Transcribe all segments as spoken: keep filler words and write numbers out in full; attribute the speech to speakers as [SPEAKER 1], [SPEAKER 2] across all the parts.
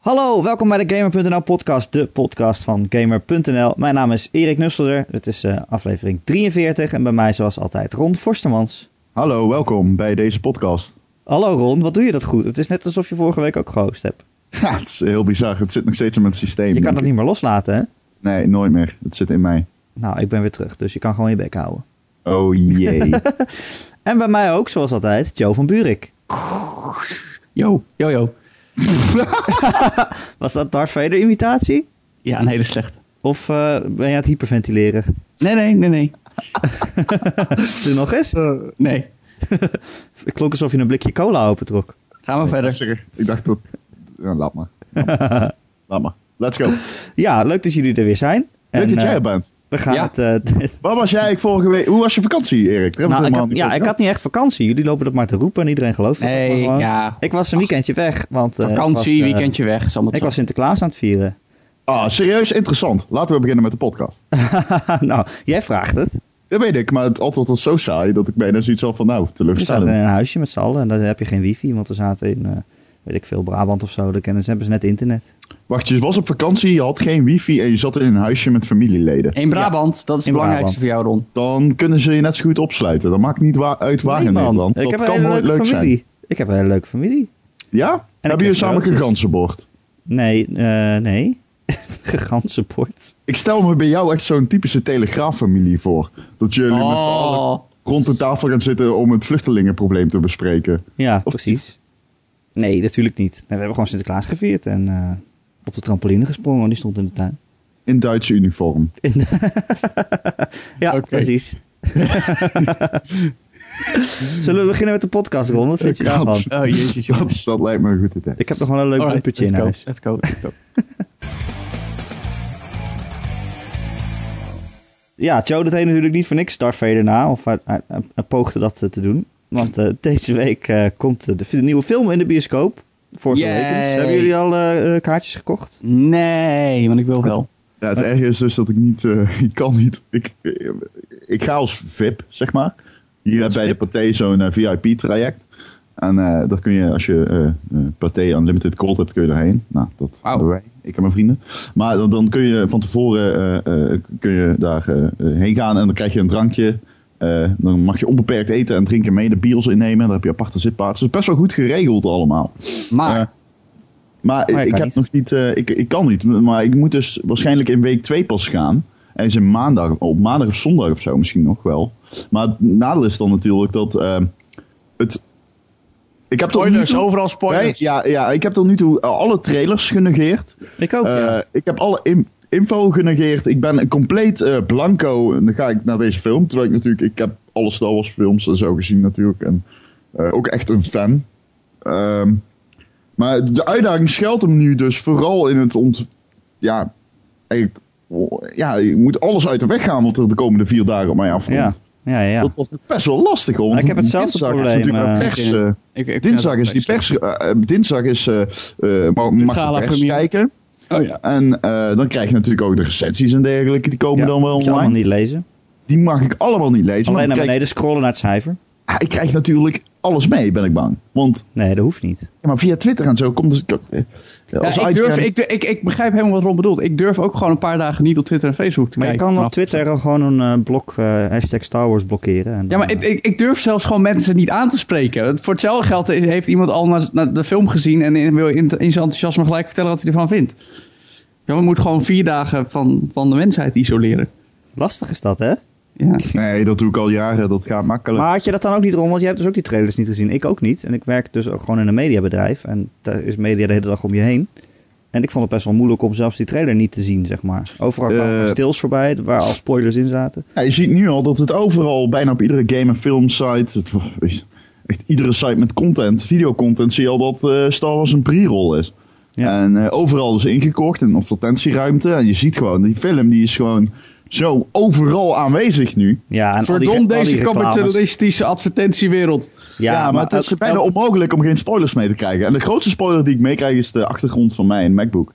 [SPEAKER 1] Hallo, welkom bij de Gamer punt n l podcast, de podcast van Gamer punt n l. Mijn naam is Erik Nusselder, het is uh, aflevering drieënveertig en bij mij zoals altijd Ron Forstermans.
[SPEAKER 2] Hallo, welkom bij deze podcast.
[SPEAKER 1] Hallo Ron, wat doe je dat goed? Het is net alsof je vorige week ook gehost hebt.
[SPEAKER 2] Ja, het is heel bizar, het zit nog steeds in mijn systeem.
[SPEAKER 1] Je kan het niet meer loslaten, hè?
[SPEAKER 2] Nee, nooit meer, het zit in mij.
[SPEAKER 1] Nou, ik ben weer terug, dus je kan gewoon je bek houden.
[SPEAKER 2] Oh jee.
[SPEAKER 1] En bij mij ook, zoals altijd, Joe van Buurik.
[SPEAKER 3] Yo, yo, yo.
[SPEAKER 1] Was dat Darth Vader imitatie?
[SPEAKER 3] Ja, een hele slechte.
[SPEAKER 1] Of uh, ben je aan het hyperventileren?
[SPEAKER 3] Nee, nee, nee, nee.
[SPEAKER 1] Doe nog eens?
[SPEAKER 3] Uh, nee.
[SPEAKER 1] Het klonk alsof je een blikje cola opentrok.
[SPEAKER 3] Gaan we
[SPEAKER 2] Nee,
[SPEAKER 3] verder.
[SPEAKER 2] Zeker. Ik dacht dat... Ja, laat maar. Laat maar. Let's go.
[SPEAKER 1] Ja, leuk dat jullie er weer zijn.
[SPEAKER 2] Leuk
[SPEAKER 1] en,
[SPEAKER 2] dat jij
[SPEAKER 1] uh,
[SPEAKER 2] er bent.
[SPEAKER 1] We gaan
[SPEAKER 3] Ja.
[SPEAKER 1] het... Uh,
[SPEAKER 2] Waar was jij vorige week? Hoe was je vakantie, Erik? Daar hebben
[SPEAKER 1] nou,
[SPEAKER 2] we
[SPEAKER 1] ik
[SPEAKER 2] helemaal
[SPEAKER 1] had,
[SPEAKER 2] niet
[SPEAKER 1] ja,
[SPEAKER 2] over
[SPEAKER 1] ik had niet echt vakantie. Jullie lopen dat maar te roepen en iedereen gelooft het.
[SPEAKER 3] Nee,
[SPEAKER 1] maar gewoon.
[SPEAKER 3] ja.
[SPEAKER 1] Ik was een weekendje weg, want... Uh,
[SPEAKER 3] Vakantie,
[SPEAKER 1] ik was, uh,
[SPEAKER 3] weekendje weg. Is allemaal
[SPEAKER 1] Ik
[SPEAKER 3] zo.
[SPEAKER 1] was Sinterklaas aan het vieren.
[SPEAKER 2] Ah, serieus interessant. Laten we beginnen met de podcast.
[SPEAKER 1] Nou, jij vraagt het.
[SPEAKER 2] Dat weet ik, maar het antwoord was zo saai dat ik bijna zoiets had van, nou,
[SPEAKER 1] We zaten
[SPEAKER 2] teleurstellend.
[SPEAKER 1] in een huisje met z'n allen en daar heb je geen wifi, want we zaten in, uh, weet ik veel, Brabant of zo. Daar kennen ze, hebben ze net internet.
[SPEAKER 2] Wacht, je was op vakantie, je had geen wifi en je zat in een huisje met familieleden.
[SPEAKER 3] In Brabant, dat is
[SPEAKER 1] In
[SPEAKER 3] het belangrijkste
[SPEAKER 1] Brabant.
[SPEAKER 3] voor jou, Ron.
[SPEAKER 2] Dan kunnen ze je net zo goed opsluiten. Dat maakt niet wa- uit waar
[SPEAKER 1] Nee,
[SPEAKER 2] in
[SPEAKER 1] man.
[SPEAKER 2] Nederland.
[SPEAKER 1] Ik
[SPEAKER 2] Dat
[SPEAKER 1] heb een
[SPEAKER 2] kan
[SPEAKER 1] hele
[SPEAKER 2] nooit
[SPEAKER 1] leuke
[SPEAKER 2] leuk
[SPEAKER 1] familie.
[SPEAKER 2] zijn.
[SPEAKER 1] Ik heb een hele leuke familie.
[SPEAKER 2] Ja?
[SPEAKER 1] ik
[SPEAKER 2] Hebben jullie
[SPEAKER 1] heb
[SPEAKER 2] samen
[SPEAKER 1] cadeautjes.
[SPEAKER 2] geganzenbord?
[SPEAKER 1] Nee, uh, nee. Geganzenbord.
[SPEAKER 2] Ik stel me bij jou echt zo'n typische telegraaffamilie voor. Dat jullie met z'n allen
[SPEAKER 3] Oh,
[SPEAKER 2] rond de tafel gaan zitten om het vluchtelingenprobleem te bespreken.
[SPEAKER 1] Ja,
[SPEAKER 2] Of
[SPEAKER 1] precies. Nee, natuurlijk niet. Nee, we hebben gewoon Sinterklaas gevierd en uh, op de trampoline gesprongen, want die stond in de tuin.
[SPEAKER 2] In Duitse uniform.
[SPEAKER 1] In de ja,
[SPEAKER 3] Oké.
[SPEAKER 1] precies. Zullen we beginnen met de podcast, Ron? Wat vind je daarvan?
[SPEAKER 3] oh jezus,
[SPEAKER 2] Dat,
[SPEAKER 3] jongens.
[SPEAKER 2] dat lijkt me een goed idee.
[SPEAKER 1] Ik heb nog wel een leuk
[SPEAKER 3] Alright,
[SPEAKER 1] bumpertje
[SPEAKER 3] let's
[SPEAKER 1] in
[SPEAKER 3] go,
[SPEAKER 1] huis.
[SPEAKER 3] let's go, let's go.
[SPEAKER 1] Ja, Joe deed natuurlijk niet voor niks Darth Vader na, of hij, hij, hij- hij poogde dat uh, te doen. Want uh, deze week uh, komt uh, de, de nieuwe film in de bioscoop. Force
[SPEAKER 3] Yay.
[SPEAKER 1] Awakens. Hebben jullie al uh, uh, kaartjes gekocht?
[SPEAKER 3] Nee, want ik wil wel.
[SPEAKER 2] Ja, het erge is dus dat ik niet... Uh, ik kan niet... Ik, ik ga als V I P, zeg maar. Hier
[SPEAKER 1] Als
[SPEAKER 2] bij
[SPEAKER 1] V I
[SPEAKER 2] de
[SPEAKER 1] P?
[SPEAKER 2] Pathé zo'n uh, V I P-traject. En uh, daar kun je, als je uh, uh, Pathé Unlimited Gold hebt, kun je daarheen. Nou, dat
[SPEAKER 3] Wauw.
[SPEAKER 2] hebben wij. Ik en mijn vrienden. Maar dan, dan kun je van tevoren uh, uh, kun je daar uh, uh, heen gaan en dan krijg je een drankje. Uh, dan mag je onbeperkt eten en drinken mee, de bios innemen. Dan heb je aparte zitplaatsen. Het is best wel goed geregeld allemaal.
[SPEAKER 3] Maar,
[SPEAKER 2] Uh, maar
[SPEAKER 1] Maar je
[SPEAKER 2] ik
[SPEAKER 1] kan
[SPEAKER 2] heb
[SPEAKER 1] niet.
[SPEAKER 2] nog niet, uh, ik, ik kan niet. Maar ik moet dus waarschijnlijk in week twee pas gaan. En is in maandag, op maandag of zondag of zo misschien nog wel. Maar het nadeel is dan natuurlijk dat uh, het... Ik heb tot nu
[SPEAKER 3] spoilers,
[SPEAKER 2] toe-
[SPEAKER 3] overal spoilers.
[SPEAKER 2] Nee, ja, ja, ik heb tot nu toe uh, alle trailers genegeerd.
[SPEAKER 1] Ik ook,
[SPEAKER 2] Uh,
[SPEAKER 1] ja.
[SPEAKER 2] Ik heb alle in- info genegeerd. Ik ben compleet uh, blanco. En dan ga ik naar deze film. Terwijl ik natuurlijk... Ik heb alle Star Wars films en zo gezien natuurlijk. En uh, ook echt een fan. Ehm maar de uitdaging schuilt hem nu dus vooral in het ont... Ja, eigenlijk... Ja, je moet alles uit de weg gaan wat er de komende vier dagen op mij afkomt.
[SPEAKER 1] Ja, ja, ja.
[SPEAKER 2] Dat was best wel lastig hoor.
[SPEAKER 1] Nou, ik heb hetzelfde
[SPEAKER 2] Dinsdag is
[SPEAKER 1] probleem,
[SPEAKER 2] natuurlijk
[SPEAKER 1] uh,
[SPEAKER 2] pers, uh,
[SPEAKER 3] Ik- ik vind
[SPEAKER 2] dinsdag
[SPEAKER 3] dat
[SPEAKER 2] is die
[SPEAKER 3] best.
[SPEAKER 2] pers... Uh, dinsdag is... Uh, uh, mag mag
[SPEAKER 3] Gala
[SPEAKER 2] de pers
[SPEAKER 3] premiere.
[SPEAKER 2] kijken.
[SPEAKER 3] Oh ja.
[SPEAKER 2] En uh, dan krijg je natuurlijk ook de recensies en dergelijke. Die komen
[SPEAKER 1] Ja,
[SPEAKER 2] dan wel
[SPEAKER 1] moet je allemaal
[SPEAKER 2] online.
[SPEAKER 1] niet lezen.
[SPEAKER 2] Die mag ik allemaal niet lezen.
[SPEAKER 1] Alleen
[SPEAKER 2] maar
[SPEAKER 1] naar
[SPEAKER 2] ik krijg,
[SPEAKER 1] beneden scrollen naar het cijfer.
[SPEAKER 2] ah, ik krijg natuurlijk alles mee, ben ik bang. Want
[SPEAKER 1] Nee, dat hoeft niet.
[SPEAKER 2] ja, maar via Twitter en zo komt dus... Uh,
[SPEAKER 3] Ja,
[SPEAKER 2] als
[SPEAKER 3] ik,
[SPEAKER 2] uitgaan-
[SPEAKER 3] durf, ik, ik, ik begrijp helemaal wat Ron bedoelt. Ik durf ook gewoon een paar dagen niet op Twitter en Facebook te
[SPEAKER 1] Maar je
[SPEAKER 3] kijken.
[SPEAKER 1] kan op
[SPEAKER 3] vanaf-
[SPEAKER 1] Twitter gewoon een uh, blok uh, hashtag Star Wars blokkeren. En
[SPEAKER 3] Ja, maar
[SPEAKER 1] dan,
[SPEAKER 3] ik, ik, ik durf zelfs gewoon mensen niet aan te spreken. Het- Voor hetzelfde geld is- heeft iemand al naar, naar de film gezien en in- wil in, in zijn enthousiasme gelijk vertellen wat hij ervan vindt. Ja, we moeten gewoon vier dagen van, van de mensheid isoleren.
[SPEAKER 1] Lastig is dat, hè?
[SPEAKER 3] Ja.
[SPEAKER 2] Nee, dat doe ik al jaren. Dat gaat makkelijk.
[SPEAKER 1] Maar had je dat dan ook niet, Ron? Want jij hebt dus ook die trailers niet gezien. Ik ook niet. En ik werk dus ook gewoon in een mediabedrijf. En daar is media de hele dag om je heen. En ik vond het best wel moeilijk om zelfs die trailer niet te zien, zeg maar. Overal kwamen
[SPEAKER 2] Uh,
[SPEAKER 1] stils voorbij, waar al spoilers in zaten.
[SPEAKER 2] Ja, je ziet nu al dat het overal, bijna op iedere game en film site, het- echt iedere site met content, videocontent, zie je al dat uh, Star Wars een pre-roll is.
[SPEAKER 1] Ja.
[SPEAKER 2] En uh, overal is ingekocht in een advertentieruimte. En je ziet gewoon, die film die is gewoon zo overal aanwezig nu.
[SPEAKER 1] Ja, en al die-
[SPEAKER 3] Verdom
[SPEAKER 1] al die
[SPEAKER 3] deze
[SPEAKER 1] reclames.
[SPEAKER 3] kapitalistische advertentiewereld.
[SPEAKER 1] Ja,
[SPEAKER 2] Ja, maar, het is
[SPEAKER 1] ook-
[SPEAKER 2] bijna
[SPEAKER 1] ook-
[SPEAKER 2] onmogelijk om geen spoilers mee te krijgen. En de grootste spoiler die ik meekrijg is de achtergrond van mij in MacBook.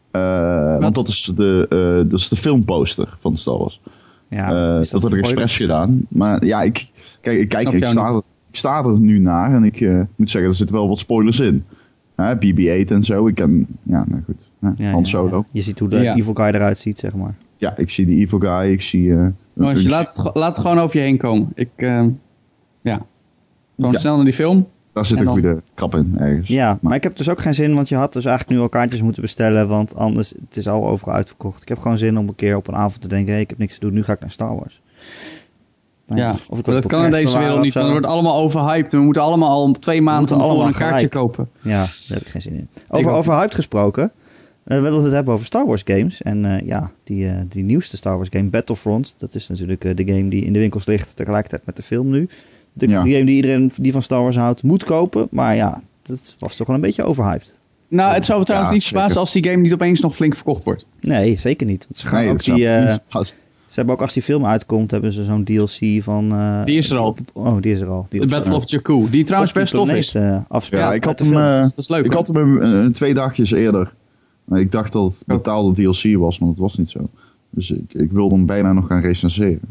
[SPEAKER 2] Uh, want dat is, de, uh, dat is de filmposter van Star Wars.
[SPEAKER 1] Ja,
[SPEAKER 2] Uh,
[SPEAKER 1] is
[SPEAKER 2] dat heb ik
[SPEAKER 1] spoiler?
[SPEAKER 2] expres gedaan. Maar ja, ik, kijk, ik, kijk,
[SPEAKER 3] Snap
[SPEAKER 2] ik,
[SPEAKER 3] jou
[SPEAKER 2] sta er, ik sta er nu naar en ik uh, moet zeggen, er zitten wel wat spoilers in. Uh, B B eight en zo. Ik ken, ja, nou goed. Uh,
[SPEAKER 1] Ja,
[SPEAKER 2] Han
[SPEAKER 1] ja,
[SPEAKER 2] Solo.
[SPEAKER 1] ja. Je ziet hoe de
[SPEAKER 3] Ja.
[SPEAKER 1] evil guy eruit ziet, zeg maar.
[SPEAKER 2] Ja, ik zie die evil guy. Ik zie... Uh,
[SPEAKER 3] Jongens, je laat, het, ge- laat het gewoon over je heen komen. Ik, uh, ja. Gewoon
[SPEAKER 2] Ja.
[SPEAKER 3] snel naar die film.
[SPEAKER 2] Daar zit
[SPEAKER 3] en
[SPEAKER 2] een
[SPEAKER 3] dan-
[SPEAKER 2] goede krap in ergens.
[SPEAKER 1] Ja, maar ik heb dus ook geen zin, want je had dus eigenlijk nu al kaartjes moeten bestellen, want anders, het is al overal uitverkocht. Ik heb gewoon zin om een keer op een avond te denken, hé, ik heb niks te doen, nu ga ik naar Star Wars. Maar
[SPEAKER 3] Ja,
[SPEAKER 1] of ik
[SPEAKER 3] maar
[SPEAKER 1] word
[SPEAKER 3] dat
[SPEAKER 1] tot
[SPEAKER 3] kan in
[SPEAKER 1] kerst
[SPEAKER 3] deze
[SPEAKER 1] bewaren
[SPEAKER 3] wereld
[SPEAKER 1] of
[SPEAKER 3] niet.
[SPEAKER 1] zo.
[SPEAKER 3] Want het wordt allemaal overhyped. En we moeten allemaal al twee maanden
[SPEAKER 1] moeten
[SPEAKER 3] van tevoren
[SPEAKER 1] allemaal
[SPEAKER 3] een kaartje
[SPEAKER 1] gelijk.
[SPEAKER 3] kopen.
[SPEAKER 1] Ja, daar heb ik geen zin in. Over,
[SPEAKER 3] ook
[SPEAKER 1] over hyped gesproken, uh, we wilden het hebben over Star Wars games. En uh, ja, die, uh, die nieuwste Star Wars game, Battlefront, dat is natuurlijk uh, de game die in de winkels ligt tegelijkertijd met de film nu. De,
[SPEAKER 2] Ja.
[SPEAKER 1] de game die iedereen die van Star Wars houdt moet kopen, maar ja, dat was toch wel een beetje overhyped.
[SPEAKER 3] Nou, het zou me trouwens
[SPEAKER 2] Ja,
[SPEAKER 3] niet verbazen
[SPEAKER 2] zeker.
[SPEAKER 3] als die game niet opeens nog flink verkocht wordt.
[SPEAKER 1] Nee, zeker niet. Want ze gaan
[SPEAKER 2] Nee,
[SPEAKER 1] ook
[SPEAKER 2] dat zou
[SPEAKER 1] die... uh,
[SPEAKER 2] niet haast-
[SPEAKER 1] Ze hebben ook als die film uitkomt, hebben ze zo'n D L C van... uh,
[SPEAKER 3] Die is er al.
[SPEAKER 1] Oh, die is er al. Die
[SPEAKER 3] The
[SPEAKER 1] op
[SPEAKER 3] Battle
[SPEAKER 1] zo'n-
[SPEAKER 3] of Jakku. Die trouwens
[SPEAKER 1] op die
[SPEAKER 3] best tof
[SPEAKER 1] planeet,
[SPEAKER 3] is.
[SPEAKER 1] uh, afspeelt.
[SPEAKER 2] Ja,
[SPEAKER 3] Ja,
[SPEAKER 2] ik had
[SPEAKER 1] uit de
[SPEAKER 2] hem,
[SPEAKER 1] film.
[SPEAKER 2] eh,
[SPEAKER 3] Dat is leuk.
[SPEAKER 2] ik
[SPEAKER 3] hoor.
[SPEAKER 2] had hem uh, twee dagjes eerder. Maar ik dacht dat het betaalde D L C was, maar dat was niet zo. Dus ik, ik wilde hem bijna nog gaan recenseren.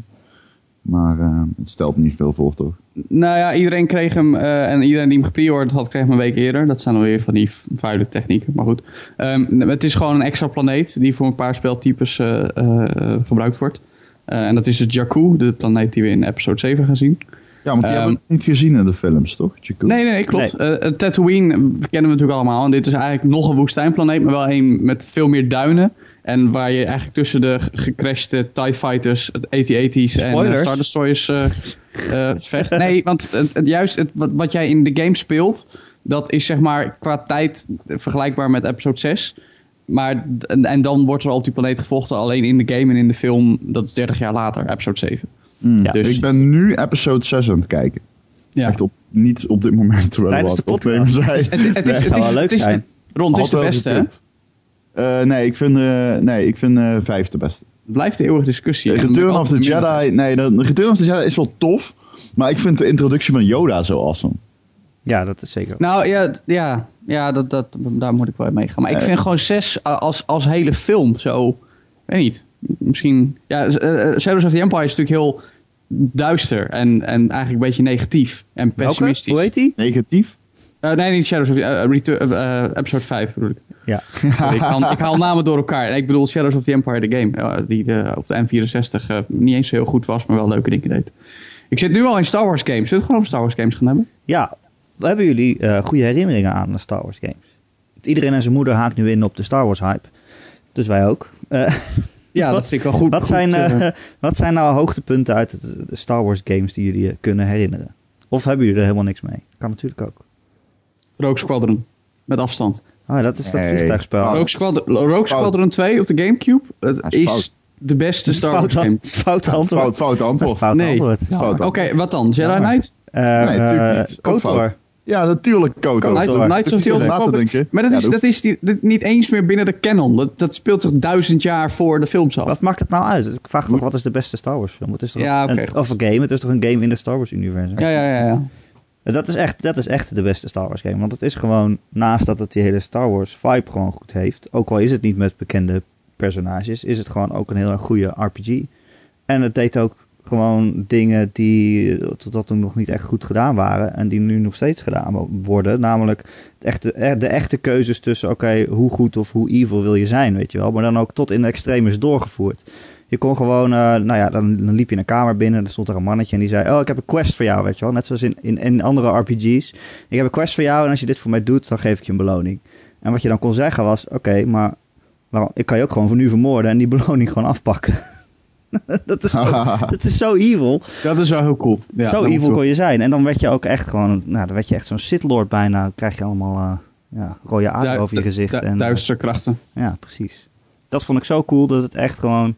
[SPEAKER 2] Maar uh, het stelt niet veel voor, toch?
[SPEAKER 3] Nou ja, iedereen kreeg hem. uh, en iedereen die hem gepreorderd had, kreeg hem een week eerder. Dat zijn dan weer van die vuile technieken. Maar goed. Um, het is gewoon een extra planeet die voor een paar speltypes uh, uh, gebruikt wordt. Uh, en dat is de Jakku, de planeet die we in episode zeven gaan zien.
[SPEAKER 2] Ja, want die
[SPEAKER 3] Ehm,
[SPEAKER 2] hebben we niet gezien in de films, toch? Jakku?
[SPEAKER 3] Nee, nee, nee, klopt. Uh, Tatooine kennen we natuurlijk allemaal. En dit is eigenlijk nog een woestijnplaneet, maar wel een met veel meer duinen. En waar je eigenlijk tussen de g- gecrashte TIE Fighters, het A T AT's en uh,
[SPEAKER 1] Spoilers.
[SPEAKER 3] Star Destroyers uh, uh, vecht. Nee, want het, het, juist het, wat, wat jij in de game speelt, dat is zeg maar qua tijd vergelijkbaar met episode zes. Maar, en, en dan wordt er op die planeet gevochten, alleen in de game en in de film, dat is dertig jaar later, episode zeven.
[SPEAKER 2] Mm,
[SPEAKER 1] Ja,
[SPEAKER 2] dus ik ben nu episode zes aan het kijken.
[SPEAKER 3] Ja.
[SPEAKER 2] Echt op, niet op dit moment terwijl
[SPEAKER 1] Tijdens
[SPEAKER 2] we
[SPEAKER 1] de
[SPEAKER 2] wat opnemen
[SPEAKER 1] podcast.
[SPEAKER 2] zijn.
[SPEAKER 3] Het, het,
[SPEAKER 1] Nee,
[SPEAKER 3] is,
[SPEAKER 1] het
[SPEAKER 3] het,
[SPEAKER 1] zou
[SPEAKER 3] is,
[SPEAKER 1] wel
[SPEAKER 3] het
[SPEAKER 1] leuk
[SPEAKER 3] is de,
[SPEAKER 1] zijn.
[SPEAKER 3] Ron, het is
[SPEAKER 2] Had
[SPEAKER 3] de
[SPEAKER 2] wel
[SPEAKER 3] beste, hè?
[SPEAKER 2] gekund. Uh, nee, ik vind, uh, nee, ik vind uh, vijf de beste.
[SPEAKER 3] Het blijft de eeuwige discussie. En dan
[SPEAKER 2] Return
[SPEAKER 3] ben ik
[SPEAKER 2] of the
[SPEAKER 3] altijd minder.
[SPEAKER 2] Jedi, nee, de, Return of the Jedi is wel tof. Maar ik vind de introductie van Yoda zo awesome.
[SPEAKER 1] Ja, dat is zeker.
[SPEAKER 3] Nou ja, d- ja, ja dat, dat, daar moet ik wel mee gaan. Maar ik
[SPEAKER 2] Nee.
[SPEAKER 3] vind gewoon zes als, als hele film zo, weet niet, misschien, ja, z- uh, Shadows of the Empire is natuurlijk heel duister en, en eigenlijk een beetje negatief en
[SPEAKER 1] Welke?
[SPEAKER 3] pessimistisch.
[SPEAKER 1] Hoe heet die?
[SPEAKER 2] Negatief?
[SPEAKER 3] Uh, nee, niet Shadows of the uh, Return, uh, episode vijf bedoel ik.
[SPEAKER 1] Ja.
[SPEAKER 3] Sorry, ik, haal, ik haal namen door elkaar. Ik bedoel Shadows of the Empire, de game, uh, die de, op de N vierenzestig uh, niet eens zo heel goed was, maar wel leuke dingen deed. Ik zit nu al in Star Wars games. Zullen we het gewoon over Star Wars games gaan hebben?
[SPEAKER 1] Ja, hebben jullie uh, goede herinneringen aan de Star Wars games? Iedereen en zijn moeder haakt nu in op de Star Wars hype. Dus wij ook. Uh,
[SPEAKER 3] Ja,
[SPEAKER 1] wat,
[SPEAKER 3] dat vind ik wel goed.
[SPEAKER 1] Wat
[SPEAKER 3] goed,
[SPEAKER 1] zijn,
[SPEAKER 3] uh,
[SPEAKER 1] uh, wat zijn nou hoogtepunten uit de, de Star Wars games die jullie uh, kunnen herinneren? Of hebben jullie er helemaal niks mee? Kan natuurlijk ook.
[SPEAKER 3] Rogue Squadron. Met afstand.
[SPEAKER 1] Ah, dat is dat
[SPEAKER 2] Nee.
[SPEAKER 1] vliegtuigspel.
[SPEAKER 2] Oh.
[SPEAKER 3] Rogue Squadron, Rogue Squadron twee op de Gamecube. Het
[SPEAKER 2] Dat is
[SPEAKER 3] is
[SPEAKER 2] fout.
[SPEAKER 3] de beste Star Wars
[SPEAKER 1] Fout,
[SPEAKER 3] game.
[SPEAKER 1] an- fout antwoord.
[SPEAKER 2] Fout, fout
[SPEAKER 1] Dat is
[SPEAKER 2] antwoord.
[SPEAKER 1] fout
[SPEAKER 3] Nee.
[SPEAKER 1] antwoord.
[SPEAKER 2] Fout
[SPEAKER 3] Oké, wat dan? Jedi
[SPEAKER 1] Ja, maar-
[SPEAKER 3] Knight?
[SPEAKER 1] Uh,
[SPEAKER 2] Nee, natuurlijk
[SPEAKER 1] uh,
[SPEAKER 2] niet. Ook
[SPEAKER 1] KOTOR.
[SPEAKER 2] Ja, natuurlijk Kotor.
[SPEAKER 3] Knight,
[SPEAKER 1] Kotor.
[SPEAKER 3] Knights of the Old
[SPEAKER 2] Na te
[SPEAKER 3] Republic.
[SPEAKER 2] denken.
[SPEAKER 3] Maar dat
[SPEAKER 2] Ja,
[SPEAKER 3] is,
[SPEAKER 2] dat
[SPEAKER 3] dat is die, dit niet eens meer binnen de canon. Dat, dat speelt zich duizend jaar voor de films af.
[SPEAKER 1] Wat maakt het nou uit? Ik vraag toch, wat is de beste Star Wars film? Het is toch
[SPEAKER 3] Ja, oké,
[SPEAKER 1] een,
[SPEAKER 3] goed.
[SPEAKER 1] of een game, het is toch een game in de Star Wars universum?
[SPEAKER 3] Ja, ja, ja. ja.
[SPEAKER 1] Dat is, echt, dat is echt de beste Star Wars game. Want het is gewoon, naast dat het die hele Star Wars vibe gewoon goed heeft. Ook al is het niet met bekende personages. Is het gewoon ook een heel erg goede R P G. En het deed ook gewoon dingen die tot dat toen nog niet echt goed gedaan waren. En die nu nog steeds gedaan worden. Namelijk de echte, de echte keuzes tussen, oké, okay, hoe goed of hoe evil wil je zijn, weet je wel. Maar dan ook tot in de extremis doorgevoerd. Je kon gewoon, uh, nou ja, dan, dan liep je een kamer binnen. Er stond er een mannetje en die zei, oh, ik heb een quest voor jou, weet je wel. Net zoals in, in, in andere R P G's. Ik heb een quest voor jou en als je dit voor mij doet, dan geef ik je een beloning. En wat je dan kon zeggen was, oké, okay, maar waarom, ik kan je ook gewoon voor nu vermoorden en die beloning gewoon afpakken. dat, is zo, dat is zo evil.
[SPEAKER 3] Dat is wel heel cool. Ja,
[SPEAKER 1] zo
[SPEAKER 3] dat
[SPEAKER 1] evil
[SPEAKER 3] moet
[SPEAKER 1] kon je zijn. En dan werd je ook echt gewoon, nou, dan werd je echt zo'n Sith Lord bijna. Dan krijg je allemaal uh, ja, rode aarde
[SPEAKER 3] Du-
[SPEAKER 1] over je
[SPEAKER 3] du-
[SPEAKER 1] gezicht.
[SPEAKER 3] du-
[SPEAKER 1] en,
[SPEAKER 3] duistere krachten.
[SPEAKER 1] ja, precies. Dat vond ik zo cool dat het echt gewoon...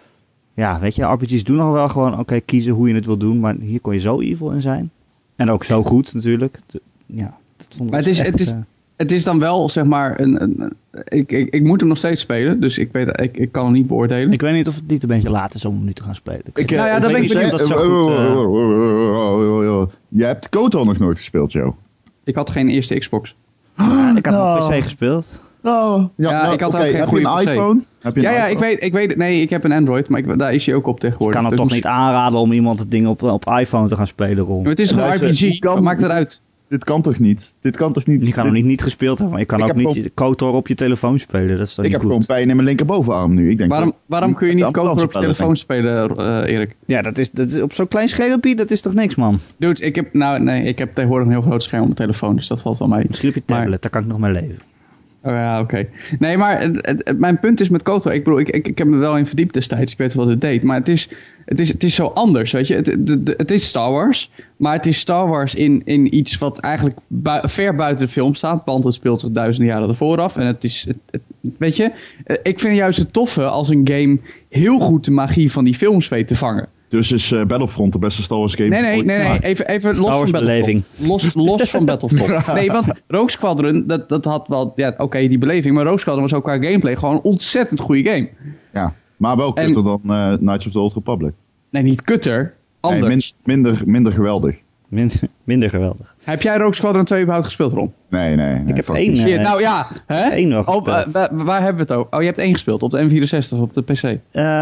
[SPEAKER 1] Ja, weet je, R P G's doen nog wel gewoon... Oké, okay, kiezen hoe je het wil doen. Maar hier kon je zo evil in zijn. En ook zo goed natuurlijk. Ja, dat vond ik
[SPEAKER 3] Maar het is,
[SPEAKER 1] echt,
[SPEAKER 3] het, is,
[SPEAKER 1] uh,
[SPEAKER 3] het is dan wel, zeg maar... Een, een, een- ik, ik, ik moet hem nog steeds spelen. Dus ik, weet, ik, ik kan hem niet beoordelen.
[SPEAKER 1] ik weet niet of het niet een beetje laat is om hem nu te gaan spelen.
[SPEAKER 2] Ik,
[SPEAKER 3] Nou ja,
[SPEAKER 2] eh,
[SPEAKER 3] dat ben ik
[SPEAKER 2] weet
[SPEAKER 3] benieuwd.
[SPEAKER 2] niet,
[SPEAKER 1] Dat zo
[SPEAKER 2] eh,
[SPEAKER 1] goed,
[SPEAKER 2] oh,
[SPEAKER 1] uh,
[SPEAKER 2] oh, oh, oh, oh, oh. Je hebt Kotor nog nooit gespeeld, Joe.
[SPEAKER 3] Ik had geen eerste Xbox.
[SPEAKER 1] ik heb
[SPEAKER 2] Oh.
[SPEAKER 1] op P C gespeeld.
[SPEAKER 2] Oh, ja,
[SPEAKER 3] Ja,
[SPEAKER 2] nou,
[SPEAKER 3] ik had
[SPEAKER 2] oké.
[SPEAKER 3] ook geen
[SPEAKER 2] Heb je
[SPEAKER 3] goede
[SPEAKER 2] een
[SPEAKER 3] P C.
[SPEAKER 2] iPhone? Heb je een
[SPEAKER 3] Ja, ja, ik
[SPEAKER 2] iPhone?
[SPEAKER 3] weet, ik weet... Nee, ik heb een Android. Maar ik, daar is hij ook op
[SPEAKER 1] Ik
[SPEAKER 3] tegenwoordig.
[SPEAKER 1] kan het
[SPEAKER 3] Dus
[SPEAKER 1] toch niet aanraden om iemand het ding op, op iPhone te gaan spelen, Ron.
[SPEAKER 3] Maar het is toch een
[SPEAKER 2] Luister,
[SPEAKER 3] R P G?
[SPEAKER 2] hoe kan-
[SPEAKER 3] Wat maakt het uit?
[SPEAKER 2] dit kan toch niet? Dit kan toch niet?
[SPEAKER 1] Die kan
[SPEAKER 2] dit,
[SPEAKER 1] hem niet, niet gespeeld hebben. Maar je kan
[SPEAKER 2] Ik
[SPEAKER 1] ook
[SPEAKER 2] heb
[SPEAKER 1] niet
[SPEAKER 2] gewoon-
[SPEAKER 1] KOTOR op je telefoon spelen. Dat is toch
[SPEAKER 2] ik
[SPEAKER 1] niet
[SPEAKER 2] heb
[SPEAKER 1] goed?
[SPEAKER 2] gewoon pijn in mijn linkerbovenarm nu. Ik denk
[SPEAKER 3] Waarom,
[SPEAKER 2] dat-
[SPEAKER 3] waarom kun je niet
[SPEAKER 2] de
[SPEAKER 3] KOTOR op je
[SPEAKER 2] ambulancebellen
[SPEAKER 3] telefoon spelen, uh, Erik?
[SPEAKER 1] Ja, dat is, dat is op zo'n klein schermpje, dat is toch niks, man?
[SPEAKER 3] Dude, ik heb, nou, nee, ik heb tegenwoordig een heel groot scherm op mijn telefoon, dus dat valt wel mee.
[SPEAKER 1] Misschien op je
[SPEAKER 3] Maar-
[SPEAKER 1] tablet, daar kan ik nog mee leven.
[SPEAKER 3] Oh ja, oké. Nee, maar het, het- het- mijn punt is met KOTOR, ik bedoel, ik, ik, ik heb me wel in verdiept destijds, ik weet wat het deed, maar het is, het is, het is zo anders, weet je. Het, het, het is Star Wars, maar het is Star Wars in, in iets wat eigenlijk bui- ver buiten de film staat, want het speelt zich duizenden jaren ervoor af. En het is, het, het- weet je, eh, ik vind juist het toffe als een game heel goed de magie van die films weet te vangen.
[SPEAKER 2] Dus is uh, Battlefront de beste Star Wars game
[SPEAKER 3] Nee, nee,
[SPEAKER 2] ooit
[SPEAKER 3] nee, nee.
[SPEAKER 2] gemaakt?
[SPEAKER 3] Even, even
[SPEAKER 1] Star
[SPEAKER 3] los
[SPEAKER 1] Wars
[SPEAKER 3] van
[SPEAKER 1] beleving.
[SPEAKER 3] Battlefront. Los, los van Battlefront. Nee, want Rogue Squadron, dat, dat had wel, ja, oké, die beleving. Maar Rogue Squadron was ook qua gameplay gewoon een ontzettend goede game.
[SPEAKER 2] Ja, maar wel
[SPEAKER 3] En-
[SPEAKER 2] kutter dan uh, Knights of the Old Republic.
[SPEAKER 3] Nee, niet kutter. Anders.
[SPEAKER 2] Nee, min- minder, minder geweldig.
[SPEAKER 1] Min- minder geweldig.
[SPEAKER 3] Heb jij Rogue Squadron twee überhaupt gespeeld, Ron?
[SPEAKER 2] Nee, nee. nee
[SPEAKER 1] Ik heb
[SPEAKER 2] fuck
[SPEAKER 1] één,
[SPEAKER 2] you.
[SPEAKER 1] eh,
[SPEAKER 3] Ja, nou ja, hè?
[SPEAKER 1] één nog
[SPEAKER 3] Oh,
[SPEAKER 1] gespeeld.
[SPEAKER 3] eh, waar, waar hebben we het over? Oh, je hebt één gespeeld op de N vierenzestig, op de P C.
[SPEAKER 1] Eh,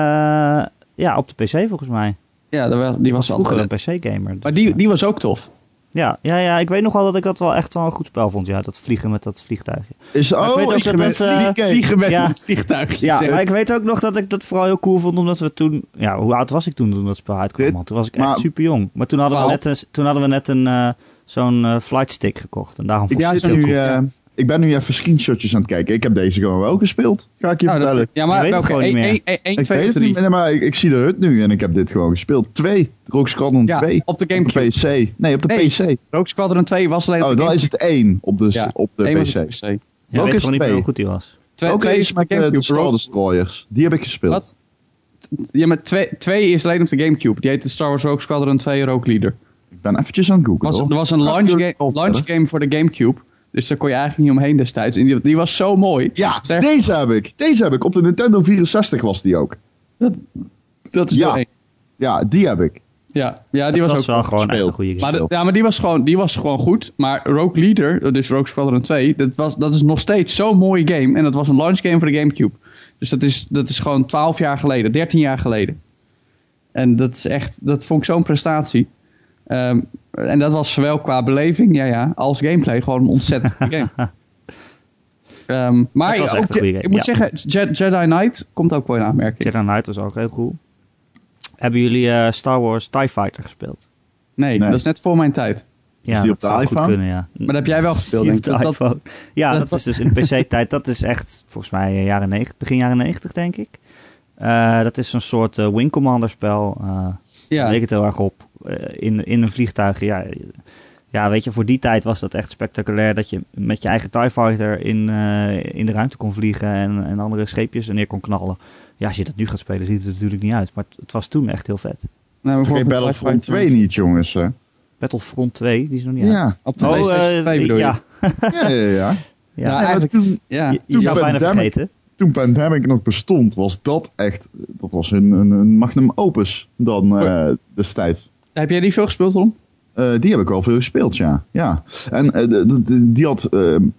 [SPEAKER 1] ja, op de P C volgens mij.
[SPEAKER 3] Ja, dat wel- die
[SPEAKER 1] Ik
[SPEAKER 3] was
[SPEAKER 1] was vroeger
[SPEAKER 3] altijd.
[SPEAKER 1] een P C-gamer.
[SPEAKER 3] Maar die, die was ook tof.
[SPEAKER 1] Ja, ja, ja, ik weet nog wel dat ik dat wel echt wel een goed spel vond. Ja, dat vliegen met dat vliegtuigje.
[SPEAKER 2] Is,
[SPEAKER 1] Maar ik
[SPEAKER 2] oh,
[SPEAKER 1] weet ook
[SPEAKER 2] ik
[SPEAKER 1] dat
[SPEAKER 2] heb
[SPEAKER 1] dat, eh,
[SPEAKER 2] vliegen.
[SPEAKER 3] Vliegen met
[SPEAKER 1] Ja.
[SPEAKER 3] een vliegtuig.
[SPEAKER 1] Ja, maar ik weet ook nog dat ik dat vooral heel cool vond, omdat we toen... Ja, hoe oud was ik toen toen dat spel uitkwam?
[SPEAKER 2] Dit-
[SPEAKER 1] Man? Toen was ik
[SPEAKER 2] maar-
[SPEAKER 1] echt super jong. Maar toen hadden we
[SPEAKER 3] twaalf.
[SPEAKER 1] net, een, toen hadden we net een, eh, zo'n eh, flight stick gekocht. En daarom
[SPEAKER 2] Ik,
[SPEAKER 1] vond ik
[SPEAKER 2] zit
[SPEAKER 1] het heel
[SPEAKER 2] nu,
[SPEAKER 1] cool.
[SPEAKER 2] eh, ik ben nu even screenshotjes aan het kijken. Ik heb deze gewoon wel gespeeld. Ga ik je
[SPEAKER 3] Nou, dat-
[SPEAKER 2] vertellen.
[SPEAKER 3] ja,
[SPEAKER 1] Je
[SPEAKER 3] maar
[SPEAKER 1] weet het
[SPEAKER 3] welke?
[SPEAKER 1] gewoon niet
[SPEAKER 3] één,
[SPEAKER 1] meer.
[SPEAKER 3] één, één,
[SPEAKER 2] ik
[SPEAKER 3] twee
[SPEAKER 2] weet
[SPEAKER 3] of
[SPEAKER 2] het niet
[SPEAKER 3] drie?
[SPEAKER 2] meer, maar ik, ik zie de hut nu en ik heb dit gewoon gespeeld. Twee. Rogue Squadron
[SPEAKER 3] Ja,
[SPEAKER 2] twee.
[SPEAKER 3] op de
[SPEAKER 2] Op
[SPEAKER 3] Gamecube.
[SPEAKER 2] de P C. Nee, op de
[SPEAKER 3] Nee.
[SPEAKER 2] P C.
[SPEAKER 3] Rogue Squadron twee was alleen op
[SPEAKER 2] Oh,
[SPEAKER 3] de
[SPEAKER 2] dan is
[SPEAKER 3] Gamecube.
[SPEAKER 2] het één op de,
[SPEAKER 3] Ja,
[SPEAKER 2] op de
[SPEAKER 3] één was
[SPEAKER 2] P
[SPEAKER 3] op
[SPEAKER 2] C.
[SPEAKER 3] de P C.
[SPEAKER 1] Ja, ik
[SPEAKER 2] welke
[SPEAKER 1] weet
[SPEAKER 2] is
[SPEAKER 1] gewoon niet meer
[SPEAKER 2] twee?
[SPEAKER 1] hoe goed die was.
[SPEAKER 3] Twee,
[SPEAKER 2] Oké,
[SPEAKER 3] twee
[SPEAKER 2] is
[SPEAKER 3] is op de
[SPEAKER 2] met de
[SPEAKER 3] Gamecube.
[SPEAKER 2] Star
[SPEAKER 3] Rogue-
[SPEAKER 2] Destroyers. Die heb ik gespeeld.
[SPEAKER 3] Wat? Ja, maar twee, twee is alleen op de Gamecube. Die heet de Star Wars Rogue Squadron twee Rogue Leader.
[SPEAKER 2] Ik ben eventjes aan het googlen.
[SPEAKER 3] Was,
[SPEAKER 2] hoor.
[SPEAKER 3] er was een
[SPEAKER 2] Gaat
[SPEAKER 3] launch,
[SPEAKER 2] jullie
[SPEAKER 3] ga-
[SPEAKER 2] al
[SPEAKER 3] launch
[SPEAKER 2] verder?
[SPEAKER 3] game voor de Gamecube. Dus daar kon je eigenlijk niet omheen destijds. En die, die was zo mooi.
[SPEAKER 2] Ja,
[SPEAKER 3] Zeg-
[SPEAKER 2] deze heb ik. Deze heb ik. Op de Nintendo vierenzestig was die ook.
[SPEAKER 3] Dat, dat is
[SPEAKER 2] Ja.
[SPEAKER 3] zo één.
[SPEAKER 2] Ja, die heb ik.
[SPEAKER 3] Ja, ja, die
[SPEAKER 1] Dat
[SPEAKER 3] was,
[SPEAKER 1] was
[SPEAKER 3] ook
[SPEAKER 1] wel gewoon echt
[SPEAKER 2] gespeeld.
[SPEAKER 1] een goede game.
[SPEAKER 3] Maar, de-
[SPEAKER 2] gespeeld.
[SPEAKER 3] ja, maar die was, gewoon, die was gewoon goed. Maar Rogue Leader, dus Rogue Squadron twee, dat, was, dat is nog steeds zo'n mooie game. En dat was een launch game voor de Gamecube. Dus dat is, dat is gewoon twaalf jaar geleden, dertien jaar geleden. En dat is echt, dat vond ik zo'n prestatie. Ehm, en dat was zowel qua beleving, ja ja, als gameplay gewoon een ontzettend goede game. Ehm, maar
[SPEAKER 1] Het was
[SPEAKER 3] ook,
[SPEAKER 1] echt een goede game,
[SPEAKER 3] ik moet
[SPEAKER 1] ja.
[SPEAKER 3] zeggen, Je- Jedi Knight komt ook wel in aanmerking.
[SPEAKER 1] Jedi Knight was ook heel cool. Hebben jullie eh, Star Wars TIE Fighter gespeeld?
[SPEAKER 3] Nee,
[SPEAKER 2] Nee.
[SPEAKER 3] dat is net voor mijn tijd.
[SPEAKER 1] Ja,
[SPEAKER 2] die op
[SPEAKER 1] dat
[SPEAKER 2] de
[SPEAKER 1] zou goed
[SPEAKER 2] iPhone?
[SPEAKER 1] kunnen, ja.
[SPEAKER 3] Maar dat heb jij wel gespeeld,
[SPEAKER 1] Die
[SPEAKER 3] denk
[SPEAKER 1] op
[SPEAKER 3] ik.
[SPEAKER 1] de
[SPEAKER 3] Dat- dat-
[SPEAKER 1] iPhone. Ja,
[SPEAKER 3] dat
[SPEAKER 1] dat,
[SPEAKER 3] was-
[SPEAKER 1] is dus in de P C-tijd. Dat is echt, volgens mij, eh, jaren negentig, begin jaren negentig, denk ik. Eh, dat is zo'n soort eh, Wing Commander spel. Uh,
[SPEAKER 3] Ja.
[SPEAKER 1] Daar leek het heel erg op. Eh, in, in een vliegtuig. Ja, ja, weet je, voor die tijd was dat echt spectaculair. Dat je met je eigen TIE Fighter in, eh, in de ruimte kon vliegen. En, en andere scheepjes neer kon knallen. Ja, als je dat nu gaat spelen, ziet het er natuurlijk niet uit. Maar het, het was toen echt heel vet.
[SPEAKER 3] Nou,
[SPEAKER 2] Vergeet
[SPEAKER 3] bijvoorbeeld
[SPEAKER 2] Battlefront
[SPEAKER 3] TIE Fighter.
[SPEAKER 2] twee niet, jongens. hè.
[SPEAKER 1] Battlefront twee, die is nog niet uit.
[SPEAKER 2] Ja.
[SPEAKER 3] Op de
[SPEAKER 1] Oh,
[SPEAKER 3] PlayStation
[SPEAKER 1] eh,
[SPEAKER 3] twee bedoel je?
[SPEAKER 1] ja.
[SPEAKER 2] Ja, ja, ja.
[SPEAKER 1] Ja.
[SPEAKER 3] Ja,
[SPEAKER 2] maar
[SPEAKER 3] eigenlijk
[SPEAKER 2] toen-
[SPEAKER 3] is- ja.
[SPEAKER 1] Je, je
[SPEAKER 2] Toen
[SPEAKER 1] zou bijna
[SPEAKER 2] Pandemic-
[SPEAKER 1] vergeten.
[SPEAKER 2] Toen Pandemic nog bestond, was dat echt... Dat was een, een, een magnum opus dan eh, destijds.
[SPEAKER 3] Heb jij die veel gespeeld, Ron?
[SPEAKER 2] Eh, die heb ik wel veel gespeeld, ja. ja. En eh, de- de- de- die had... eh, eh,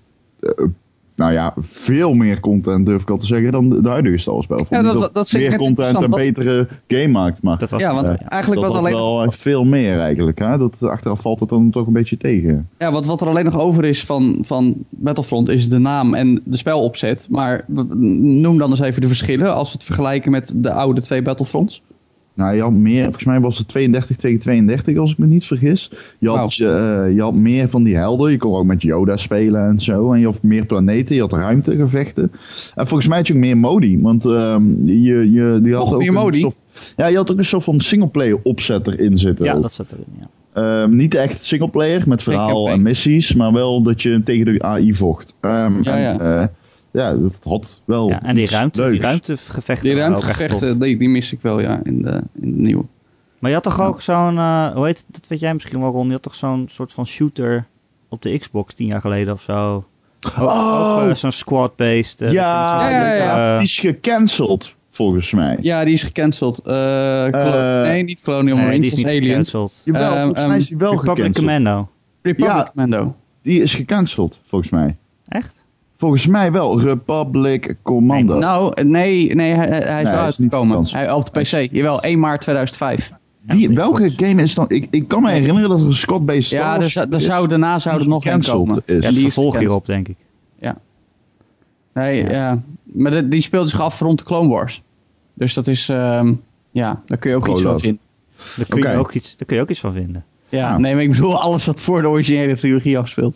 [SPEAKER 2] nou ja, veel meer content, durf ik al te zeggen, dan de, de huidige Star Wars spel.
[SPEAKER 3] Ja,
[SPEAKER 2] Vond
[SPEAKER 3] dat-
[SPEAKER 2] niet
[SPEAKER 3] dat- dat vind ik
[SPEAKER 2] meer
[SPEAKER 3] net
[SPEAKER 2] content en
[SPEAKER 3] interessant.
[SPEAKER 2] betere game maakt. Maar
[SPEAKER 1] Dat was
[SPEAKER 3] Ja, want
[SPEAKER 1] ja.
[SPEAKER 3] eigenlijk
[SPEAKER 2] dat
[SPEAKER 3] wat
[SPEAKER 2] had
[SPEAKER 3] alleen,
[SPEAKER 2] wel echt veel meer eigenlijk. Hè? Dat, achteraf valt het dan toch een beetje tegen.
[SPEAKER 3] ja, wat, wat er alleen nog over is van, van Battlefront is de naam en de spelopzet. Maar w- noem dan eens even de verschillen als we het vergelijken met de oude twee Battlefronts.
[SPEAKER 2] Nou, je had meer, volgens mij was het tweeëndertig tegen tweeëndertig, als ik me niet vergis. Je had,
[SPEAKER 3] Wauw.
[SPEAKER 2] eh, je had meer van die helden. Je kon ook met Yoda spelen en zo. En je had meer planeten, je had ruimtegevechten. En volgens mij had je ook meer modi. Want ehm, je, je, die had
[SPEAKER 3] Nog
[SPEAKER 2] ook
[SPEAKER 3] meer
[SPEAKER 2] een
[SPEAKER 3] modi?
[SPEAKER 2] soort- ja, je had ook een soort van singleplayer opzet erin zitten.
[SPEAKER 1] Ja,
[SPEAKER 2] ook.
[SPEAKER 1] dat zat erin, ja.
[SPEAKER 2] Ehm, niet echt singleplayer met verhaal
[SPEAKER 3] campaign.
[SPEAKER 2] en missies, maar wel dat je tegen de A I vocht. Ehm,
[SPEAKER 3] Ja,
[SPEAKER 2] en,
[SPEAKER 3] ja.
[SPEAKER 2] eh, ja, dat had wel
[SPEAKER 1] Ja, en die,
[SPEAKER 2] iets
[SPEAKER 1] ruimte, die
[SPEAKER 2] leuks.
[SPEAKER 1] ruimtegevechten.
[SPEAKER 3] Die
[SPEAKER 1] waren ook echt tof.
[SPEAKER 3] ruimtegevechten, die, die mis ik wel, ja, in de, in de nieuwe.
[SPEAKER 1] Maar je had toch ook zo'n, eh, hoe heet het, dat weet jij misschien wel, Ron. Je had toch zo'n soort van shooter op de Xbox tien jaar geleden of zo. Ook,
[SPEAKER 2] Oh.
[SPEAKER 1] ook, eh, zo'n squad-based. eh,
[SPEAKER 2] Ja,
[SPEAKER 1] dat je
[SPEAKER 3] ja, ja, ja.
[SPEAKER 1] eh,
[SPEAKER 2] die is gecanceld, volgens mij.
[SPEAKER 3] Ja, die is gecanceld. Eh, Colo-
[SPEAKER 2] Eh,
[SPEAKER 3] nee, niet Colonial
[SPEAKER 1] nee,
[SPEAKER 3] Marines,
[SPEAKER 1] die is
[SPEAKER 3] dat
[SPEAKER 1] niet
[SPEAKER 3] is Alien.
[SPEAKER 1] gecanceld.
[SPEAKER 2] Jawel,
[SPEAKER 3] Ehm,
[SPEAKER 2] volgens mij is die wel
[SPEAKER 1] Republic
[SPEAKER 2] gecanceld.
[SPEAKER 1] Commando.
[SPEAKER 3] Republic
[SPEAKER 2] Ja.
[SPEAKER 3] Commando.
[SPEAKER 2] Die is gecanceld, volgens mij.
[SPEAKER 1] Echt?
[SPEAKER 2] Volgens mij wel. Republic Commando.
[SPEAKER 3] Nou, nee, nee hij, hij is
[SPEAKER 2] hij
[SPEAKER 3] wel
[SPEAKER 2] is niet
[SPEAKER 3] uitgekomen.
[SPEAKER 2] gecanceld.
[SPEAKER 3] Hij, op de P C. Jawel, één maart tweeduizend vijf.
[SPEAKER 2] Wie, welke game is dan... Ik, ik kan me herinneren dat er een Scott-based Star
[SPEAKER 3] Ja,
[SPEAKER 2] Wars
[SPEAKER 3] er, er
[SPEAKER 2] is,
[SPEAKER 3] zou, daarna zou er
[SPEAKER 2] die
[SPEAKER 3] nog een
[SPEAKER 2] gecanceld
[SPEAKER 3] komen.
[SPEAKER 2] is.
[SPEAKER 1] Ja, het
[SPEAKER 3] die is
[SPEAKER 1] vervolg
[SPEAKER 3] gekend.
[SPEAKER 1] hierop, denk ik.
[SPEAKER 3] Ja. Nee, ja. Maar de, die speelt zich af rond de Clone Wars. Dus dat is... Um, ja, daar kun je ook iets
[SPEAKER 2] Proloog.
[SPEAKER 3] van vinden.
[SPEAKER 1] Daar kun,
[SPEAKER 2] Oké.
[SPEAKER 1] je ook iets, daar kun je ook iets van vinden.
[SPEAKER 3] Ja,
[SPEAKER 2] Ah.
[SPEAKER 3] nee, maar ik bedoel alles wat voor de originele trilogie afspeelt.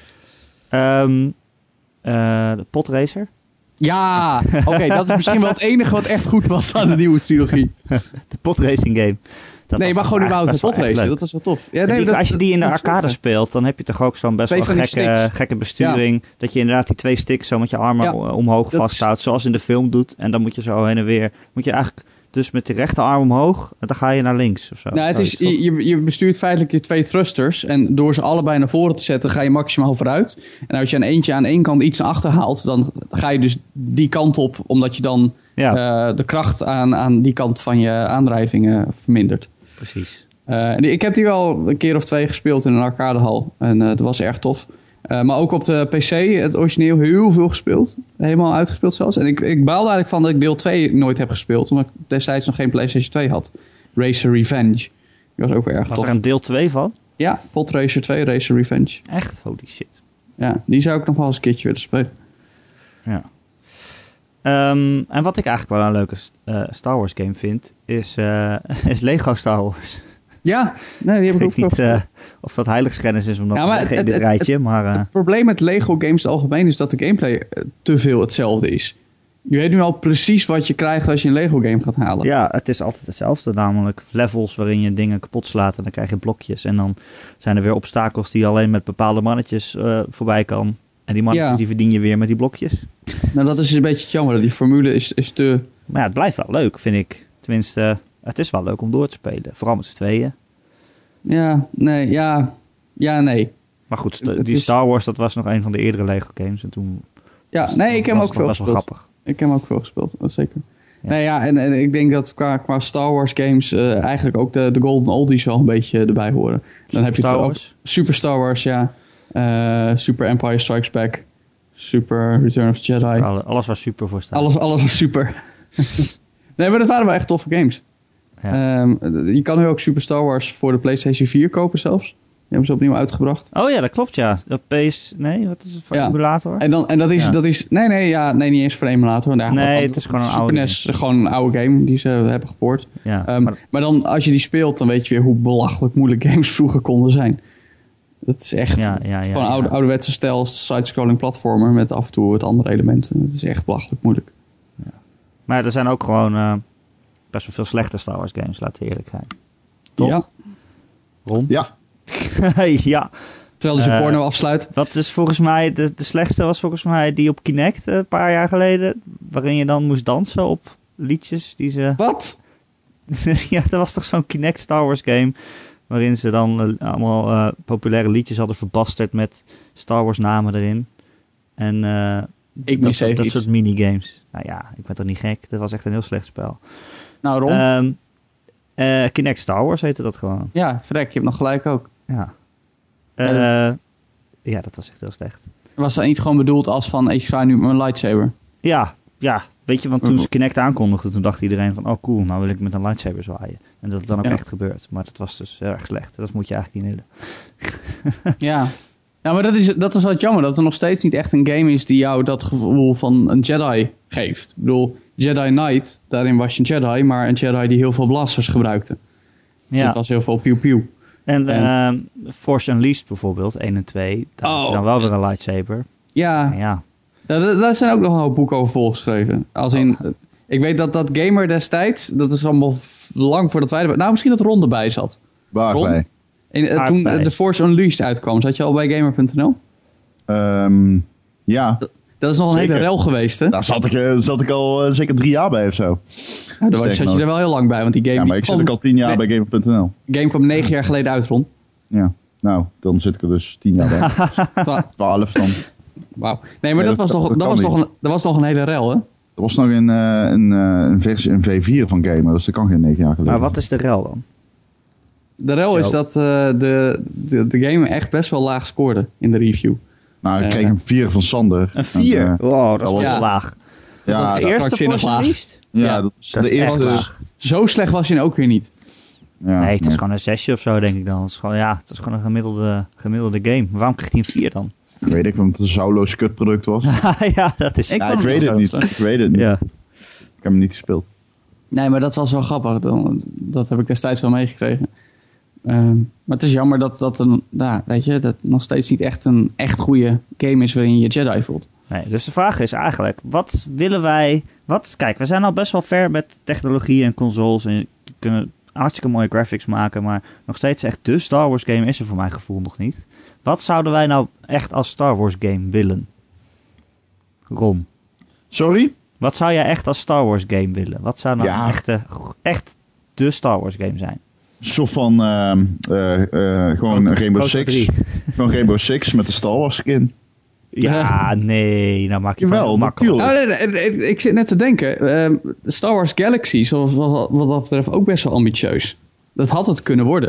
[SPEAKER 1] Ehm eh, de Podracer.
[SPEAKER 3] Ja, oké, okay, dat is misschien wel het enige wat echt goed was aan de nieuwe trilogie.
[SPEAKER 1] De podracing game. Dat
[SPEAKER 3] nee,
[SPEAKER 1] was
[SPEAKER 3] maar gewoon
[SPEAKER 1] echt
[SPEAKER 3] überhaupt
[SPEAKER 1] best
[SPEAKER 3] de
[SPEAKER 1] wel echt
[SPEAKER 3] potracen,
[SPEAKER 1] leuk.
[SPEAKER 3] dat was wel tof. Ja,
[SPEAKER 1] En
[SPEAKER 3] nee,
[SPEAKER 1] die-
[SPEAKER 3] dat,
[SPEAKER 1] als je die in de
[SPEAKER 3] dat-
[SPEAKER 1] arcade
[SPEAKER 3] dat-
[SPEAKER 1] speelt, dan heb je toch ook zo'n best
[SPEAKER 3] Twee
[SPEAKER 1] wel
[SPEAKER 3] van die
[SPEAKER 1] gekke,
[SPEAKER 3] sticks.
[SPEAKER 1] gekke besturing. Dat je inderdaad die twee sticks zo met je armen
[SPEAKER 3] Ja,
[SPEAKER 1] o- omhoog
[SPEAKER 3] dat is-
[SPEAKER 1] vasthoudt, zoals in de film doet. En dan moet je zo heen en weer. Moet je eigenlijk dus met de rechterarm omhoog, en dan ga je naar links of zo.
[SPEAKER 3] Nou, het is,
[SPEAKER 1] Zoiets, toch?
[SPEAKER 3] je, je bestuurt feitelijk je twee thrusters. En door ze allebei naar voren te zetten, ga je maximaal vooruit. En als je aan eentje aan één kant iets naar achter haalt, dan ga je dus die kant op. Omdat je dan
[SPEAKER 1] Ja,
[SPEAKER 3] eh, de kracht aan, aan die kant van je aandrijvingen vermindert.
[SPEAKER 1] precies.
[SPEAKER 3] Eh, en ik heb die wel een keer of twee gespeeld in een arcadehal. En eh, dat was erg tof. Eh, maar ook op de P C, het origineel, heel veel gespeeld. Helemaal uitgespeeld zelfs. En ik, ik baalde eigenlijk van dat ik deel twee nooit heb gespeeld. Omdat ik destijds nog geen PlayStation twee had. Racer Revenge. Die was ook wel erg
[SPEAKER 1] Was
[SPEAKER 3] tof.
[SPEAKER 1] er een deel twee van?
[SPEAKER 3] Ja, Pod Racer twee, Racer Revenge.
[SPEAKER 1] Echt? Holy shit.
[SPEAKER 3] Ja, die zou ik nog wel eens een keertje willen spelen.
[SPEAKER 1] Ja. Ehm, en wat ik eigenlijk wel een leuke eh, Star Wars game vind, is, eh, is Lego Star Wars.
[SPEAKER 3] Ja, nee, die heb
[SPEAKER 1] Ik
[SPEAKER 3] ik
[SPEAKER 1] weet
[SPEAKER 3] ook
[SPEAKER 1] niet
[SPEAKER 3] wel.
[SPEAKER 1] eh, of dat heiligschennis is om dat
[SPEAKER 3] Ja,
[SPEAKER 1] te
[SPEAKER 3] maar
[SPEAKER 1] zeggen
[SPEAKER 3] het-
[SPEAKER 1] in dit
[SPEAKER 3] het-
[SPEAKER 1] rijtje, maar... eh,
[SPEAKER 3] Het probleem met Lego games in het algemeen is dat de gameplay eh, te veel hetzelfde is. Je weet nu al precies wat je krijgt als je een Lego game gaat halen.
[SPEAKER 1] Ja, het is altijd hetzelfde, namelijk levels waarin je dingen kapot slaat en dan krijg je blokjes. En dan zijn er weer obstakels die je alleen met bepaalde mannetjes eh, voorbij kan. En die mannetjes
[SPEAKER 3] Ja.
[SPEAKER 1] die verdien je weer met die blokjes.
[SPEAKER 3] Nou, dat is een beetje jammer. Die formule is, is te...
[SPEAKER 1] Maar ja, het blijft wel leuk, vind ik. Tenminste, eh, het is wel leuk om door te spelen. Vooral met z'n tweeën.
[SPEAKER 3] Ja, nee, ja... Ja, nee.
[SPEAKER 1] Maar goed, st-
[SPEAKER 3] Het
[SPEAKER 1] die
[SPEAKER 3] is-
[SPEAKER 1] Star Wars, dat was nog een van de eerdere Lego games. En toen
[SPEAKER 3] Ja, nee, ik heb hem
[SPEAKER 1] was
[SPEAKER 3] ook
[SPEAKER 1] het nog
[SPEAKER 3] veel
[SPEAKER 1] best wel
[SPEAKER 3] gespeeld.
[SPEAKER 1] grappig.
[SPEAKER 3] Ik heb hem ook veel gespeeld, dat zeker.
[SPEAKER 1] Ja.
[SPEAKER 3] Nee, ja, en, en ik denk dat qua, qua Star Wars games eh, eigenlijk ook de, de Golden Oldies wel een beetje erbij horen. Dan heb je
[SPEAKER 1] Star
[SPEAKER 3] het ook
[SPEAKER 1] Wars?
[SPEAKER 3] Super Star Wars, ja. Eh, Super Empire Strikes Back. Super Return of the Jedi.
[SPEAKER 1] Alle- Alles was super voor Star Wars.
[SPEAKER 3] Alles, alles was super. Nee, maar dat waren wel echt toffe games.
[SPEAKER 1] Ja.
[SPEAKER 3] Ehm, je kan nu ook Super Star Wars voor de PlayStation vier kopen zelfs. Die hebben ze opnieuw uitgebracht.
[SPEAKER 1] Oh ja, dat klopt ja. De P S... Nee, wat is het voor
[SPEAKER 3] Ja.
[SPEAKER 1] emulator?
[SPEAKER 3] En, dan, en dat, is,
[SPEAKER 1] Ja.
[SPEAKER 3] dat is... Nee, nee, ja, nee, niet eens voor de emulator. Nee,
[SPEAKER 1] Nee,
[SPEAKER 3] gewoon-
[SPEAKER 1] het is gewoon een
[SPEAKER 3] Super
[SPEAKER 1] oude
[SPEAKER 3] N E S, gewoon een oude game die ze hebben gepoord.
[SPEAKER 1] Ja,
[SPEAKER 3] Ehm,
[SPEAKER 1] maar-
[SPEAKER 3] maar, dan, als je die speelt, dan weet je weer hoe belachelijk moeilijk games vroeger konden zijn. Dat is echt
[SPEAKER 1] Ja, ja, ja,
[SPEAKER 3] gewoon
[SPEAKER 1] ja.
[SPEAKER 3] oude, ouderwetse stijl, side-scrolling platformer met af en toe het andere elementen. Het is echt belachelijk moeilijk.
[SPEAKER 1] Maar er zijn ook gewoon eh, best wel veel slechte Star Wars games, laten we eerlijk zijn. Toch?
[SPEAKER 3] Ja,
[SPEAKER 1] Ron?
[SPEAKER 2] Ja,
[SPEAKER 1] ja.
[SPEAKER 3] terwijl hij zijn
[SPEAKER 1] Eh,
[SPEAKER 3] porno afsluit.
[SPEAKER 1] Wat is volgens mij, de, de slechtste was volgens mij die op Kinect eh, een paar jaar geleden. Waarin je dan moest dansen op liedjes die ze...
[SPEAKER 3] Wat?
[SPEAKER 1] ja, dat was toch zo'n Kinect Star Wars game. Waarin ze dan eh, allemaal eh, populaire liedjes hadden verbasterd met Star Wars namen erin. En eh,
[SPEAKER 3] Ik
[SPEAKER 1] dat,
[SPEAKER 3] mis
[SPEAKER 1] soort,
[SPEAKER 3] even
[SPEAKER 1] dat
[SPEAKER 3] iets.
[SPEAKER 1] soort minigames. Nou ja, ik ben toch niet gek. Dat was echt een heel slecht spel.
[SPEAKER 3] Nou, Ron.
[SPEAKER 1] Ehm eh, Kinect Star Wars heette dat gewoon.
[SPEAKER 3] ja, vrek, je hebt nog gelijk ook.
[SPEAKER 1] Ja. Eh,
[SPEAKER 3] Ja,
[SPEAKER 1] ja, dat was echt heel slecht.
[SPEAKER 3] Was dat niet gewoon bedoeld als van, ik zwaai nu met mijn lightsaber?
[SPEAKER 1] Ja, ja. Weet je, want toen
[SPEAKER 3] Mhm.
[SPEAKER 1] ze Kinect aankondigden, toen dacht iedereen van, oh cool, nou wil ik met een lightsaber zwaaien. En dat het dan ook
[SPEAKER 3] Ja.
[SPEAKER 1] echt gebeurt. Maar dat was dus heel erg slecht. Dat moet je eigenlijk niet willen.
[SPEAKER 3] Ja. Ja, maar dat is, dat is wat jammer, dat er nog steeds niet echt een game is die jou dat gevoel van een Jedi geeft. Ik bedoel, Jedi Knight, daarin was je een Jedi, maar een Jedi die heel veel blasters gebruikte. Dus
[SPEAKER 1] Ja.
[SPEAKER 3] het was heel veel pieuw-pieuw.
[SPEAKER 1] En
[SPEAKER 3] En-
[SPEAKER 1] ehm, Force Unleashed bijvoorbeeld, één en twee, daar had je
[SPEAKER 3] Oh.
[SPEAKER 1] dan wel weer een lightsaber.
[SPEAKER 3] Ja,
[SPEAKER 1] En ja,
[SPEAKER 3] daar, daar- daar zijn ook nog een hoop boeken over volgeschreven. Als in,
[SPEAKER 1] Oh.
[SPEAKER 3] eh, ik weet dat dat gamer destijds, dat is allemaal f- lang voordat wij erbij... Nou, misschien dat Ron erbij zat.
[SPEAKER 2] waarbij?
[SPEAKER 3] En, eh,
[SPEAKER 1] Ah,
[SPEAKER 3] toen
[SPEAKER 1] bij.
[SPEAKER 3] eh, The Force Unleashed uitkwam, zat je al bij gamer punt n l?
[SPEAKER 2] Ehm, ja,
[SPEAKER 3] Dat is nog een
[SPEAKER 2] Zeker.
[SPEAKER 3] hele rel geweest, hè?
[SPEAKER 2] daar zat ik, eh, zat ik al eh, zeker drie jaar bij of zo.
[SPEAKER 3] Ja, daar was-
[SPEAKER 2] zeker
[SPEAKER 3] zat
[SPEAKER 2] nog.
[SPEAKER 3] je er wel heel lang bij, want die game,
[SPEAKER 2] Ja, maar ik
[SPEAKER 3] die
[SPEAKER 2] zit ook
[SPEAKER 3] kwam,
[SPEAKER 2] al tien jaar
[SPEAKER 3] Nee.
[SPEAKER 2] bij gamer punt n l.
[SPEAKER 3] game kwam negen jaar geleden uit, Ron.
[SPEAKER 2] Ja, nou, dan zit ik er dus tien jaar bij.
[SPEAKER 3] Wa-
[SPEAKER 2] Twaalf dan.
[SPEAKER 3] Wauw. Nee, maar
[SPEAKER 2] Nee,
[SPEAKER 3] dat, was
[SPEAKER 2] dat-
[SPEAKER 3] nog,
[SPEAKER 2] dat
[SPEAKER 3] dat,
[SPEAKER 2] kan
[SPEAKER 3] was nog
[SPEAKER 2] niet.
[SPEAKER 3] een, dat was nog een hele rel, hè?
[SPEAKER 2] Er was nog een, eh, een, eh, een versie, een V vier van gamer, dus dat kan geen negen jaar geleden.
[SPEAKER 1] maar wat is de rel dan?
[SPEAKER 3] De rel
[SPEAKER 1] Zo.
[SPEAKER 3] is dat eh, de, de, de game echt best wel laag scoorde in de review.
[SPEAKER 2] Nou, ik
[SPEAKER 3] Eh,
[SPEAKER 2] kreeg een vier van Sander.
[SPEAKER 1] Een vier?
[SPEAKER 2] En, eh,
[SPEAKER 1] Wow, dat is wel
[SPEAKER 3] Ja.
[SPEAKER 1] heel laag.
[SPEAKER 2] ja,
[SPEAKER 1] de
[SPEAKER 2] dat,
[SPEAKER 1] eerste
[SPEAKER 3] krankzinnig
[SPEAKER 1] Force
[SPEAKER 3] laag.
[SPEAKER 1] Unleashed?
[SPEAKER 2] ja,
[SPEAKER 3] ja,
[SPEAKER 2] dat is
[SPEAKER 1] Dat
[SPEAKER 2] de
[SPEAKER 1] is echt
[SPEAKER 2] eerste.
[SPEAKER 1] laag.
[SPEAKER 3] Zo slecht was hij ook weer niet.
[SPEAKER 2] Ja,
[SPEAKER 1] nee, het is
[SPEAKER 2] nee.
[SPEAKER 1] gewoon een zesje of zo, denk ik dan. Het is gewoon, ja, het is gewoon een gemiddelde, gemiddelde game. Waarom krijgt hij een vier dan?
[SPEAKER 2] Weet ik, omdat het een zouloos kutproduct was.
[SPEAKER 1] ja, dat is...
[SPEAKER 3] Ik
[SPEAKER 2] Ja,
[SPEAKER 3] vond
[SPEAKER 2] ik
[SPEAKER 3] het
[SPEAKER 2] weet
[SPEAKER 3] wel
[SPEAKER 2] het
[SPEAKER 3] zo.
[SPEAKER 2] niet. Ik weet het niet.
[SPEAKER 1] Ja.
[SPEAKER 2] Ik heb hem niet gespeeld.
[SPEAKER 3] Nee, maar dat was wel grappig. Dat, dat heb ik destijds wel meegekregen. Um, maar het is jammer dat dat een, nou, weet je, dat nog steeds niet echt een echt goede game is waarin je je Jedi voelt.
[SPEAKER 1] Nee, dus de vraag is eigenlijk, wat willen wij... Wat, kijk, we zijn al best wel ver met technologie en consoles. En je kunnen hartstikke mooie graphics maken. Maar nog steeds echt de Star Wars game is er voor mijn gevoel nog niet. Wat zouden wij nou echt als Star Wars game willen? Ron,
[SPEAKER 2] Sorry?
[SPEAKER 1] wat zou jij echt als Star Wars game willen? Wat zou nou
[SPEAKER 2] Ja.
[SPEAKER 1] echt, de, echt de Star Wars game zijn?
[SPEAKER 2] Een soort van, ehm, eh, eh, gewoon
[SPEAKER 1] Proto-
[SPEAKER 2] Rainbow
[SPEAKER 1] Proto
[SPEAKER 2] Six.
[SPEAKER 1] drie.
[SPEAKER 2] Gewoon Rainbow Six met de Star Wars skin.
[SPEAKER 1] Ja, nee, nou maak je het wel
[SPEAKER 2] Jawel,
[SPEAKER 1] makkelijk.
[SPEAKER 2] natuurlijk.
[SPEAKER 3] Nou, nee, nee, nee, ik zit net te denken. ehm, Star Wars Galaxy was wat, wat dat betreft ook best wel ambitieus. Dat had het kunnen worden.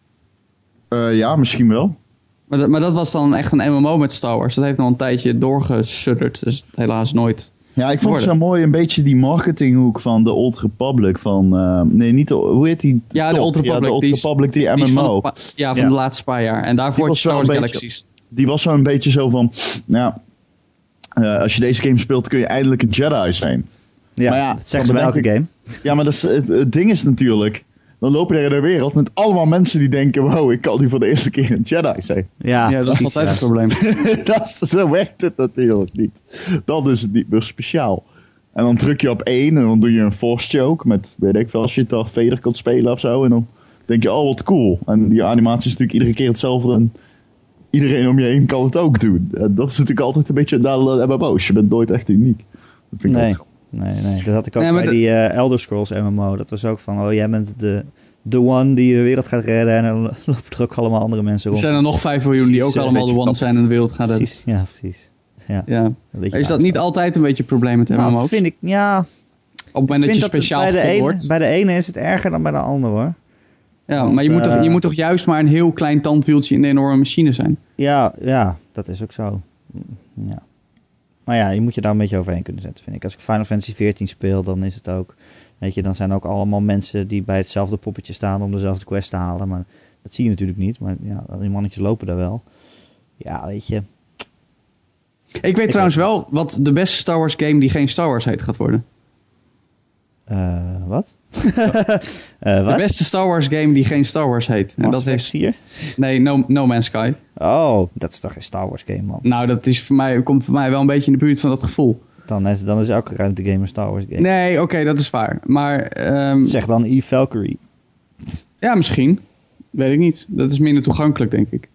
[SPEAKER 2] Eh, ja, misschien wel.
[SPEAKER 3] Maar dat, maar dat was dan echt een M M O met Star Wars. Dat heeft nog een tijdje doorgesudderd. Dus helaas nooit.
[SPEAKER 2] Ja, ik vond het zo
[SPEAKER 3] Worden.
[SPEAKER 2] mooi, een beetje die marketinghoek van de Old Republic. Van, eh, nee, niet de, hoe heet die?
[SPEAKER 3] Ja, de
[SPEAKER 2] Top?
[SPEAKER 3] Old Republic,
[SPEAKER 2] Ja, de Old
[SPEAKER 3] die is-
[SPEAKER 2] Republic, die,
[SPEAKER 3] Die is van
[SPEAKER 2] M M O.
[SPEAKER 3] de pa- ja, van
[SPEAKER 1] Ja.
[SPEAKER 3] de laatste paar jaar. En daarvoor
[SPEAKER 2] Die was
[SPEAKER 3] Star
[SPEAKER 2] wel
[SPEAKER 3] Wars
[SPEAKER 2] een beetje-
[SPEAKER 3] Galaxies.
[SPEAKER 2] Die was zo een beetje zo van, nou, eh, als je deze game speelt kun je eindelijk een Jedi zijn.
[SPEAKER 1] Ja,
[SPEAKER 2] Maar ja,
[SPEAKER 1] dat zeggen ze bij
[SPEAKER 2] dan
[SPEAKER 1] elke
[SPEAKER 2] denk
[SPEAKER 1] game.
[SPEAKER 2] Ja, maar dat is, het, het ding is natuurlijk, dan loop je er in de wereld met allemaal mensen die denken, wow, ik kan nu voor de eerste keer een Jedi zijn.
[SPEAKER 1] Ja,
[SPEAKER 3] Ja, dat is
[SPEAKER 1] precies,
[SPEAKER 3] altijd
[SPEAKER 1] ja.
[SPEAKER 3] het probleem.
[SPEAKER 2] dat is, zo werkt het natuurlijk niet. Dan is het niet meer speciaal. En dan druk je op één en dan doe je een force choke met, weet ik veel, als je Darth Vader kan spelen of zo. En dan denk je, oh wat cool. En die animatie is natuurlijk iedere keer hetzelfde en iedereen om je heen kan het ook doen. En dat is natuurlijk altijd een beetje een nadeel aan M M O's. Je bent nooit echt uniek. Dat vind ik
[SPEAKER 1] Nee,
[SPEAKER 2] altijd
[SPEAKER 1] nee, nee. Dat had ik ook
[SPEAKER 3] Nee, maar
[SPEAKER 1] bij
[SPEAKER 3] de-
[SPEAKER 1] die eh, Elder Scrolls M M O. Dat was ook van, oh jij bent de, de one die de wereld gaat redden. En dan lopen er ook allemaal andere mensen
[SPEAKER 3] Er
[SPEAKER 1] rond.
[SPEAKER 3] zijn er nog vijf miljoen die ook
[SPEAKER 1] Precies, eh,
[SPEAKER 3] allemaal de
[SPEAKER 1] beetje
[SPEAKER 3] one zijn en de wereld gaan redden.
[SPEAKER 1] Precies, ja, precies. Ja,
[SPEAKER 3] Ja.
[SPEAKER 1] een beetje
[SPEAKER 3] Is dat niet altijd een beetje een probleem met M M O's?
[SPEAKER 1] Nou, vind ik, ja.
[SPEAKER 3] Op het moment dat
[SPEAKER 1] vind
[SPEAKER 3] je
[SPEAKER 1] dat het
[SPEAKER 3] speciaal
[SPEAKER 1] bij de,
[SPEAKER 3] gegooid
[SPEAKER 1] ene,
[SPEAKER 3] wordt.
[SPEAKER 1] bij de ene is het erger dan bij de andere hoor.
[SPEAKER 3] Ja,
[SPEAKER 1] want,
[SPEAKER 3] maar je moet, toch,
[SPEAKER 1] eh,
[SPEAKER 3] je moet toch juist maar een heel klein tandwieltje in de enorme machine zijn.
[SPEAKER 1] Ja, ja, dat is ook zo. Ja. Maar ja, je moet je daar een beetje overheen kunnen zetten, vind ik. Als ik Final Fantasy veertien speel, dan is het ook... Weet je, dan zijn ook allemaal mensen die bij hetzelfde poppetje staan om dezelfde quest te halen. Maar dat zie je natuurlijk niet. Maar ja, die mannetjes lopen daar wel. Ja, weet je.
[SPEAKER 3] Ik weet trouwens wel wat de beste Star Wars game die geen Star Wars heet gaat worden.
[SPEAKER 1] Eh, wat? Eh,
[SPEAKER 3] De
[SPEAKER 1] wat?
[SPEAKER 3] beste Star Wars game die geen Star Wars heet. En
[SPEAKER 1] Mass
[SPEAKER 3] dat
[SPEAKER 1] Effect
[SPEAKER 3] heeft...
[SPEAKER 1] vier?
[SPEAKER 3] Nee, no, no Man's Sky.
[SPEAKER 1] Oh, dat is toch geen Star Wars game, man.
[SPEAKER 3] Nou, dat is voor mij, komt voor mij wel een beetje in de buurt van dat gevoel.
[SPEAKER 1] Dan is, dan is elke ruimtegame een Star Wars game.
[SPEAKER 3] Nee, oké, dat is waar. Maar, ehm,
[SPEAKER 1] Zeg dan Eve Valkyrie.
[SPEAKER 3] ja, misschien. Weet ik niet. Dat is minder toegankelijk, denk ik.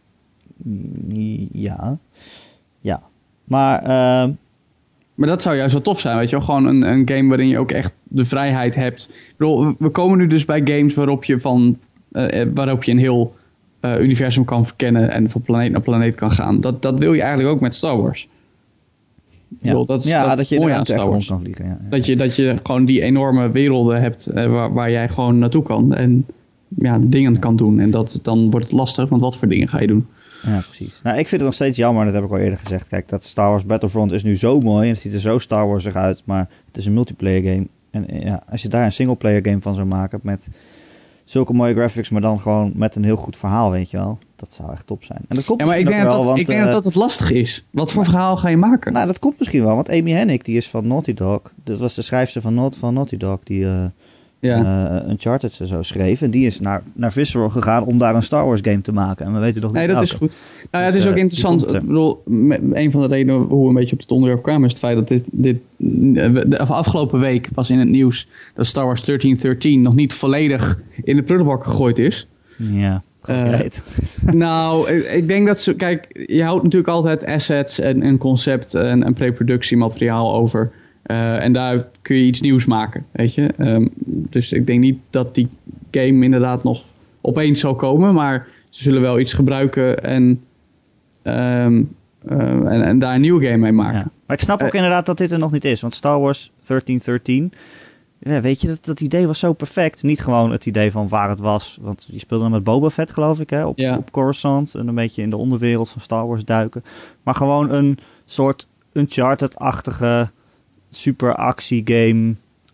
[SPEAKER 1] Ja. Ja. Maar, ehm
[SPEAKER 3] Maar dat zou juist wel tof zijn, weet je wel. Gewoon een, een game waarin je ook echt de vrijheid hebt. Ik bedoel, we- we komen nu dus bij games waarop je, van, eh, eh, waarop je een heel eh, universum kan verkennen en van planeet naar planeet kan gaan. Dat, dat wil je eigenlijk ook met Star Wars. Ik
[SPEAKER 1] ja,
[SPEAKER 3] bedoel, dat is,
[SPEAKER 1] ja
[SPEAKER 3] dat,
[SPEAKER 1] dat
[SPEAKER 3] is
[SPEAKER 1] je
[SPEAKER 3] mooi aan
[SPEAKER 1] inderdaad echt
[SPEAKER 3] Star
[SPEAKER 1] rond
[SPEAKER 3] Wars.
[SPEAKER 1] kan vliegen. Ja, ja.
[SPEAKER 3] Dat je, dat je gewoon die enorme werelden hebt eh, waar, waar jij gewoon naartoe kan. En ja, dingen kan doen. En dat, dan wordt het lastig, want wat voor dingen ga je doen?
[SPEAKER 1] Ja, precies. Nou, ik vind het nog steeds jammer, dat heb ik al eerder gezegd. Kijk, dat Star Wars Battlefront is nu zo mooi en het ziet er zo Star Warsig uit, maar het is een multiplayer game. En eh, ja, als je daar een singleplayer game van zou maken met zulke mooie graphics, maar dan gewoon met een heel goed verhaal, weet je wel. Dat zou echt top zijn. En dat komt
[SPEAKER 3] Ja, maar ik
[SPEAKER 1] misschien
[SPEAKER 3] denk,
[SPEAKER 1] ook
[SPEAKER 3] dat,
[SPEAKER 1] wel,
[SPEAKER 3] dat, ik
[SPEAKER 1] want,
[SPEAKER 3] denk dat
[SPEAKER 1] eh,
[SPEAKER 3] dat het lastig is. Wat voor verhaal ga je maken?
[SPEAKER 1] Nou, dat komt misschien wel, want Amy Hennig, die is van Naughty Dog. Dat was de schrijfster van, Not, van Naughty Dog, die uh,
[SPEAKER 3] ja.
[SPEAKER 1] uh, Uncharted zo schreef. En die is naar, naar Visceral gegaan om daar een Star Wars game te maken. En we weten toch niet
[SPEAKER 3] Nee, dat
[SPEAKER 1] welke.
[SPEAKER 3] is goed. Nou ja,
[SPEAKER 1] Dus,
[SPEAKER 3] het is ook
[SPEAKER 1] eh,
[SPEAKER 3] interessant.
[SPEAKER 1] die komt,
[SPEAKER 3] Ik
[SPEAKER 1] eh.
[SPEAKER 3] bedoel, me- een van de redenen hoe we een beetje op het onderwerp kwamen is het feit dat dit, dit de afgelopen week was in het nieuws dat Star Wars dertien dertien nog niet volledig in de prullenbak gegooid is.
[SPEAKER 1] Ja,
[SPEAKER 3] Eh,
[SPEAKER 1] gereed.
[SPEAKER 3] Nou, ik, ik denk dat ze... Kijk, je houdt natuurlijk altijd assets en een concept en, en pre-productiemateriaal over. Uh, en daar kun je iets nieuws maken, weet je. Um, dus ik denk niet dat die game inderdaad nog opeens zal komen. Maar ze zullen wel iets gebruiken en, um, uh, en, en daar een nieuwe game mee maken.
[SPEAKER 1] Ja. Maar ik snap ook
[SPEAKER 3] Uh,
[SPEAKER 1] inderdaad dat dit er nog niet is. Want Star Wars dertien dertien... Ja, weet je, dat, dat idee was zo perfect. Niet gewoon het idee van waar het was. Want je speelde dan met Boba Fett, geloof ik, hè, op,
[SPEAKER 3] Ja.
[SPEAKER 1] op Coruscant. En een beetje in de onderwereld van Star Wars duiken. Maar gewoon een soort Uncharted-achtige super actiegame.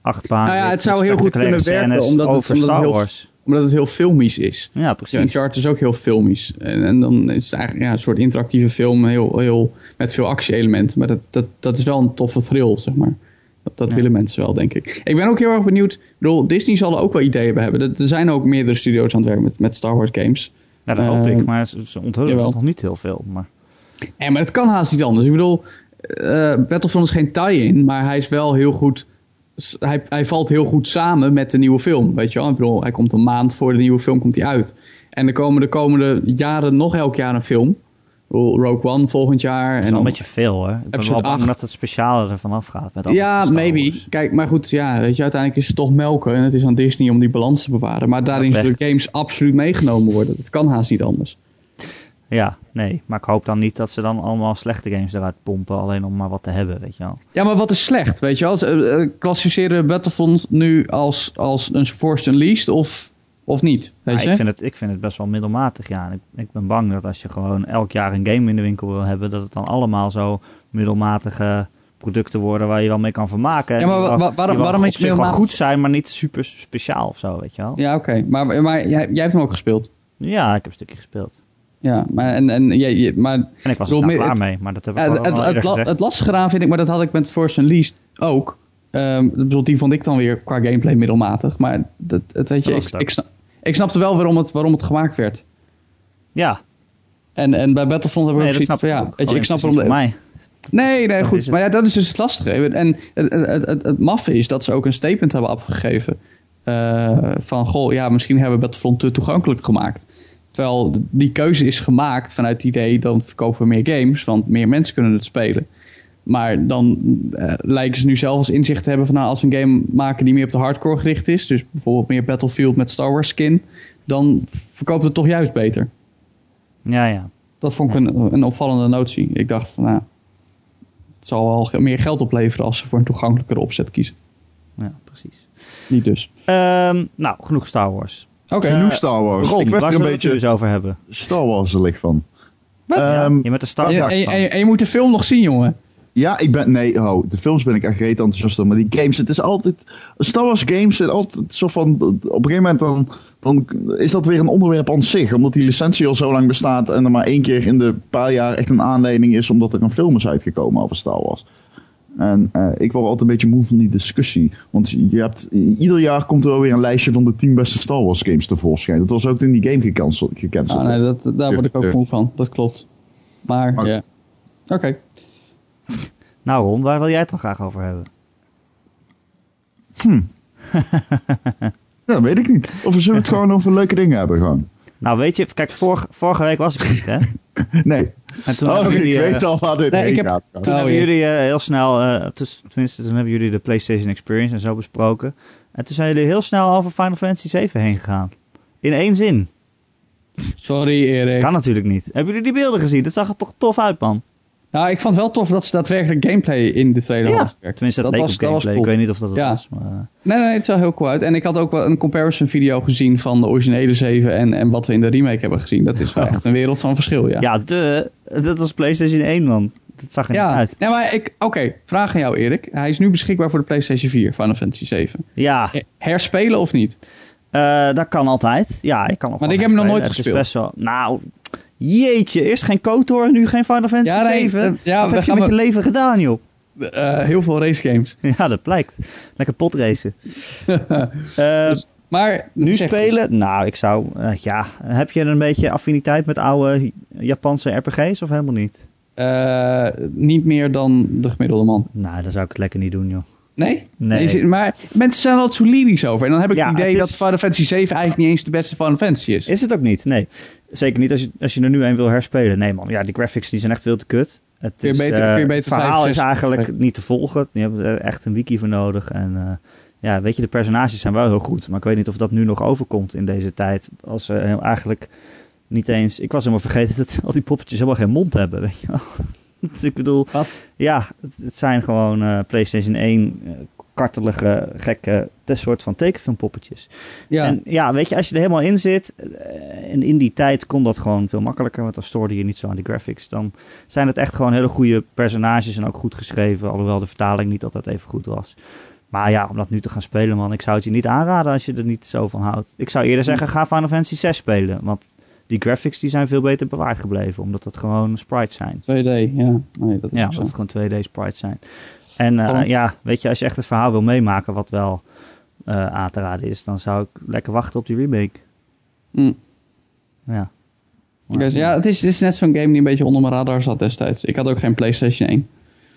[SPEAKER 1] achtbaan.
[SPEAKER 3] Nou ja, het zou heel goed kunnen werken, omdat het,
[SPEAKER 1] over
[SPEAKER 3] omdat
[SPEAKER 1] Star
[SPEAKER 3] het heel,
[SPEAKER 1] Wars.
[SPEAKER 3] omdat het heel filmisch is.
[SPEAKER 1] Ja, precies.
[SPEAKER 3] Ja, Uncharted is ook heel filmisch. En, en dan is het eigenlijk ja, een soort interactieve film, heel, heel, met veel actie-elementen. Maar dat, dat, dat is wel een toffe thrill, zeg maar. Dat, dat
[SPEAKER 1] Ja.
[SPEAKER 3] willen mensen wel, denk ik. Ik ben ook heel erg benieuwd. Ik bedoel, Disney zal er ook wel ideeën bij hebben. Er, er zijn ook meerdere studio's aan het werk met, met Star Wars games.
[SPEAKER 1] Ja, dat hoop
[SPEAKER 3] Uh,
[SPEAKER 1] ik. Maar ze, ze onthullen
[SPEAKER 3] jawel.
[SPEAKER 1] nog niet heel veel. Maar
[SPEAKER 3] Ja, maar het kan haast niet anders. Ik bedoel, uh, Battlefront is geen tie-in, maar hij is wel heel goed. Hij, hij valt heel goed samen met de nieuwe film, weet je wel. Ik bedoel, hij komt een maand voor de nieuwe film komt hij uit. En er komen de komende jaren nog elk jaar een film. Ik bedoel, Rogue One volgend jaar.
[SPEAKER 1] het is
[SPEAKER 3] en
[SPEAKER 1] wel een
[SPEAKER 3] dan,
[SPEAKER 1] beetje veel, hoor. Ik ben
[SPEAKER 3] Episode
[SPEAKER 1] wel bang
[SPEAKER 3] acht.
[SPEAKER 1] dat het speciale er vanaf gaat. Met alle
[SPEAKER 3] ja,
[SPEAKER 1] Star
[SPEAKER 3] maybe.
[SPEAKER 1] Wars.
[SPEAKER 3] Kijk, maar goed, ja, weet je, uiteindelijk is het toch melken. En het is aan Disney om die balans te bewaren. Maar daarin
[SPEAKER 1] Dat
[SPEAKER 3] zullen games absoluut meegenomen worden. Dat kan haast niet anders.
[SPEAKER 1] Ja, nee. Maar ik hoop dan niet dat ze dan allemaal slechte games eruit pompen. Alleen om maar wat te hebben, weet je wel.
[SPEAKER 3] Ja, maar wat is slecht, weet je wel? Uh, uh, klassificeren Battlefront nu als, als een Force Unleashed of, of niet, weet
[SPEAKER 1] Ja,
[SPEAKER 3] je?
[SPEAKER 1] ik, vind het, ik vind het best wel middelmatig, ja. En ik, ik ben bang dat als je gewoon elk jaar een game in de winkel wil hebben, dat het dan allemaal zo middelmatige producten worden waar je wel mee kan vermaken.
[SPEAKER 3] Ja, maar
[SPEAKER 1] Die
[SPEAKER 3] wa-
[SPEAKER 1] wel-
[SPEAKER 3] wa- waarom-
[SPEAKER 1] die wel
[SPEAKER 3] waarom
[SPEAKER 1] op
[SPEAKER 3] is het
[SPEAKER 1] zich wel
[SPEAKER 3] middelmatig?
[SPEAKER 1] goed zijn, maar niet super speciaal of zo, weet je wel.
[SPEAKER 3] Ja, oké. Okay. Maar, maar jij, jij hebt hem ook gespeeld.
[SPEAKER 1] Ja, ik heb een stukje gespeeld.
[SPEAKER 3] Ja, maar, en, en, je, je, maar
[SPEAKER 1] En ik was
[SPEAKER 3] bedoel,
[SPEAKER 1] er nou
[SPEAKER 3] het-
[SPEAKER 1] klaar mee, maar dat heb ik
[SPEAKER 3] uh,
[SPEAKER 1] al,
[SPEAKER 3] het,
[SPEAKER 1] al
[SPEAKER 3] het,
[SPEAKER 1] eerder
[SPEAKER 3] het, la-
[SPEAKER 1] gezegd.
[SPEAKER 3] het lastige eraan vind ik, maar dat had ik met Force Unleashed ook. Um, ik bedoel, die vond ik dan weer qua gameplay middelmatig. Maar dat, het, weet je,
[SPEAKER 1] Dat was
[SPEAKER 3] ik,
[SPEAKER 1] het ook.
[SPEAKER 3] ik, snap, ik snapte wel waarom het, waarom het gemaakt werd.
[SPEAKER 1] Ja,
[SPEAKER 3] En, en bij Battlefront heb ik
[SPEAKER 1] nee,
[SPEAKER 3] ook
[SPEAKER 1] dat
[SPEAKER 3] zoiets
[SPEAKER 1] snap
[SPEAKER 3] van,
[SPEAKER 1] ik
[SPEAKER 3] ja,
[SPEAKER 1] ook.
[SPEAKER 3] weet je,
[SPEAKER 1] Alleen
[SPEAKER 3] ik snap
[SPEAKER 1] het is
[SPEAKER 3] waarom...
[SPEAKER 1] niet
[SPEAKER 3] de-
[SPEAKER 1] voor mij.
[SPEAKER 3] Nee, nee,
[SPEAKER 1] Dat
[SPEAKER 3] goed.
[SPEAKER 1] is het.
[SPEAKER 3] Maar ja, dat is dus het lastige. En het, het, het, het, het maffe is dat ze ook een statement hebben afgegeven. Uh, van, goh, ja, misschien hebben we Battlefront te toegankelijk gemaakt. Terwijl die keuze is gemaakt vanuit het idee, dan verkopen we meer games, want meer mensen kunnen het spelen. Maar dan uh, lijken ze nu zelf als inzicht te hebben van, nou, als we een game maken die meer op de hardcore gericht is, dus bijvoorbeeld meer Battlefield met Star Wars skin, dan verkoopt het toch juist beter.
[SPEAKER 1] Ja, ja.
[SPEAKER 3] Dat vond ik een, een opvallende notie. Ik dacht, nou, het zal wel ge- meer geld opleveren als ze voor een toegankelijkere opzet kiezen.
[SPEAKER 1] Ja, precies.
[SPEAKER 3] Niet dus.
[SPEAKER 1] Ehm, nou, genoeg Star Wars.
[SPEAKER 3] Oké.
[SPEAKER 2] Genoeg Star Wars.
[SPEAKER 1] Ron,
[SPEAKER 2] ik werd
[SPEAKER 1] waar
[SPEAKER 2] er een
[SPEAKER 1] zullen we het nu
[SPEAKER 2] beetje
[SPEAKER 1] eens over hebben?
[SPEAKER 2] Star Wars licht van.
[SPEAKER 3] Wat?
[SPEAKER 2] Ehm,
[SPEAKER 1] Je met de Star
[SPEAKER 3] En,
[SPEAKER 1] Wars.
[SPEAKER 3] en, en, en je moet de film nog zien, jongen.
[SPEAKER 2] Ja, ik ben... Nee, oh, de films ben ik echt reet enthousiast over. Maar die games, het is altijd... Star Wars games zijn altijd zo van... Op een gegeven moment dan, dan is dat weer een onderwerp aan zich. Omdat die licentie al zo lang bestaat en er maar één keer in de paar jaar echt een aanleiding is omdat er een film is uitgekomen over Star Wars. En uh, ik word altijd een beetje moe van die discussie. Want je hebt, ieder jaar komt er wel weer een lijstje van de tien beste Star Wars games tevoorschijn. Dat was ook in die game gecanceld. gecanceld.
[SPEAKER 3] Ah, nee, dat, daar word ik ook moe van. Dat klopt. Maar,
[SPEAKER 2] Maar-
[SPEAKER 3] ja. Oké. Okay.
[SPEAKER 1] Nou Ron, waar wil jij het dan graag over hebben?
[SPEAKER 2] Ja, dat weet ik niet. Of zullen we het gewoon over leuke dingen hebben gewoon?
[SPEAKER 1] Nou weet je, kijk, vorige, vorige week was ik niet, hè?
[SPEAKER 2] Nee.
[SPEAKER 1] En toen
[SPEAKER 2] Oh,
[SPEAKER 1] hebben
[SPEAKER 2] ik
[SPEAKER 1] jullie, eh,
[SPEAKER 2] weet al waar dit
[SPEAKER 3] nee,
[SPEAKER 2] heen
[SPEAKER 3] ik heb-
[SPEAKER 2] gaat.
[SPEAKER 1] Toen
[SPEAKER 3] Oh,
[SPEAKER 1] hebben
[SPEAKER 3] ja.
[SPEAKER 1] jullie eh, heel snel, eh, dus, tenminste toen hebben jullie de PlayStation Experience en zo besproken. En toen zijn jullie heel snel over Final Fantasy zeven heen gegaan. In één zin.
[SPEAKER 3] Sorry, Erik.
[SPEAKER 1] Kan natuurlijk niet. Hebben jullie die beelden gezien? Dat zag er toch tof uit, man?
[SPEAKER 3] Nou, ik vond het wel tof dat ze daadwerkelijk gameplay in de trailer
[SPEAKER 1] Ja,
[SPEAKER 3] hadden verwerkt.
[SPEAKER 1] tenminste dat, leek
[SPEAKER 3] was,
[SPEAKER 1] op
[SPEAKER 3] dat was
[SPEAKER 1] gameplay.
[SPEAKER 3] cool.
[SPEAKER 1] Ik weet niet of dat het
[SPEAKER 3] Ja.
[SPEAKER 1] was. Maar, eh,
[SPEAKER 3] Nee, nee, het zag heel cool uit. En ik had ook wel een comparison video gezien van de originele zeven en, en wat we in de remake hebben gezien. Dat is wel echt een wereld van verschil, ja.
[SPEAKER 1] ja, de, dat was PlayStation één, man. Dat zag er niet
[SPEAKER 3] Ja,
[SPEAKER 1] uit.
[SPEAKER 3] nee, maar ik, oké, vraag aan jou, Erik. Hij is nu beschikbaar voor de PlayStation vier, Final Fantasy zeven.
[SPEAKER 1] Ja,
[SPEAKER 3] Eh, Herspelen of niet?
[SPEAKER 1] eh, dat kan altijd. Ja, ik kan nog
[SPEAKER 3] Maar
[SPEAKER 1] wel
[SPEAKER 3] ik heb hem nog
[SPEAKER 1] spelen.
[SPEAKER 3] nooit
[SPEAKER 1] Het is
[SPEAKER 3] gespeeld.
[SPEAKER 1] best wel, nou, jeetje. Eerst geen KOTOR, nu geen Final Fantasy
[SPEAKER 3] Ja, nee,
[SPEAKER 1] zeven.
[SPEAKER 3] eh, ja,
[SPEAKER 1] Wat
[SPEAKER 3] we
[SPEAKER 1] heb je
[SPEAKER 3] gaan
[SPEAKER 1] met
[SPEAKER 3] we-
[SPEAKER 1] je leven gedaan, joh?
[SPEAKER 3] Uh, heel veel race games.
[SPEAKER 1] Ja, dat blijkt. Lekker potracen. Eh,
[SPEAKER 3] Dus, maar
[SPEAKER 1] nu
[SPEAKER 3] zeg
[SPEAKER 1] spelen? Nou, ik zou... eh, ja, heb je een beetje affiniteit met oude Japanse R P G's of helemaal niet?
[SPEAKER 3] Uh, niet meer dan de gemiddelde man.
[SPEAKER 1] Nou, dan zou ik het lekker niet doen, joh.
[SPEAKER 3] Nee?
[SPEAKER 1] Nee.
[SPEAKER 3] Je zit- maar mensen zijn er altijd zo lyrisch over. En dan heb ik
[SPEAKER 1] Ja,
[SPEAKER 3] het idee
[SPEAKER 1] het
[SPEAKER 3] dat
[SPEAKER 1] is-
[SPEAKER 3] Final Fantasy zeven eigenlijk niet eens de beste Final Fantasy is.
[SPEAKER 1] Is het ook niet, nee. Zeker niet als je, als je er nu een wil herspelen. Nee man, ja, die graphics die zijn echt veel te kut. Het,
[SPEAKER 3] Kun je
[SPEAKER 1] is,
[SPEAKER 3] beter-
[SPEAKER 1] eh,
[SPEAKER 3] kun je beter
[SPEAKER 1] het verhaal is
[SPEAKER 3] vijfenzestig
[SPEAKER 1] eigenlijk
[SPEAKER 3] spreken.
[SPEAKER 1] niet te volgen. Je hebt er echt een wiki voor nodig. En uh, ja, weet je, de personages zijn wel heel goed. Maar ik weet niet of dat nu nog overkomt in deze tijd. Als ze heel- eigenlijk niet eens... Ik was helemaal vergeten dat al die poppetjes helemaal geen mond hebben, weet je wel. Ik bedoel,
[SPEAKER 3] Wat?
[SPEAKER 1] ja, het, het zijn gewoon uh, PlayStation één uh, kartelige, gekke, dat soort van tekenfilmpoppetjes.
[SPEAKER 3] Ja.
[SPEAKER 1] En ja, weet je, als je er helemaal in zit, uh, en in die tijd kon dat gewoon veel makkelijker, want dan stoorde je niet zo aan die graphics. Dan zijn het echt gewoon hele goede personages en ook goed geschreven, alhoewel de vertaling niet altijd even goed was. Maar ja, om dat nu te gaan spelen, man. Ik zou het je niet aanraden als je er niet zo van houdt. Ik zou eerder zeggen, ga Final Fantasy zes spelen. Want die graphics die zijn veel beter bewaard gebleven. Omdat het gewoon sprites zijn.
[SPEAKER 3] twee D, ja. Nee, dat is
[SPEAKER 1] ja,
[SPEAKER 3] ook zo.
[SPEAKER 1] omdat het gewoon twee D sprites zijn. En uh,
[SPEAKER 3] Gewoon-
[SPEAKER 1] ja, weet je, als je echt het verhaal wil meemaken, wat wel uh, aan te raden is, dan zou ik lekker wachten op die remake.
[SPEAKER 3] Mm.
[SPEAKER 1] Ja.
[SPEAKER 3] Oké, ja, het is, het is net zo'n game die een beetje onder mijn radar zat destijds. Ik had ook geen PlayStation één.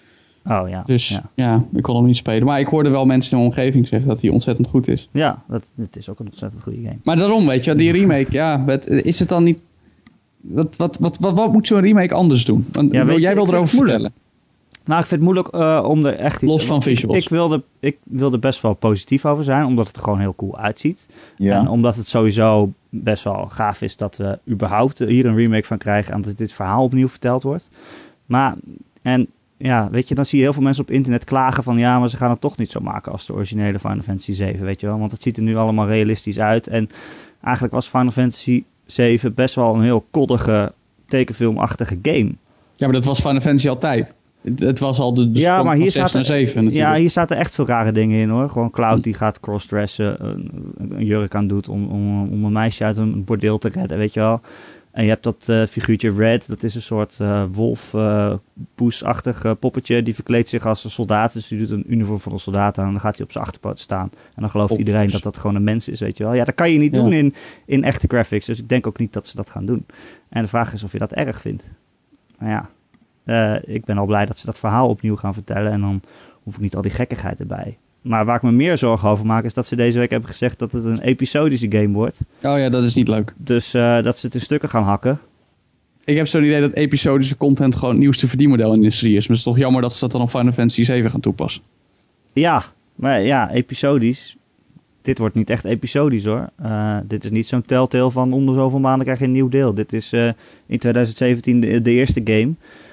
[SPEAKER 1] Oh ja.
[SPEAKER 3] Dus
[SPEAKER 1] ja.
[SPEAKER 3] ja. ik kon hem niet spelen. Maar ik hoorde wel mensen in mijn omgeving zeggen dat hij ontzettend goed is.
[SPEAKER 1] Ja, dat, het is ook een ontzettend goede game.
[SPEAKER 3] Maar daarom, weet je, die remake, ja, het, is het dan niet... Wat, wat, wat, wat, wat moet zo'n remake anders doen? Want,
[SPEAKER 1] Ja, weet je,
[SPEAKER 3] jij wil
[SPEAKER 1] ik vind
[SPEAKER 3] erover
[SPEAKER 1] het moeilijk.
[SPEAKER 3] vertellen.
[SPEAKER 1] Nou, ik vind het moeilijk uh, om er echt iets...
[SPEAKER 3] Los van visuals.
[SPEAKER 1] Ik wilde, ik wilde best wel positief over zijn, omdat het er gewoon heel cool uitziet.
[SPEAKER 2] Ja.
[SPEAKER 1] En omdat het sowieso best wel gaaf is dat we überhaupt hier een remake van krijgen en dat dit verhaal opnieuw verteld wordt. Maar, en ja, weet je, dan zie je heel veel mensen op internet klagen van ja, maar ze gaan het toch niet zo maken als de originele Final Fantasy zeven, weet je wel. Want het ziet er nu allemaal realistisch uit. En eigenlijk was Final Fantasy zeven best wel een heel koddige, tekenfilmachtige game.
[SPEAKER 3] Ja, maar dat was Final Fantasy altijd. Het, het was al de, de
[SPEAKER 1] Ja,
[SPEAKER 3] sprong
[SPEAKER 1] maar
[SPEAKER 3] van
[SPEAKER 1] hier
[SPEAKER 3] zes
[SPEAKER 1] zaten,
[SPEAKER 3] naar zeven natuurlijk.
[SPEAKER 1] ja, hier zaten echt veel rare dingen in hoor. Gewoon Cloud die gaat crossdressen, een, een jurk aan doet om, om, om een meisje uit een bordeel te redden, weet je wel. En je hebt dat uh, figuurtje Red, dat is een soort uh, wolf, uh, poesachtig uh, poppetje. Die verkleedt zich als een soldaat, dus die doet een uniform van een soldaat aan. En dan gaat hij op zijn achterpoot staan. En dan gelooft
[SPEAKER 3] Poppers.
[SPEAKER 1] iedereen dat dat gewoon een mens is, weet je wel. Ja, dat kan je niet
[SPEAKER 3] Ja.
[SPEAKER 1] doen in, in echte graphics, dus ik denk ook niet dat ze dat gaan doen. En de vraag is of je dat erg vindt. Nou ja. Uh, ik ben al blij dat ze dat verhaal opnieuw gaan vertellen. En dan hoef ik niet al die gekkigheid erbij. Maar waar ik me meer zorgen over maak is dat ze deze week hebben gezegd dat het een episodische game wordt.
[SPEAKER 3] Oh ja, dat is niet leuk.
[SPEAKER 1] Dus uh, dat ze het in stukken gaan hakken.
[SPEAKER 3] Ik heb zo'n idee dat episodische content gewoon het nieuwste verdienmodel in de industrie is. Maar het is toch jammer dat ze dat dan op Final Fantasy zeven gaan toepassen.
[SPEAKER 1] Ja, maar ja, episodisch. Dit wordt niet echt episodisch hoor. Uh, dit is niet zo'n telltale van om de zoveel maanden krijg je een nieuw deel. Dit is uh, in twintig zeventien de, de eerste game.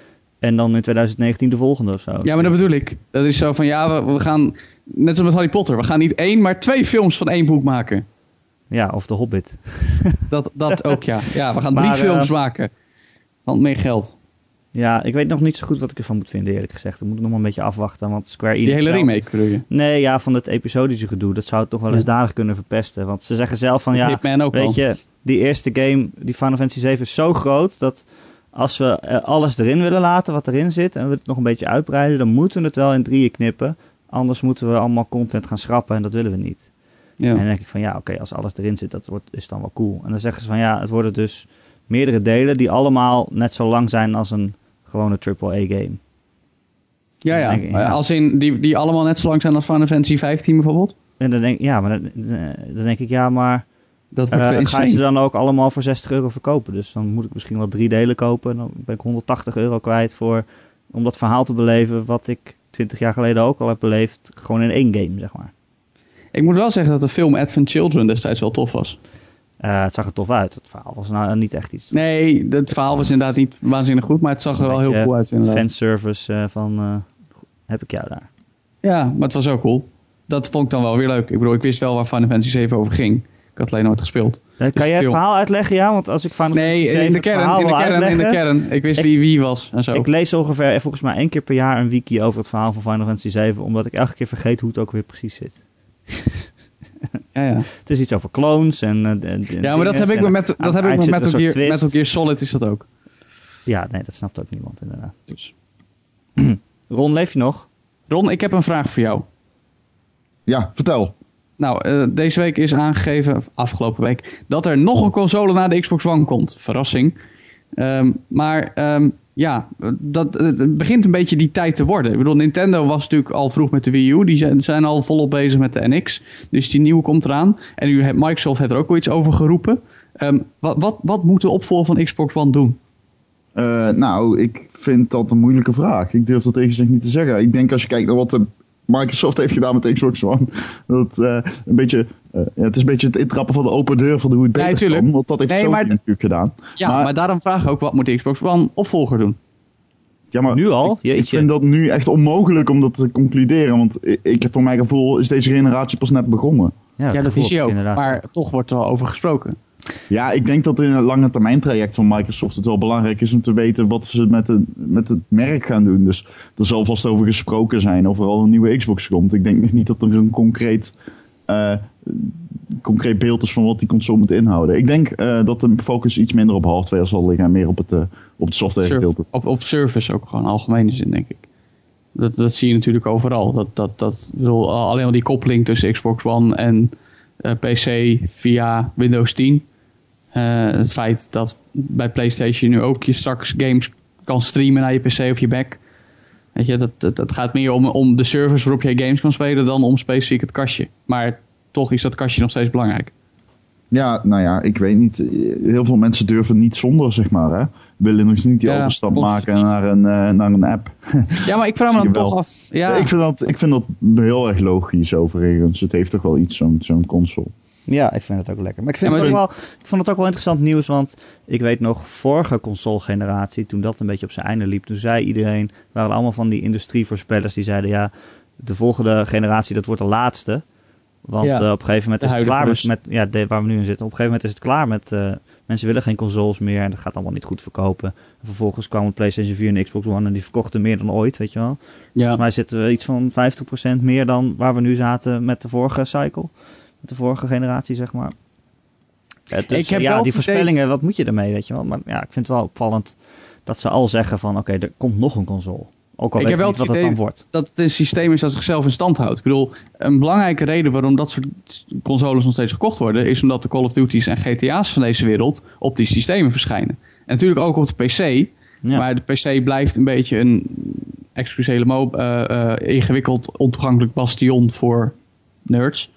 [SPEAKER 1] En dan in twintig negentien de volgende of zo.
[SPEAKER 3] Ja, maar dat bedoel ik. Dat is zo van, ja, we, we gaan, net zoals met Harry Potter, we gaan niet één, maar twee films van één boek maken.
[SPEAKER 1] Ja, of de Hobbit.
[SPEAKER 3] Dat, dat ook, ja. Ja, we gaan drie
[SPEAKER 1] Maar,
[SPEAKER 3] films
[SPEAKER 1] uh,
[SPEAKER 3] maken. Want meer geld.
[SPEAKER 1] Ja, ik weet nog niet zo goed wat ik ervan moet vinden, eerlijk gezegd. Dan moet ik nog maar een beetje afwachten, want Square Enix...
[SPEAKER 3] Die hele
[SPEAKER 1] zelf-
[SPEAKER 3] remake, bedoel je?
[SPEAKER 1] Nee, ja, van het episodische gedoe. Dat zou het toch wel eens
[SPEAKER 3] Ja.
[SPEAKER 1] dadig kunnen verpesten. Want ze zeggen zelf van, ja,
[SPEAKER 3] Hitman ook
[SPEAKER 1] weet
[SPEAKER 3] al.
[SPEAKER 1] je, die eerste game, die Final Fantasy zeven is zo groot dat als we uh, alles erin willen laten wat erin zit en we het nog een beetje uitbreiden, dan moeten we het wel in drieën knippen. Anders moeten we allemaal content gaan schrappen en dat willen we niet.
[SPEAKER 3] Ja.
[SPEAKER 1] En dan denk ik van, ja, oké, okay, als alles erin zit, dat wordt, is dan wel cool. En dan zeggen ze van, ja, het worden dus meerdere delen die allemaal net zo lang zijn als een gewone triple A game.
[SPEAKER 3] Ja, ja.
[SPEAKER 1] Dan denk ik, ja.
[SPEAKER 3] Als in, die, die allemaal net zo lang zijn als Final Fantasy vijftien bijvoorbeeld?
[SPEAKER 1] En dan denk, ja, maar dan, dan denk ik, ja, maar
[SPEAKER 3] Dat wordt
[SPEAKER 1] uh,
[SPEAKER 3] uh,
[SPEAKER 1] ga je
[SPEAKER 3] insane.
[SPEAKER 1] ze dan ook allemaal voor zestig euro verkopen. Dus dan moet ik misschien wel drie delen kopen. En dan ben ik honderdtachtig euro kwijt voor, om dat verhaal te beleven wat ik twintig jaar geleden ook al heb beleefd. Gewoon in één game, zeg maar.
[SPEAKER 3] Ik moet wel zeggen dat de film Advent Children destijds wel tof was.
[SPEAKER 1] Uh, het zag er tof uit. Het verhaal was nou niet echt iets.
[SPEAKER 3] Nee, het verhaal was inderdaad niet waanzinnig goed, maar het zag er wel heel cool uit inderdaad.
[SPEAKER 1] Fanservice uh, van, uh, heb ik jou daar.
[SPEAKER 3] Ja, maar het was ook cool. Dat vond ik dan wel weer leuk. Ik bedoel, ik wist wel waar Final Fantasy zeven over ging. Ik had alleen nooit gespeeld.
[SPEAKER 1] Uh, kan
[SPEAKER 3] Dus
[SPEAKER 1] jij het
[SPEAKER 3] film.
[SPEAKER 1] verhaal uitleggen? Ja, want als ik Final
[SPEAKER 3] Nee,
[SPEAKER 1] Fantasy zeven
[SPEAKER 3] in de
[SPEAKER 1] het
[SPEAKER 3] kern,
[SPEAKER 1] verhaal
[SPEAKER 3] in de
[SPEAKER 1] wil
[SPEAKER 3] kern, in de
[SPEAKER 1] uitleggen,
[SPEAKER 3] kern. Ik wist
[SPEAKER 1] Ik-
[SPEAKER 3] wie wie was en zo.
[SPEAKER 1] Ik lees ongeveer volgens mij één keer per jaar een wiki over het verhaal van Final Fantasy zeven, omdat ik elke keer vergeet hoe het ook weer precies zit.
[SPEAKER 3] Ja, ja.
[SPEAKER 1] Het is iets over clones en... uh, de- de
[SPEAKER 3] ja, maar dat heb ik met, met, dat heb ik met Metal Gear, Metal Gear Solid is dat ook.
[SPEAKER 1] Ja, nee, dat snapt ook niemand inderdaad.
[SPEAKER 3] Dus.
[SPEAKER 1] Ron, leef je nog?
[SPEAKER 3] Ron, ik heb een vraag voor jou.
[SPEAKER 2] Ja, vertel.
[SPEAKER 3] Nou, uh, deze week is aangegeven, afgelopen week, dat er nog een console naar de Xbox One komt. Verrassing. Um, maar um, ja, dat, uh, het begint een beetje die tijd te worden. Ik bedoel, Nintendo was natuurlijk al vroeg met de Wii U. Die zijn, zijn al volop bezig met de N X. Dus die nieuwe komt eraan. En nu heeft Microsoft heeft er ook wel iets over geroepen. Um, wat, wat, wat moet de opvolger van Xbox One doen?
[SPEAKER 2] Uh, nou, ik vind dat een moeilijke vraag. Ik durf dat even niet te zeggen. Ik denk als je kijkt naar wat de Microsoft heeft gedaan met de Xbox One, dat uh, een beetje, uh, ja, het is een beetje het intrappen van de open deur van hoe het
[SPEAKER 3] Ja,
[SPEAKER 2] beter
[SPEAKER 3] tuurlijk.
[SPEAKER 2] kan. Want dat heeft
[SPEAKER 3] Nee,
[SPEAKER 2] Sony
[SPEAKER 3] maar-
[SPEAKER 2] natuurlijk gedaan.
[SPEAKER 3] Ja, maar,
[SPEAKER 2] Maar-
[SPEAKER 3] daarom vraag ik ook, wat moet de Xbox One opvolger doen?
[SPEAKER 2] Ja, maar
[SPEAKER 1] Nu al?
[SPEAKER 2] Ik, ik
[SPEAKER 1] Jeetje.
[SPEAKER 2] vind dat nu echt onmogelijk om dat te concluderen. Want ik, ik heb voor mijn gevoel is deze generatie pas net begonnen.
[SPEAKER 1] Ja,
[SPEAKER 3] Ja, dat is
[SPEAKER 1] klopt,
[SPEAKER 3] hij ook.
[SPEAKER 1] inderdaad.
[SPEAKER 3] Maar toch wordt er wel over gesproken.
[SPEAKER 2] Ja, ik denk dat in een lange termijn traject van Microsoft het wel belangrijk is om te weten wat ze met, de, met het merk gaan doen. Dus er zal vast over gesproken zijn of er al een nieuwe Xbox komt. Ik denk niet dat er een concreet, uh, concreet beeld is van wat die console moet inhouden. Ik denk uh, dat de focus iets minder op hardware zal liggen en meer op het, uh, op het software gedeelte.
[SPEAKER 3] Op, op service ook gewoon, algemene zin denk ik. Dat, dat zie je natuurlijk overal. Dat, dat, dat, bedoel, alleen al die koppeling tussen Xbox One en uh, P C via Windows tien. Uh, het feit dat bij PlayStation nu ook je straks games kan streamen naar je P C of je Mac. Weet je, dat, dat, dat gaat meer om, om de servers waarop je games kan spelen dan om specifiek het kastje. Maar toch is dat kastje nog steeds belangrijk.
[SPEAKER 2] Ja, nou ja, ik weet niet. Heel veel mensen durven niet zonder, zeg maar. Hè? Willen nog niet die
[SPEAKER 3] ja,
[SPEAKER 2] overstap
[SPEAKER 3] positief.
[SPEAKER 2] maken naar een, uh, naar een app.
[SPEAKER 3] Ja, maar ik vraag me dan toch af. Ja.
[SPEAKER 2] Ik, vind dat, ik vind dat heel erg logisch overigens. Het heeft toch wel iets, zo'n, zo'n console.
[SPEAKER 1] Ja, ik vind het ook lekker. Maar ik, vind
[SPEAKER 3] Ja, maar
[SPEAKER 1] het ook
[SPEAKER 3] ik-
[SPEAKER 1] wel, ik vond het ook wel interessant nieuws, want ik weet nog, vorige console-generatie, toen dat een beetje op zijn einde liep, toen zei iedereen, waren allemaal van die industrievoorspellers die zeiden, ja, de volgende generatie, dat wordt de laatste. Want
[SPEAKER 3] Ja,
[SPEAKER 1] uh, op een gegeven moment
[SPEAKER 3] de
[SPEAKER 1] is het klaar met,
[SPEAKER 3] huidige
[SPEAKER 1] met ja, de, waar we nu in zitten. Op een gegeven moment is het klaar met, uh, mensen willen geen consoles meer en dat gaat allemaal niet goed verkopen. En vervolgens kwam het PlayStation vier en de Xbox One en die verkochten meer dan ooit, weet je wel. Volgens mij zitten we iets van vijftig procent meer dan waar we nu zaten met de vorige cycle. Met de vorige generatie, zeg maar. Ja, dus,
[SPEAKER 3] Ik heb
[SPEAKER 1] ja,
[SPEAKER 3] wel
[SPEAKER 1] die
[SPEAKER 3] het idee-
[SPEAKER 1] voorspellingen, wat moet je ermee, weet je wel. Maar ja, ik vind het wel opvallend dat ze al zeggen van, oké, er komt nog een console. Ook al
[SPEAKER 3] Ik
[SPEAKER 1] weet
[SPEAKER 3] heb
[SPEAKER 1] ik niet
[SPEAKER 3] wel
[SPEAKER 1] wat
[SPEAKER 3] het
[SPEAKER 1] het dan
[SPEAKER 3] idee
[SPEAKER 1] wordt.
[SPEAKER 3] dat het een systeem is dat zichzelf in stand houdt. Ik bedoel, een belangrijke reden waarom dat soort consoles nog steeds gekocht worden, is omdat de Call of Duty's en G T A's van deze wereld op die systemen verschijnen. En natuurlijk ook op de P C.
[SPEAKER 1] Ja.
[SPEAKER 3] Maar de P C blijft een beetje een, excusez mo, uh, uh, ingewikkeld, ontoegankelijk bastion voor nerds.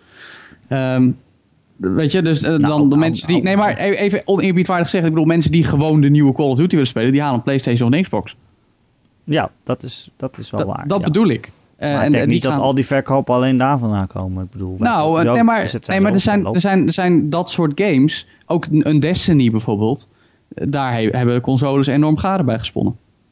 [SPEAKER 3] Um, weet je, dus uh, dan
[SPEAKER 1] Nou,
[SPEAKER 3] de
[SPEAKER 1] nou,
[SPEAKER 3] mensen die...
[SPEAKER 1] nou,
[SPEAKER 3] Nee, maar even oneerbiedwaardig gezegd, ik bedoel, mensen die gewoon de nieuwe Call of Duty willen spelen, die halen een PlayStation of een Xbox.
[SPEAKER 1] Ja, dat is, dat is wel
[SPEAKER 3] Dat,
[SPEAKER 1] waar.
[SPEAKER 3] dat
[SPEAKER 1] ja.
[SPEAKER 3] bedoel ik. Uh,
[SPEAKER 1] Maar
[SPEAKER 3] en
[SPEAKER 1] ik denk
[SPEAKER 3] die
[SPEAKER 1] niet
[SPEAKER 3] gaan...
[SPEAKER 1] dat al die verkopen alleen daarvan aankomen. Ik bedoel,
[SPEAKER 3] Nou,
[SPEAKER 1] wij-
[SPEAKER 3] uh,
[SPEAKER 1] zo
[SPEAKER 3] nee, maar,
[SPEAKER 1] is het
[SPEAKER 3] nee, maar er, zijn,
[SPEAKER 1] wel
[SPEAKER 3] er, zijn, er zijn dat soort games, ook een Destiny bijvoorbeeld, daar he- hebben consoles enorm gade bij gesponnen.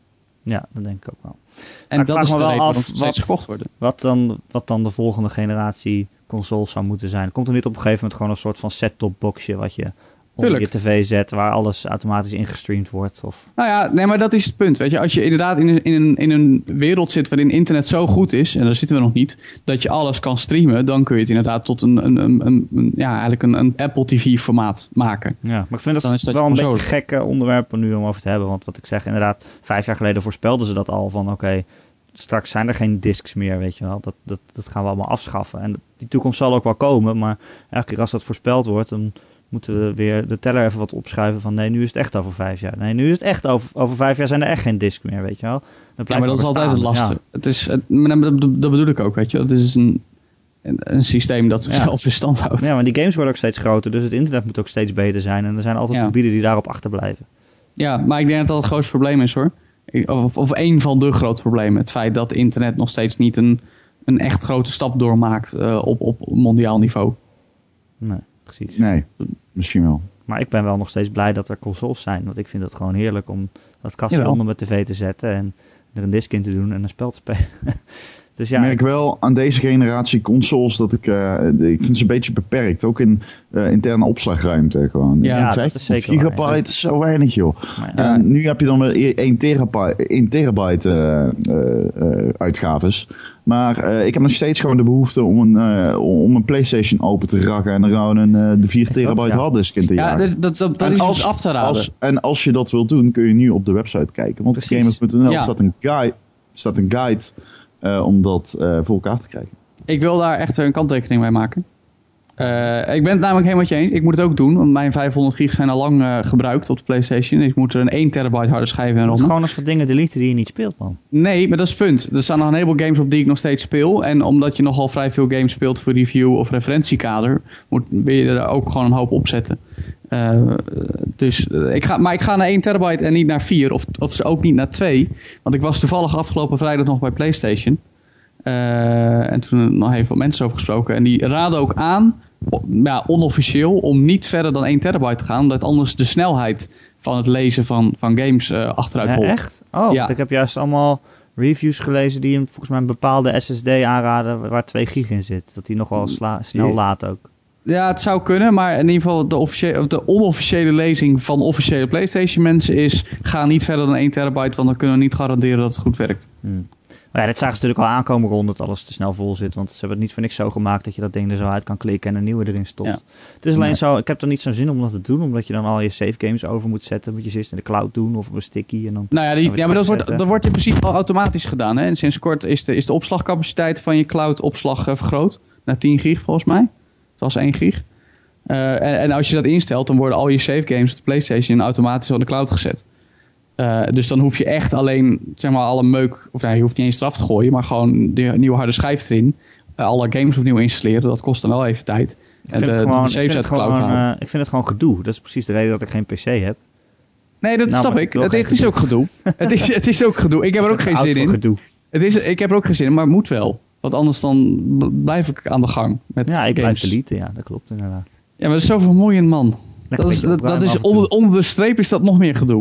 [SPEAKER 1] Ja, dat denk ik ook wel.
[SPEAKER 3] En
[SPEAKER 1] Maar ik
[SPEAKER 3] dat
[SPEAKER 1] vraag
[SPEAKER 3] is
[SPEAKER 1] me
[SPEAKER 3] de
[SPEAKER 1] wel
[SPEAKER 3] reden waarom
[SPEAKER 1] af
[SPEAKER 3] ze steeds
[SPEAKER 1] wat-
[SPEAKER 3] gekocht worden.
[SPEAKER 1] Wat dan, wat dan de volgende generatie consoles zou moeten zijn. Komt er niet op een gegeven moment gewoon een soort van set-top boxje wat je onder
[SPEAKER 3] Tuurlijk.
[SPEAKER 1] je tv zet, waar alles automatisch ingestreamd wordt? Of...
[SPEAKER 3] Nou ja, nee, maar dat is het punt. Weet je, als je inderdaad in een, in, een, in een wereld zit waarin internet zo goed is, en daar zitten we nog niet, dat je alles kan streamen, dan kun je het inderdaad tot een, een, een, een, een- ja, eigenlijk een, een Apple T V formaat maken.
[SPEAKER 1] Ja, maar ik vind
[SPEAKER 3] Dan
[SPEAKER 1] dat,
[SPEAKER 3] is dat
[SPEAKER 1] wel
[SPEAKER 3] je
[SPEAKER 1] een
[SPEAKER 3] console.
[SPEAKER 1] beetje gekke onderwerpen nu om over te hebben. Want wat ik zeg, inderdaad, vijf jaar geleden voorspelden ze dat al van oké, straks zijn er geen discs meer, weet je wel. Dat, dat, dat gaan we allemaal afschaffen. En die toekomst zal ook wel komen, maar elke keer als dat voorspeld wordt, dan moeten we weer de teller even wat opschuiven van nee, nu is het echt over vijf jaar. Nee, nu is het echt over, over vijf jaar zijn er echt geen discs meer, weet je wel. Dat
[SPEAKER 3] Ja, maar dat is altijd het
[SPEAKER 1] lastig.
[SPEAKER 3] lastige. Het is, het, maar dat, dat bedoel ik ook, weet je. Het is een, een, een systeem dat zichzelf in stand houdt.
[SPEAKER 1] Ja, maar die games worden ook steeds groter, dus het internet moet ook steeds beter zijn. En er zijn altijd
[SPEAKER 3] Ja.
[SPEAKER 1] gebieden die daarop achterblijven.
[SPEAKER 3] Ja, maar ik denk dat dat het grootste probleem is, hoor. Ik- Of, of een van de grote problemen. Het feit dat internet nog steeds niet een, een echt grote stap doormaakt uh, op, op mondiaal niveau.
[SPEAKER 1] Nee, precies.
[SPEAKER 2] Nee, misschien wel.
[SPEAKER 1] Maar ik ben wel nog steeds blij dat er consoles zijn. Want ik vind het gewoon heerlijk om dat kastje
[SPEAKER 3] Jawel.
[SPEAKER 1] onder mijn tv te zetten en er een disc in te doen en een spel te spelen. Dus ja,
[SPEAKER 2] Ik merk wel aan deze generatie consoles dat ik, uh, ik vind ze een beetje beperkt. Ook in uh, interne opslagruimte gewoon.
[SPEAKER 3] Ja,
[SPEAKER 1] dat is
[SPEAKER 2] vijftig
[SPEAKER 1] zeker
[SPEAKER 2] gigabyte
[SPEAKER 1] waar, ja.
[SPEAKER 2] is zo weinig, joh.
[SPEAKER 1] maar ja,
[SPEAKER 2] En nu heb je dan weer één terabyte, één terabyte uh, uh, uh, uitgaves. Maar uh, ik heb nog steeds gewoon de behoefte om een, uh, om een PlayStation open te rakken en er gewoon een, uh, de vier terabyte
[SPEAKER 1] ja.
[SPEAKER 2] harddisk in te
[SPEAKER 3] Ja,
[SPEAKER 2] jagen.
[SPEAKER 3] dat, dat, dat
[SPEAKER 2] En
[SPEAKER 3] is
[SPEAKER 2] als-
[SPEAKER 3] dus af te raden.
[SPEAKER 2] Als, en als je dat wilt doen, kun je nu op de website kijken. Want op
[SPEAKER 1] Precies.
[SPEAKER 2] gamers punt n l
[SPEAKER 3] Ja.
[SPEAKER 2] staat een guide, staat een guide uh, om dat uh, voor elkaar te krijgen.
[SPEAKER 3] Ik wil daar echt een kanttekening bij maken. Uh, ik ben het namelijk helemaal met je eens. Ik moet het ook doen, want mijn vijfhonderd gig zijn al lang uh, gebruikt op de PlayStation. Ik moet er een één terabyte harde schijf in
[SPEAKER 1] je moet
[SPEAKER 3] rommelen.
[SPEAKER 1] gewoon eens wat dingen deleten die je niet speelt, man.
[SPEAKER 3] Nee, maar dat is het punt. Er staan nog een heleboel games op die ik nog steeds speel. En omdat je nogal vrij veel games speelt voor review of referentiekader, moet, wil je er ook gewoon een hoop op zetten. Uh, dus, uh, ik ga, maar ik ga naar één terabyte en niet naar vier. Of, of ook niet naar twee. Want ik was toevallig afgelopen vrijdag nog bij PlayStation. Uh, en toen nog even wat mensen over gesproken. En die raden ook aan, ja, onofficieel, om niet verder dan één terabyte te gaan. Omdat anders de snelheid van het lezen van, van games uh, achteruit
[SPEAKER 1] Ja,
[SPEAKER 3] holt.
[SPEAKER 1] echt? Oh,
[SPEAKER 3] Ja.
[SPEAKER 1] want ik heb juist allemaal reviews gelezen die hem volgens mij een bepaalde S S D aanraden waar twee gig in zit. Dat die nog wel sla- snel
[SPEAKER 2] Ja.
[SPEAKER 1] laat ook.
[SPEAKER 3] Ja, het zou kunnen, maar in ieder geval de, officiële, de onofficiële lezing van officiële PlayStation mensen is... ga niet verder dan één terabyte, want dan kunnen we niet garanderen dat het goed werkt.
[SPEAKER 1] Hmm. Maar ja, dit zagen ze natuurlijk al aankomen rond dat alles te snel vol zit. Want ze hebben het niet voor niks zo gemaakt dat je dat ding er zo uit kan klikken en een nieuwe erin stopt. Ja. Het is alleen nee. zo, ik heb er niet zo'n zin om dat te doen, omdat je dan al je save games over moet zetten. Moet je ze eerst in de cloud doen of op een sticky. En dan
[SPEAKER 3] nou ja, die, ja maar dat wordt, dat wordt in principe al automatisch gedaan. Hè? En sinds kort is de, is de opslagcapaciteit van je cloud opslag uh, vergroot. Naar tien gig volgens mij. Het was één gig. Uh, en, en als je dat instelt, dan worden al je save games op de PlayStation automatisch op de cloud gezet. Uh, dus dan hoef je echt alleen, zeg maar, alle meuk... Of nee, je hoeft niet eens eraf te gooien, maar gewoon de nieuwe harde schijf erin. Uh, alle games opnieuw installeren, dat kost dan wel even tijd.
[SPEAKER 1] Ik vind, en de, het, gewoon, de saves uit de cloud gewoon, halen. Uh, ik vind het gewoon gedoe. Dat is precies de reden dat ik geen P C heb.
[SPEAKER 3] Nee, dat nou, snap ik. Het, het is ook gedoe. het, is, het is ook gedoe. Ik heb er ook geen zin in.
[SPEAKER 1] Gedoe.
[SPEAKER 3] Het is, ik heb er ook geen zin in, maar het moet wel. Want anders dan blijf ik aan de gang met
[SPEAKER 1] Ja, ik
[SPEAKER 3] games.
[SPEAKER 1] blijf deleten, ja, dat klopt inderdaad.
[SPEAKER 3] Ja, maar dat is zo vermoeiend, man. Dat is, dat, dat is onder, onder de streep is dat nog meer gedoe.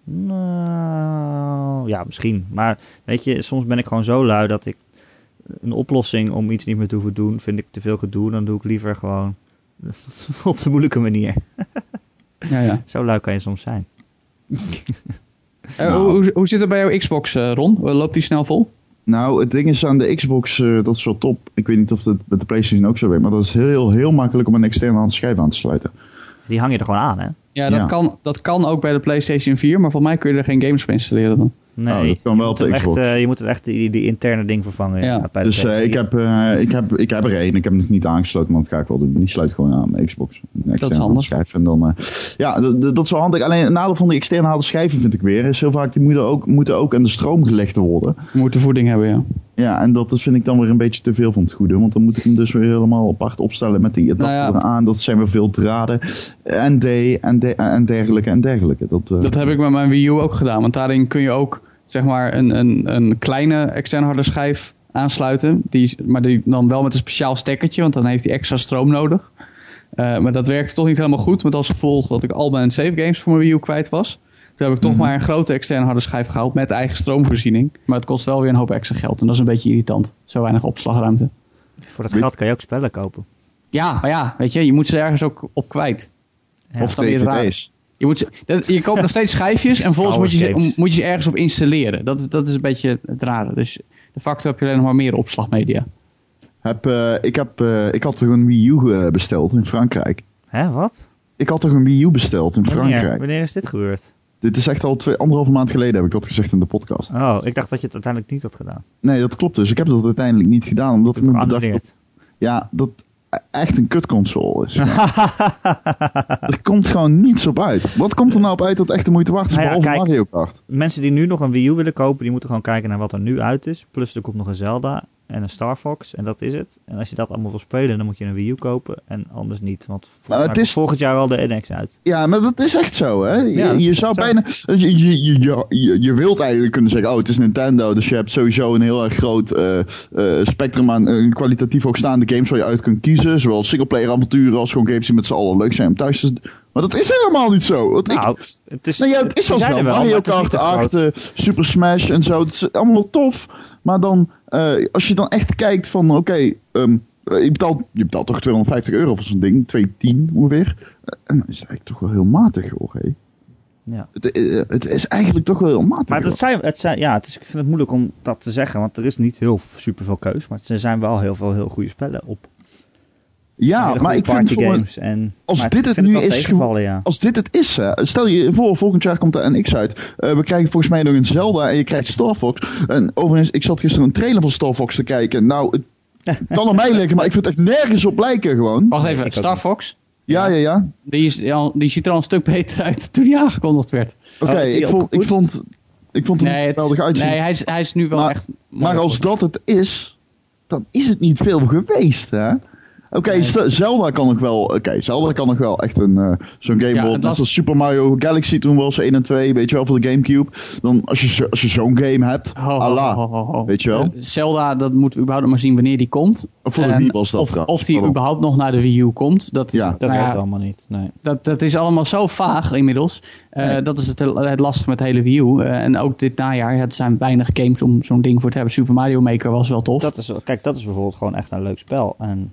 [SPEAKER 1] Nou, ja, misschien. Maar weet je, soms ben ik gewoon zo lui dat ik een oplossing om iets niet meer te hoeven doen, vind ik te veel gedoe. Dan doe ik liever gewoon op de moeilijke manier.
[SPEAKER 3] Ja, ja.
[SPEAKER 1] Zo lui kan je soms zijn.
[SPEAKER 3] uh, nou. hoe, hoe zit het bij jouw Xbox, uh, Ron? Loopt die snel vol?
[SPEAKER 2] Nou, het ding is aan de Xbox, uh, dat is wel top. Ik weet niet of het met de PlayStation ook zo werkt, maar dat is heel, heel makkelijk om een externe harde schijf aan te sluiten.
[SPEAKER 1] Die hang je er gewoon aan, hè?
[SPEAKER 3] Ja, dat, ja. Kan, dat kan ook bij de PlayStation vier, maar volgens mij kun je er geen games voor installeren dan.
[SPEAKER 1] Nee,
[SPEAKER 2] oh, dat kan wel op de Xbox.
[SPEAKER 1] Echt, uh, je moet er echt die, die interne ding vervangen.
[SPEAKER 3] Ja.
[SPEAKER 1] Ja, bij
[SPEAKER 2] dus uh, ik, heb, uh, ik, heb, ik heb er één. Ik heb hem nog niet aangesloten, maar dat ga ik wel doen. Die sluit gewoon aan mijn Xbox.
[SPEAKER 3] Dat is handig.
[SPEAKER 2] Schijf en dan, uh, ja, dat, dat is wel handig. Alleen het nadeel van die externe harde schijven vind ik weer. Is heel vaak die moeten ook, moeten ook aan de stroom gelegd worden.
[SPEAKER 3] Moeten voeding hebben, ja.
[SPEAKER 2] Ja, en dat vind ik dan weer een beetje te veel van het goede. Want dan moet ik hem dus weer helemaal apart opstellen met die adapter nou ja. aan. Dat zijn weer veel draden. En, de, en, de, en dergelijke en dergelijke. Dat, uh,
[SPEAKER 3] dat heb ik met mijn Wii U ook gedaan. Want daarin kun je ook zeg maar een, een, een kleine externe harde schijf aansluiten. Die, maar die dan wel met een speciaal stekkertje. Want dan heeft hij extra stroom nodig. Uh, maar dat werkte toch niet helemaal goed. Met als gevolg dat ik al mijn save games voor mijn Wii U kwijt was. Toen heb ik toch mm-hmm. maar een grote externe harde schijf gehaald met eigen stroomvoorziening. Maar het kost wel weer een hoop extra geld. En dat is een beetje irritant. Zo weinig opslagruimte.
[SPEAKER 1] Voor dat geld kan je ook spellen kopen.
[SPEAKER 3] Ja, maar ja, weet je, je moet ze ergens ook op kwijt.
[SPEAKER 2] Ja, of dan weer raar.
[SPEAKER 3] Je, moet ze, dat, je koopt nog steeds schijfjes en volgens moet je, ze, moet je ze ergens op installeren. Dat, dat is een beetje het rare. Dus de facto heb je alleen nog maar meer opslagmedia.
[SPEAKER 2] Heb, uh, ik, heb, uh, ik had toch een Wii U besteld in Frankrijk.
[SPEAKER 1] Hè, wat?
[SPEAKER 2] Ik had toch een Wii U besteld in
[SPEAKER 1] Wanneer?
[SPEAKER 2] Frankrijk.
[SPEAKER 1] Wanneer is dit gebeurd?
[SPEAKER 2] Dit is echt al twee, anderhalve maand geleden heb ik dat gezegd in de podcast.
[SPEAKER 1] Oh, ik dacht dat je het uiteindelijk niet had gedaan.
[SPEAKER 2] Nee, dat klopt dus. Ik heb dat uiteindelijk niet gedaan. Omdat ik me bedacht dat, ja, dat echt een kutconsole is. Er komt gewoon niets op uit. Wat komt er nou op uit dat echt de moeite waard is, nou ja, behalve kijk, Mario Kart?
[SPEAKER 1] Mensen die nu nog een Wii U willen kopen, die moeten gewoon kijken naar wat er nu uit is. Plus er komt nog een Zelda en een Star Fox en dat is het. En als je dat allemaal wil spelen, dan moet je een Wii U kopen en anders niet. Want volgend, uh, het is volgend jaar al de N X uit.
[SPEAKER 2] Ja, maar dat is echt zo, hè? Je,
[SPEAKER 1] ja,
[SPEAKER 2] je zou bijna... Je, je, je, je, je wilt eigenlijk kunnen zeggen, oh, het is Nintendo, dus je hebt sowieso een heel erg groot uh, uh, spectrum aan uh, kwalitatief hoogstaande games waar je uit kunt kiezen. Zowel singleplayer avonturen als gewoon games die met z'n allen leuk zijn om thuis te... Maar dat is helemaal niet zo. Want
[SPEAKER 1] nou,
[SPEAKER 2] ik,
[SPEAKER 1] het is,
[SPEAKER 2] nou ja, het is wel zo. Mario Kart acht, uh, Super Smash en zo. Het is allemaal tof. Maar dan, uh, als je dan echt kijkt van, oké, okay, um, je, betaalt, je betaalt toch tweehonderdvijftig euro voor zo'n ding. tweehonderdtien ongeveer. Uh, en dan is het eigenlijk toch wel heel matig, hoor. Hey.
[SPEAKER 1] Ja.
[SPEAKER 2] Het, uh, het is eigenlijk toch wel heel matig.
[SPEAKER 1] Maar het zijn, het zijn, ja, het is, ik vind het moeilijk om dat te zeggen. Want er is niet heel super veel keus. Maar er zijn wel heel veel heel goede spellen op.
[SPEAKER 2] Ja, maar ik vind
[SPEAKER 1] games en,
[SPEAKER 2] als
[SPEAKER 1] maar
[SPEAKER 2] dit het nu is,
[SPEAKER 1] ja.
[SPEAKER 2] als dit het is, hè, stel je voor, volgend jaar komt er N X uit. Uh, we krijgen volgens mij nog een Zelda en je krijgt Star Fox. En overigens, ik zat gisteren een trailer van Star Fox te kijken. Nou, het kan aan mij liggen, maar ik vind het echt nergens op lijken gewoon.
[SPEAKER 3] Wacht even, ik Star Fox?
[SPEAKER 2] Ja, ja, ja.
[SPEAKER 3] Die, is, ja, die ziet er al een stuk beter uit toen die aangekondigd werd.
[SPEAKER 2] Oké, okay, oh, ik, vond, ik vond, ik vond hem
[SPEAKER 3] nee,
[SPEAKER 2] geweldig uitzien.
[SPEAKER 3] Nee, hij is, hij is nu wel
[SPEAKER 2] maar,
[SPEAKER 3] echt...
[SPEAKER 2] Maar als dat het is, dan is het niet veel geweest, hè? Oké, okay, nee. Zelda kan nog wel. Oké, okay, Zelda kan nog wel echt een uh, zo'n game worden. Ja, net als Super Mario Galaxy toen was één en twee, weet je wel, voor de GameCube. Dan als je, als je zo'n game hebt,
[SPEAKER 3] ho, ho,
[SPEAKER 2] Allah,
[SPEAKER 3] ho, ho, ho.
[SPEAKER 2] weet je wel.
[SPEAKER 3] Uh, Zelda, dat moeten we überhaupt maar zien wanneer die komt.
[SPEAKER 2] Of voor de Wii was dat.
[SPEAKER 3] Of, of die überhaupt nog naar de Wii U komt. Dat,
[SPEAKER 2] ja,
[SPEAKER 1] dat
[SPEAKER 3] nou
[SPEAKER 1] weet
[SPEAKER 3] ja,
[SPEAKER 1] allemaal niet. Nee.
[SPEAKER 3] Dat, dat is allemaal zo vaag inmiddels. Uh, nee. Dat is het, het lastige met de hele Wii U. Uh, en ook dit najaar, het zijn weinig games om zo'n ding voor te hebben. Super Mario Maker was wel tof.
[SPEAKER 1] Dat is, kijk, dat is bijvoorbeeld gewoon echt een leuk spel. En, maar ja,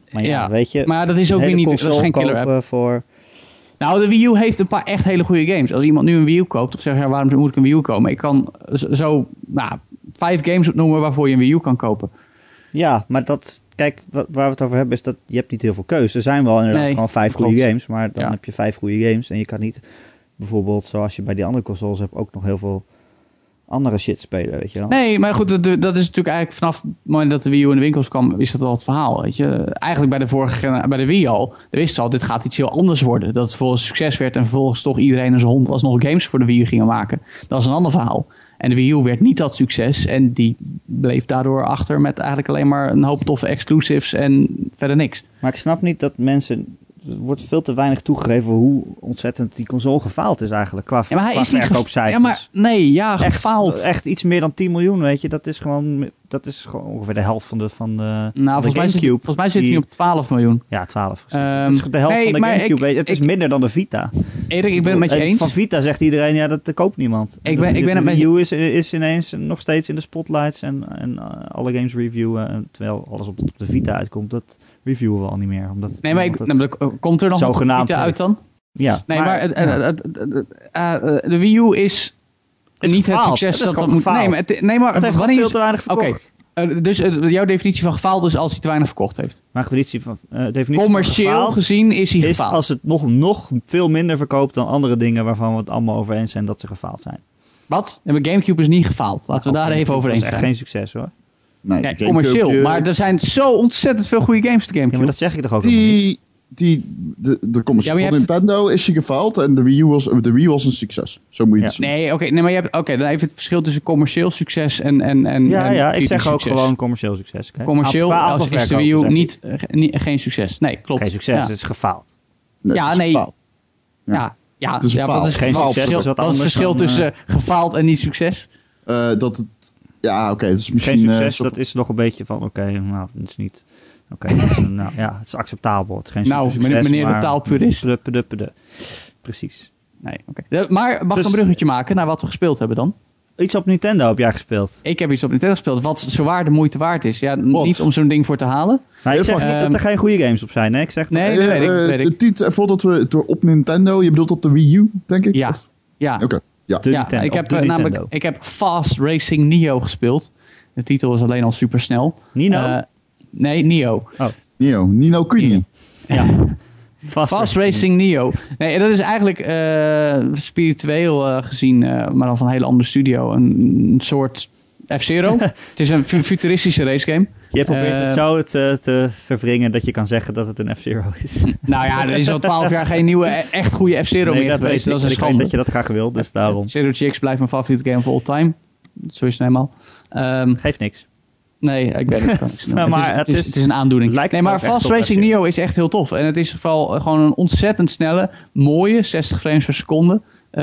[SPEAKER 3] Ja,
[SPEAKER 1] weet je.
[SPEAKER 3] maar dat is ook
[SPEAKER 1] een
[SPEAKER 3] weer
[SPEAKER 1] hele
[SPEAKER 3] niet, dat is
[SPEAKER 1] console
[SPEAKER 3] geen killer
[SPEAKER 1] kopen
[SPEAKER 3] app.
[SPEAKER 1] Voor...
[SPEAKER 3] Nou, de Wii U heeft een paar echt hele goede games. Als iemand nu een Wii U koopt, of zegt, ja, waarom moet ik een Wii U komen? Ik kan zo, nou, vijf games opnoemen waarvoor je een Wii U kan kopen.
[SPEAKER 1] Ja, maar dat, kijk, waar we het over hebben is dat je hebt niet heel veel keuze. Er zijn wel inderdaad
[SPEAKER 3] Nee,
[SPEAKER 1] gewoon vijf
[SPEAKER 3] klopt.
[SPEAKER 1] goede games, maar dan
[SPEAKER 3] Ja.
[SPEAKER 1] heb je vijf goede games en je kan niet bijvoorbeeld, zoals je bij die andere consoles hebt, ook nog heel veel andere shit spelen, weet je wel.
[SPEAKER 3] Nee, maar goed, dat, dat is natuurlijk eigenlijk vanaf het moment dat de Wii U in de winkels kwam, is dat al het verhaal, weet je. Eigenlijk bij de vorige genera- bij de Wii al, er wist al, dit gaat iets heel anders worden. Dat het vervolgens succes werd en vervolgens toch iedereen en zijn hond alsnog games voor de Wii U gingen maken. Dat is een ander verhaal. En de Wii U werd niet dat succes en die bleef daardoor achter met eigenlijk alleen maar een hoop toffe exclusives en verder niks.
[SPEAKER 1] Maar ik snap niet dat mensen, er wordt veel te weinig toegegeven hoe ontzettend die console gefaald is eigenlijk, qua,
[SPEAKER 3] Ja, maar hij
[SPEAKER 1] qua
[SPEAKER 3] is niet ge-
[SPEAKER 1] verkoopcijfers.
[SPEAKER 3] Ja, maar nee, ja,
[SPEAKER 1] Echt,
[SPEAKER 3] gefaald.
[SPEAKER 1] echt iets meer dan tien miljoen, weet je. Dat is gewoon, dat is gewoon ongeveer de helft van de, van de,
[SPEAKER 3] Nou,
[SPEAKER 1] van de
[SPEAKER 3] volgens mij, zit,
[SPEAKER 1] Gamecube.
[SPEAKER 3] volgens mij zit hij
[SPEAKER 1] die-
[SPEAKER 3] op twaalf miljoen.
[SPEAKER 1] Ja, twaalf. precies.
[SPEAKER 3] Ehm,
[SPEAKER 1] dat is de helft
[SPEAKER 3] nee,
[SPEAKER 1] van de
[SPEAKER 3] maar
[SPEAKER 1] Gamecube.
[SPEAKER 3] ik-
[SPEAKER 1] weet je. Het is
[SPEAKER 3] ik-
[SPEAKER 1] minder dan de Vita.
[SPEAKER 3] Erik, ik ben het met je
[SPEAKER 1] En
[SPEAKER 3] eens.
[SPEAKER 1] Van Vita zegt iedereen, ja, dat, dat koopt niemand.
[SPEAKER 3] Ik ben-
[SPEAKER 1] De-
[SPEAKER 3] ik ben
[SPEAKER 1] de
[SPEAKER 3] het met
[SPEAKER 1] Wii
[SPEAKER 3] je-
[SPEAKER 1] U is, is ineens nog steeds in de spotlights en, en uh, alle games reviewen. En terwijl alles op de, op de Vita uitkomt, dat reviewen we al niet meer. Omdat,
[SPEAKER 3] Nee, maar ik,
[SPEAKER 1] omdat
[SPEAKER 3] nou,
[SPEAKER 1] het-
[SPEAKER 3] maar er- komt er nog een
[SPEAKER 1] zogenaamd
[SPEAKER 3] Vita uit
[SPEAKER 1] heeft.
[SPEAKER 3] dan?
[SPEAKER 1] ja,
[SPEAKER 3] Nee, maar, het-
[SPEAKER 1] ja.
[SPEAKER 3] het- het- het- het- eh, eh, de Wii U is,
[SPEAKER 1] Is
[SPEAKER 3] niet
[SPEAKER 1] gefaald.
[SPEAKER 3] het succes
[SPEAKER 1] Het is
[SPEAKER 3] dat dat
[SPEAKER 1] gewoon
[SPEAKER 3] moet.
[SPEAKER 1] gefaald.
[SPEAKER 3] Nee, maar, het, nee, maar
[SPEAKER 1] Het heeft gewoon
[SPEAKER 3] wanneer
[SPEAKER 1] veel
[SPEAKER 3] is-
[SPEAKER 1] te weinig verkocht.
[SPEAKER 3] Oké, eh, dus het- jouw definitie van gefaald is als hij te weinig verkocht heeft.
[SPEAKER 1] Maar definitie van, uh, definitie
[SPEAKER 3] Commercieel
[SPEAKER 1] van gefaald
[SPEAKER 3] gezien is hij
[SPEAKER 1] is
[SPEAKER 3] gefaald.
[SPEAKER 1] als het nog, nog veel minder verkoopt dan andere dingen waarvan we het allemaal over eens zijn dat ze gefaald zijn.
[SPEAKER 3] Wat? En mijn Gamecube is niet gefaald. Laten we daar
[SPEAKER 1] Oké,
[SPEAKER 3] even over
[SPEAKER 1] dat
[SPEAKER 3] eens
[SPEAKER 1] is echt
[SPEAKER 3] zijn.
[SPEAKER 1] geen succes hoor.
[SPEAKER 2] Nee,
[SPEAKER 3] Ja,
[SPEAKER 2] Gamecube,
[SPEAKER 3] commercieel.
[SPEAKER 2] je-
[SPEAKER 3] Maar er zijn zo ontzettend veel goede games op de
[SPEAKER 1] Ja,
[SPEAKER 3] Gamecube.
[SPEAKER 1] maar dat zeg ik toch ook helemaal niet.
[SPEAKER 2] Die, die, de, de commercieel
[SPEAKER 3] Ja, maar
[SPEAKER 2] van
[SPEAKER 3] je hebt-
[SPEAKER 2] Nintendo is hij gefaald en de Wii U was, de Wii was een succes. Zo moet je
[SPEAKER 1] Ja.
[SPEAKER 2] het zien.
[SPEAKER 3] Nee, oké, nee, maar je hebt, oké, dan even het verschil tussen commercieel succes en en en
[SPEAKER 1] Ja,
[SPEAKER 3] en
[SPEAKER 1] ja, ik
[SPEAKER 3] kritisch
[SPEAKER 1] zeg ook
[SPEAKER 3] succes.
[SPEAKER 1] gewoon commercieel succes. Kijk.
[SPEAKER 3] Commercieel
[SPEAKER 1] Aantal- aantal
[SPEAKER 3] als is de
[SPEAKER 1] verkopen,
[SPEAKER 3] Wii U
[SPEAKER 1] zeg ik.
[SPEAKER 3] niet, eh, ge- niet geen succes. Nee, klopt.
[SPEAKER 1] Geen succes,
[SPEAKER 3] Ja.
[SPEAKER 1] het is gefaald.
[SPEAKER 2] Nee,
[SPEAKER 3] Ja,
[SPEAKER 2] het is
[SPEAKER 3] nee.
[SPEAKER 2] gefaald.
[SPEAKER 3] Ja, ja,
[SPEAKER 2] Het is een
[SPEAKER 3] ja,
[SPEAKER 2] faal.
[SPEAKER 3] wat is
[SPEAKER 1] Geen
[SPEAKER 3] wat
[SPEAKER 1] succes,
[SPEAKER 3] verschil-
[SPEAKER 1] is wat
[SPEAKER 3] wat is het
[SPEAKER 1] anders
[SPEAKER 3] verschil
[SPEAKER 1] dan,
[SPEAKER 3] tussen eh, gefaald en niet succes?
[SPEAKER 2] Eh, dat het, ja, oké, het is misschien...
[SPEAKER 1] Geen
[SPEAKER 2] eh,
[SPEAKER 1] succes,
[SPEAKER 2] zo-
[SPEAKER 1] dat is nog een beetje van, oké, nou, het is niet... Oké, het is een- nou ja, het is acceptabel. Het is geen
[SPEAKER 3] Nou,
[SPEAKER 1] super succes,
[SPEAKER 3] meneer- meneer de
[SPEAKER 1] maar-
[SPEAKER 3] taalpurist.
[SPEAKER 1] Pde, pde, pde. Precies.
[SPEAKER 3] Nee, oké. Eh, Maar mag ik
[SPEAKER 1] Dus-
[SPEAKER 3] een bruggetje maken naar wat we gespeeld hebben dan?
[SPEAKER 1] Iets op Nintendo heb jij gespeeld.
[SPEAKER 3] Ik heb iets op Nintendo gespeeld wat zowaar de moeite waard is. Ja, n-
[SPEAKER 2] Wat?
[SPEAKER 3] niet om zo'n ding voor te halen.
[SPEAKER 1] Nou, ik zeg niet
[SPEAKER 3] Ehm,
[SPEAKER 1] dat er geen goede games op zijn, hè? Ik zeg dat-
[SPEAKER 3] Nee, dat weet ik,
[SPEAKER 2] Eh,
[SPEAKER 3] dat weet ik.
[SPEAKER 2] de Tiet, eh, voordat we het op Nintendo, je bedoelt op de Wii U, denk ik?
[SPEAKER 3] Ja,
[SPEAKER 2] Of-
[SPEAKER 3] ja.
[SPEAKER 2] Oké, ja.
[SPEAKER 1] de
[SPEAKER 3] ja
[SPEAKER 1] Nintendo,
[SPEAKER 3] ik
[SPEAKER 1] op
[SPEAKER 3] heb
[SPEAKER 1] de
[SPEAKER 3] eh,
[SPEAKER 1] Nintendo.
[SPEAKER 3] namelijk ik heb Fast Racing Neo gespeeld. De titel is alleen al super snel.
[SPEAKER 1] Nino?
[SPEAKER 3] nee, Neo.
[SPEAKER 1] Oh,
[SPEAKER 2] Nino, Nino Kuni.
[SPEAKER 3] Ja.
[SPEAKER 1] Fast,
[SPEAKER 3] Fast Racing Neo. Nee, en dat is eigenlijk eh, spiritueel eh, gezien, eh, maar dan van een hele andere studio. Een, een soort F-Zero. Het is een fu- futuristische racegame.
[SPEAKER 1] Je probeert
[SPEAKER 3] Eh,
[SPEAKER 1] het zo te, te verwringen dat je kan zeggen dat het een F-Zero is.
[SPEAKER 3] Nou ja, er is al twaalf jaar geen nieuwe, e- echt goede F-Zero
[SPEAKER 1] Nee,
[SPEAKER 3] meer
[SPEAKER 1] dat
[SPEAKER 3] geweest.
[SPEAKER 1] weet
[SPEAKER 3] Dat
[SPEAKER 1] ik.
[SPEAKER 3] is een
[SPEAKER 1] Ik weet
[SPEAKER 3] schande.
[SPEAKER 1] dat je dat graag wil, dus daarom.
[SPEAKER 3] Zero G X blijft mijn favoriete game of all time. Zo is het helemaal. Ehm,
[SPEAKER 1] Geeft niks.
[SPEAKER 3] nee, ik weet het. Kan niks doen.
[SPEAKER 1] Nou, maar
[SPEAKER 3] het, is, het,
[SPEAKER 1] het
[SPEAKER 3] is,
[SPEAKER 1] is-
[SPEAKER 3] het is een aandoening.
[SPEAKER 1] lijkt
[SPEAKER 3] Nee,
[SPEAKER 1] het
[SPEAKER 3] maar
[SPEAKER 1] ook echt
[SPEAKER 3] Fast
[SPEAKER 1] op
[SPEAKER 3] Racing
[SPEAKER 1] F-Zero.
[SPEAKER 3] Neo is echt heel tof. En het is vooral gewoon een ontzettend snelle, mooie, zestig frames per seconde eh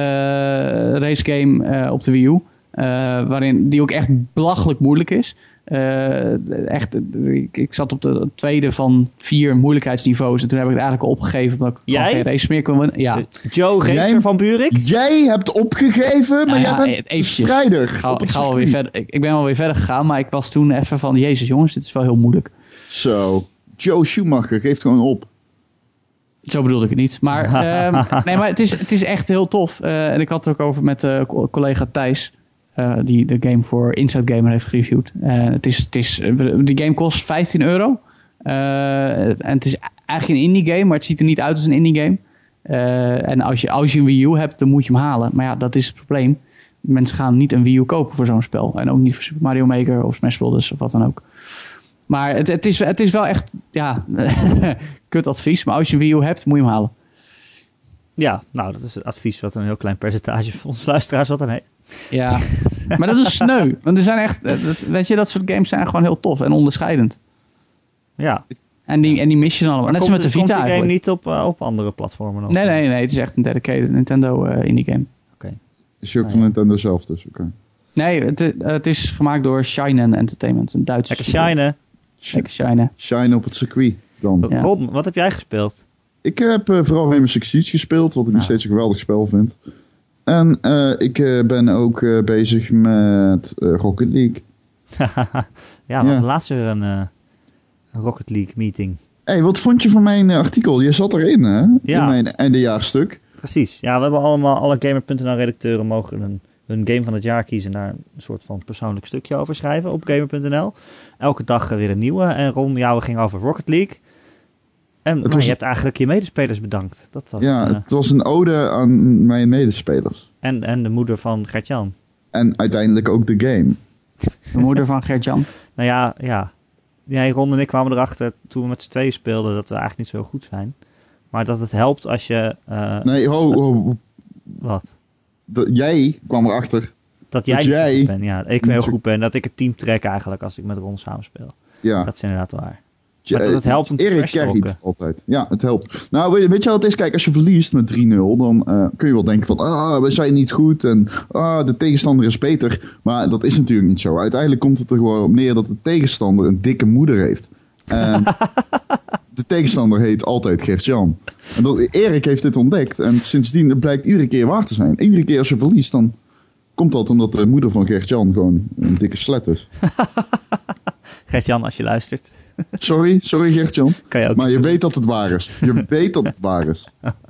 [SPEAKER 3] racegame eh, op de Wii U. Eh, waarin die ook echt belachelijk moeilijk is. Eh, echt, ik, ik zat op de tweede van vier moeilijkheidsniveaus. En toen heb ik het eigenlijk al opgegeven. Omdat ik gewoon
[SPEAKER 1] Jij?
[SPEAKER 3] geen race meer kon winnen. Ja.
[SPEAKER 1] De Joe Racer
[SPEAKER 2] Jij-
[SPEAKER 1] van Buurik?
[SPEAKER 2] Jij hebt opgegeven, maar
[SPEAKER 3] Nou
[SPEAKER 2] jij
[SPEAKER 3] ja,
[SPEAKER 2] bent
[SPEAKER 3] e- eventjes.
[SPEAKER 2] strijder.
[SPEAKER 3] Ik ga,
[SPEAKER 2] op
[SPEAKER 3] ik,
[SPEAKER 2] het
[SPEAKER 3] ga wel weer
[SPEAKER 2] circuit.
[SPEAKER 3] verder, ik, ik ben wel weer verder gegaan, maar ik was toen even van, jezus jongens, dit is wel heel moeilijk.
[SPEAKER 2] Zo, Joe Schumacher geeft gewoon op.
[SPEAKER 3] Zo bedoelde ik het niet. Maar, ehm, nee, maar het, is, het is echt heel tof. Eh, en ik had het er ook over met uh, collega Thijs, uh, die de game voor Inside Gamer heeft gereviewd. Uh, het is, het is, die game kost vijftien euro. Uh, en het is eigenlijk een indie game, maar het ziet er niet uit als een indie game. Uh, en als je, als je een Wii U hebt, dan moet je hem halen. Maar ja, dat is het probleem. Mensen gaan niet een Wii U kopen voor zo'n spel. En ook niet voor Super Mario Maker of Smash Bros. Of wat dan ook. Maar het, het, is, het is wel echt, ja, kut advies. Maar als je een Wii U hebt, moet je hem halen.
[SPEAKER 1] Ja, nou, dat is het advies wat een heel klein percentage van onze luisteraars wat dan heeft.
[SPEAKER 3] Ja, maar dat is sneu. Want er zijn echt, dat, weet je, dat soort games zijn gewoon heel tof en onderscheidend.
[SPEAKER 1] Ja.
[SPEAKER 3] En die, en die mis je dan allemaal. Net als met de Vita
[SPEAKER 1] komt die game
[SPEAKER 3] eigenlijk.
[SPEAKER 1] niet op, uh, op andere platformen dan?
[SPEAKER 3] Nee, nee, nee. Het is echt een dedicated Nintendo uh, indie game.
[SPEAKER 1] Oké. Okay.
[SPEAKER 2] Is je ook
[SPEAKER 1] Ah,
[SPEAKER 2] van
[SPEAKER 1] ja.
[SPEAKER 2] Nintendo zelf dus, oké. Okay.
[SPEAKER 3] Nee, het, uh, het is gemaakt door Shinen Entertainment, een Duitse
[SPEAKER 1] Lekker shinen.
[SPEAKER 3] Lekker shinen.
[SPEAKER 2] Shine op het circuit dan.
[SPEAKER 3] Ja.
[SPEAKER 1] Ron, wat heb jij gespeeld?
[SPEAKER 2] Ik heb uh, vooral Rainbow Six Siege gespeeld, wat ik
[SPEAKER 1] Nou.
[SPEAKER 2] nog steeds een geweldig spel vind. En uh, ik uh, ben ook uh, bezig met uh, Rocket League.
[SPEAKER 1] ja, we
[SPEAKER 2] Ja.
[SPEAKER 1] hadden laatst weer een uh, Rocket League meeting.
[SPEAKER 2] Hey, wat vond je van mijn uh, artikel? Je zat erin, hè?
[SPEAKER 1] Ja.
[SPEAKER 2] In mijn eindejaarstuk.
[SPEAKER 1] Precies. Ja, we hebben allemaal, alle Gamer punt n l redacteuren mogen een, hun game van het jaar kiezen en daar een soort van persoonlijk stukje over schrijven op Gamer punt n l. Elke dag weer een nieuwe. En Ron, jouw ging over Rocket League. En nou, was... je hebt eigenlijk je medespelers bedankt. Dat was,
[SPEAKER 2] ja,
[SPEAKER 1] uh...
[SPEAKER 2] het was een ode aan mijn medespelers.
[SPEAKER 1] En, en de moeder van Gert-Jan.
[SPEAKER 2] En uiteindelijk ook de game.
[SPEAKER 3] De moeder van Gert-Jan.
[SPEAKER 1] Nou ja, ja. Jij, Ron en ik kwamen erachter toen we met z'n tweeën speelden dat we eigenlijk niet zo goed zijn. Maar dat het helpt als je... Uh...
[SPEAKER 2] Nee, ho, ho.
[SPEAKER 1] Wat?
[SPEAKER 2] Dat, jij kwam erachter.
[SPEAKER 1] Dat jij,
[SPEAKER 2] dat
[SPEAKER 1] niet
[SPEAKER 2] jij
[SPEAKER 1] goed bent, ja. Ik heel goed ben. Dat ik het team trek eigenlijk als ik met Ron samenspeel.
[SPEAKER 2] Ja.
[SPEAKER 1] Dat is inderdaad waar.
[SPEAKER 2] Ja,
[SPEAKER 1] maar dat het helpt om te
[SPEAKER 2] Erik carryt altijd. Ja, het helpt. Nou, weet, weet je wat het is? Kijk, als je verliest met drie nul, dan uh, kun je wel denken van, ah, we zijn niet goed en ah, de tegenstander is beter. Maar dat is natuurlijk niet zo. Uiteindelijk komt het er gewoon op neer dat de tegenstander een dikke moeder heeft. En de tegenstander heet altijd Gert-Jan. En dat, Erik heeft dit ontdekt en sindsdien het blijkt iedere keer waar te zijn. Iedere keer als je verliest, dan komt dat omdat de moeder van Gert-Jan gewoon een dikke slet is.
[SPEAKER 1] Gert-Jan, als je luistert.
[SPEAKER 2] Sorry, sorry Gert-Jan.
[SPEAKER 1] Kan je ook
[SPEAKER 2] maar je weet dat het waar is. Je weet dat het waar is.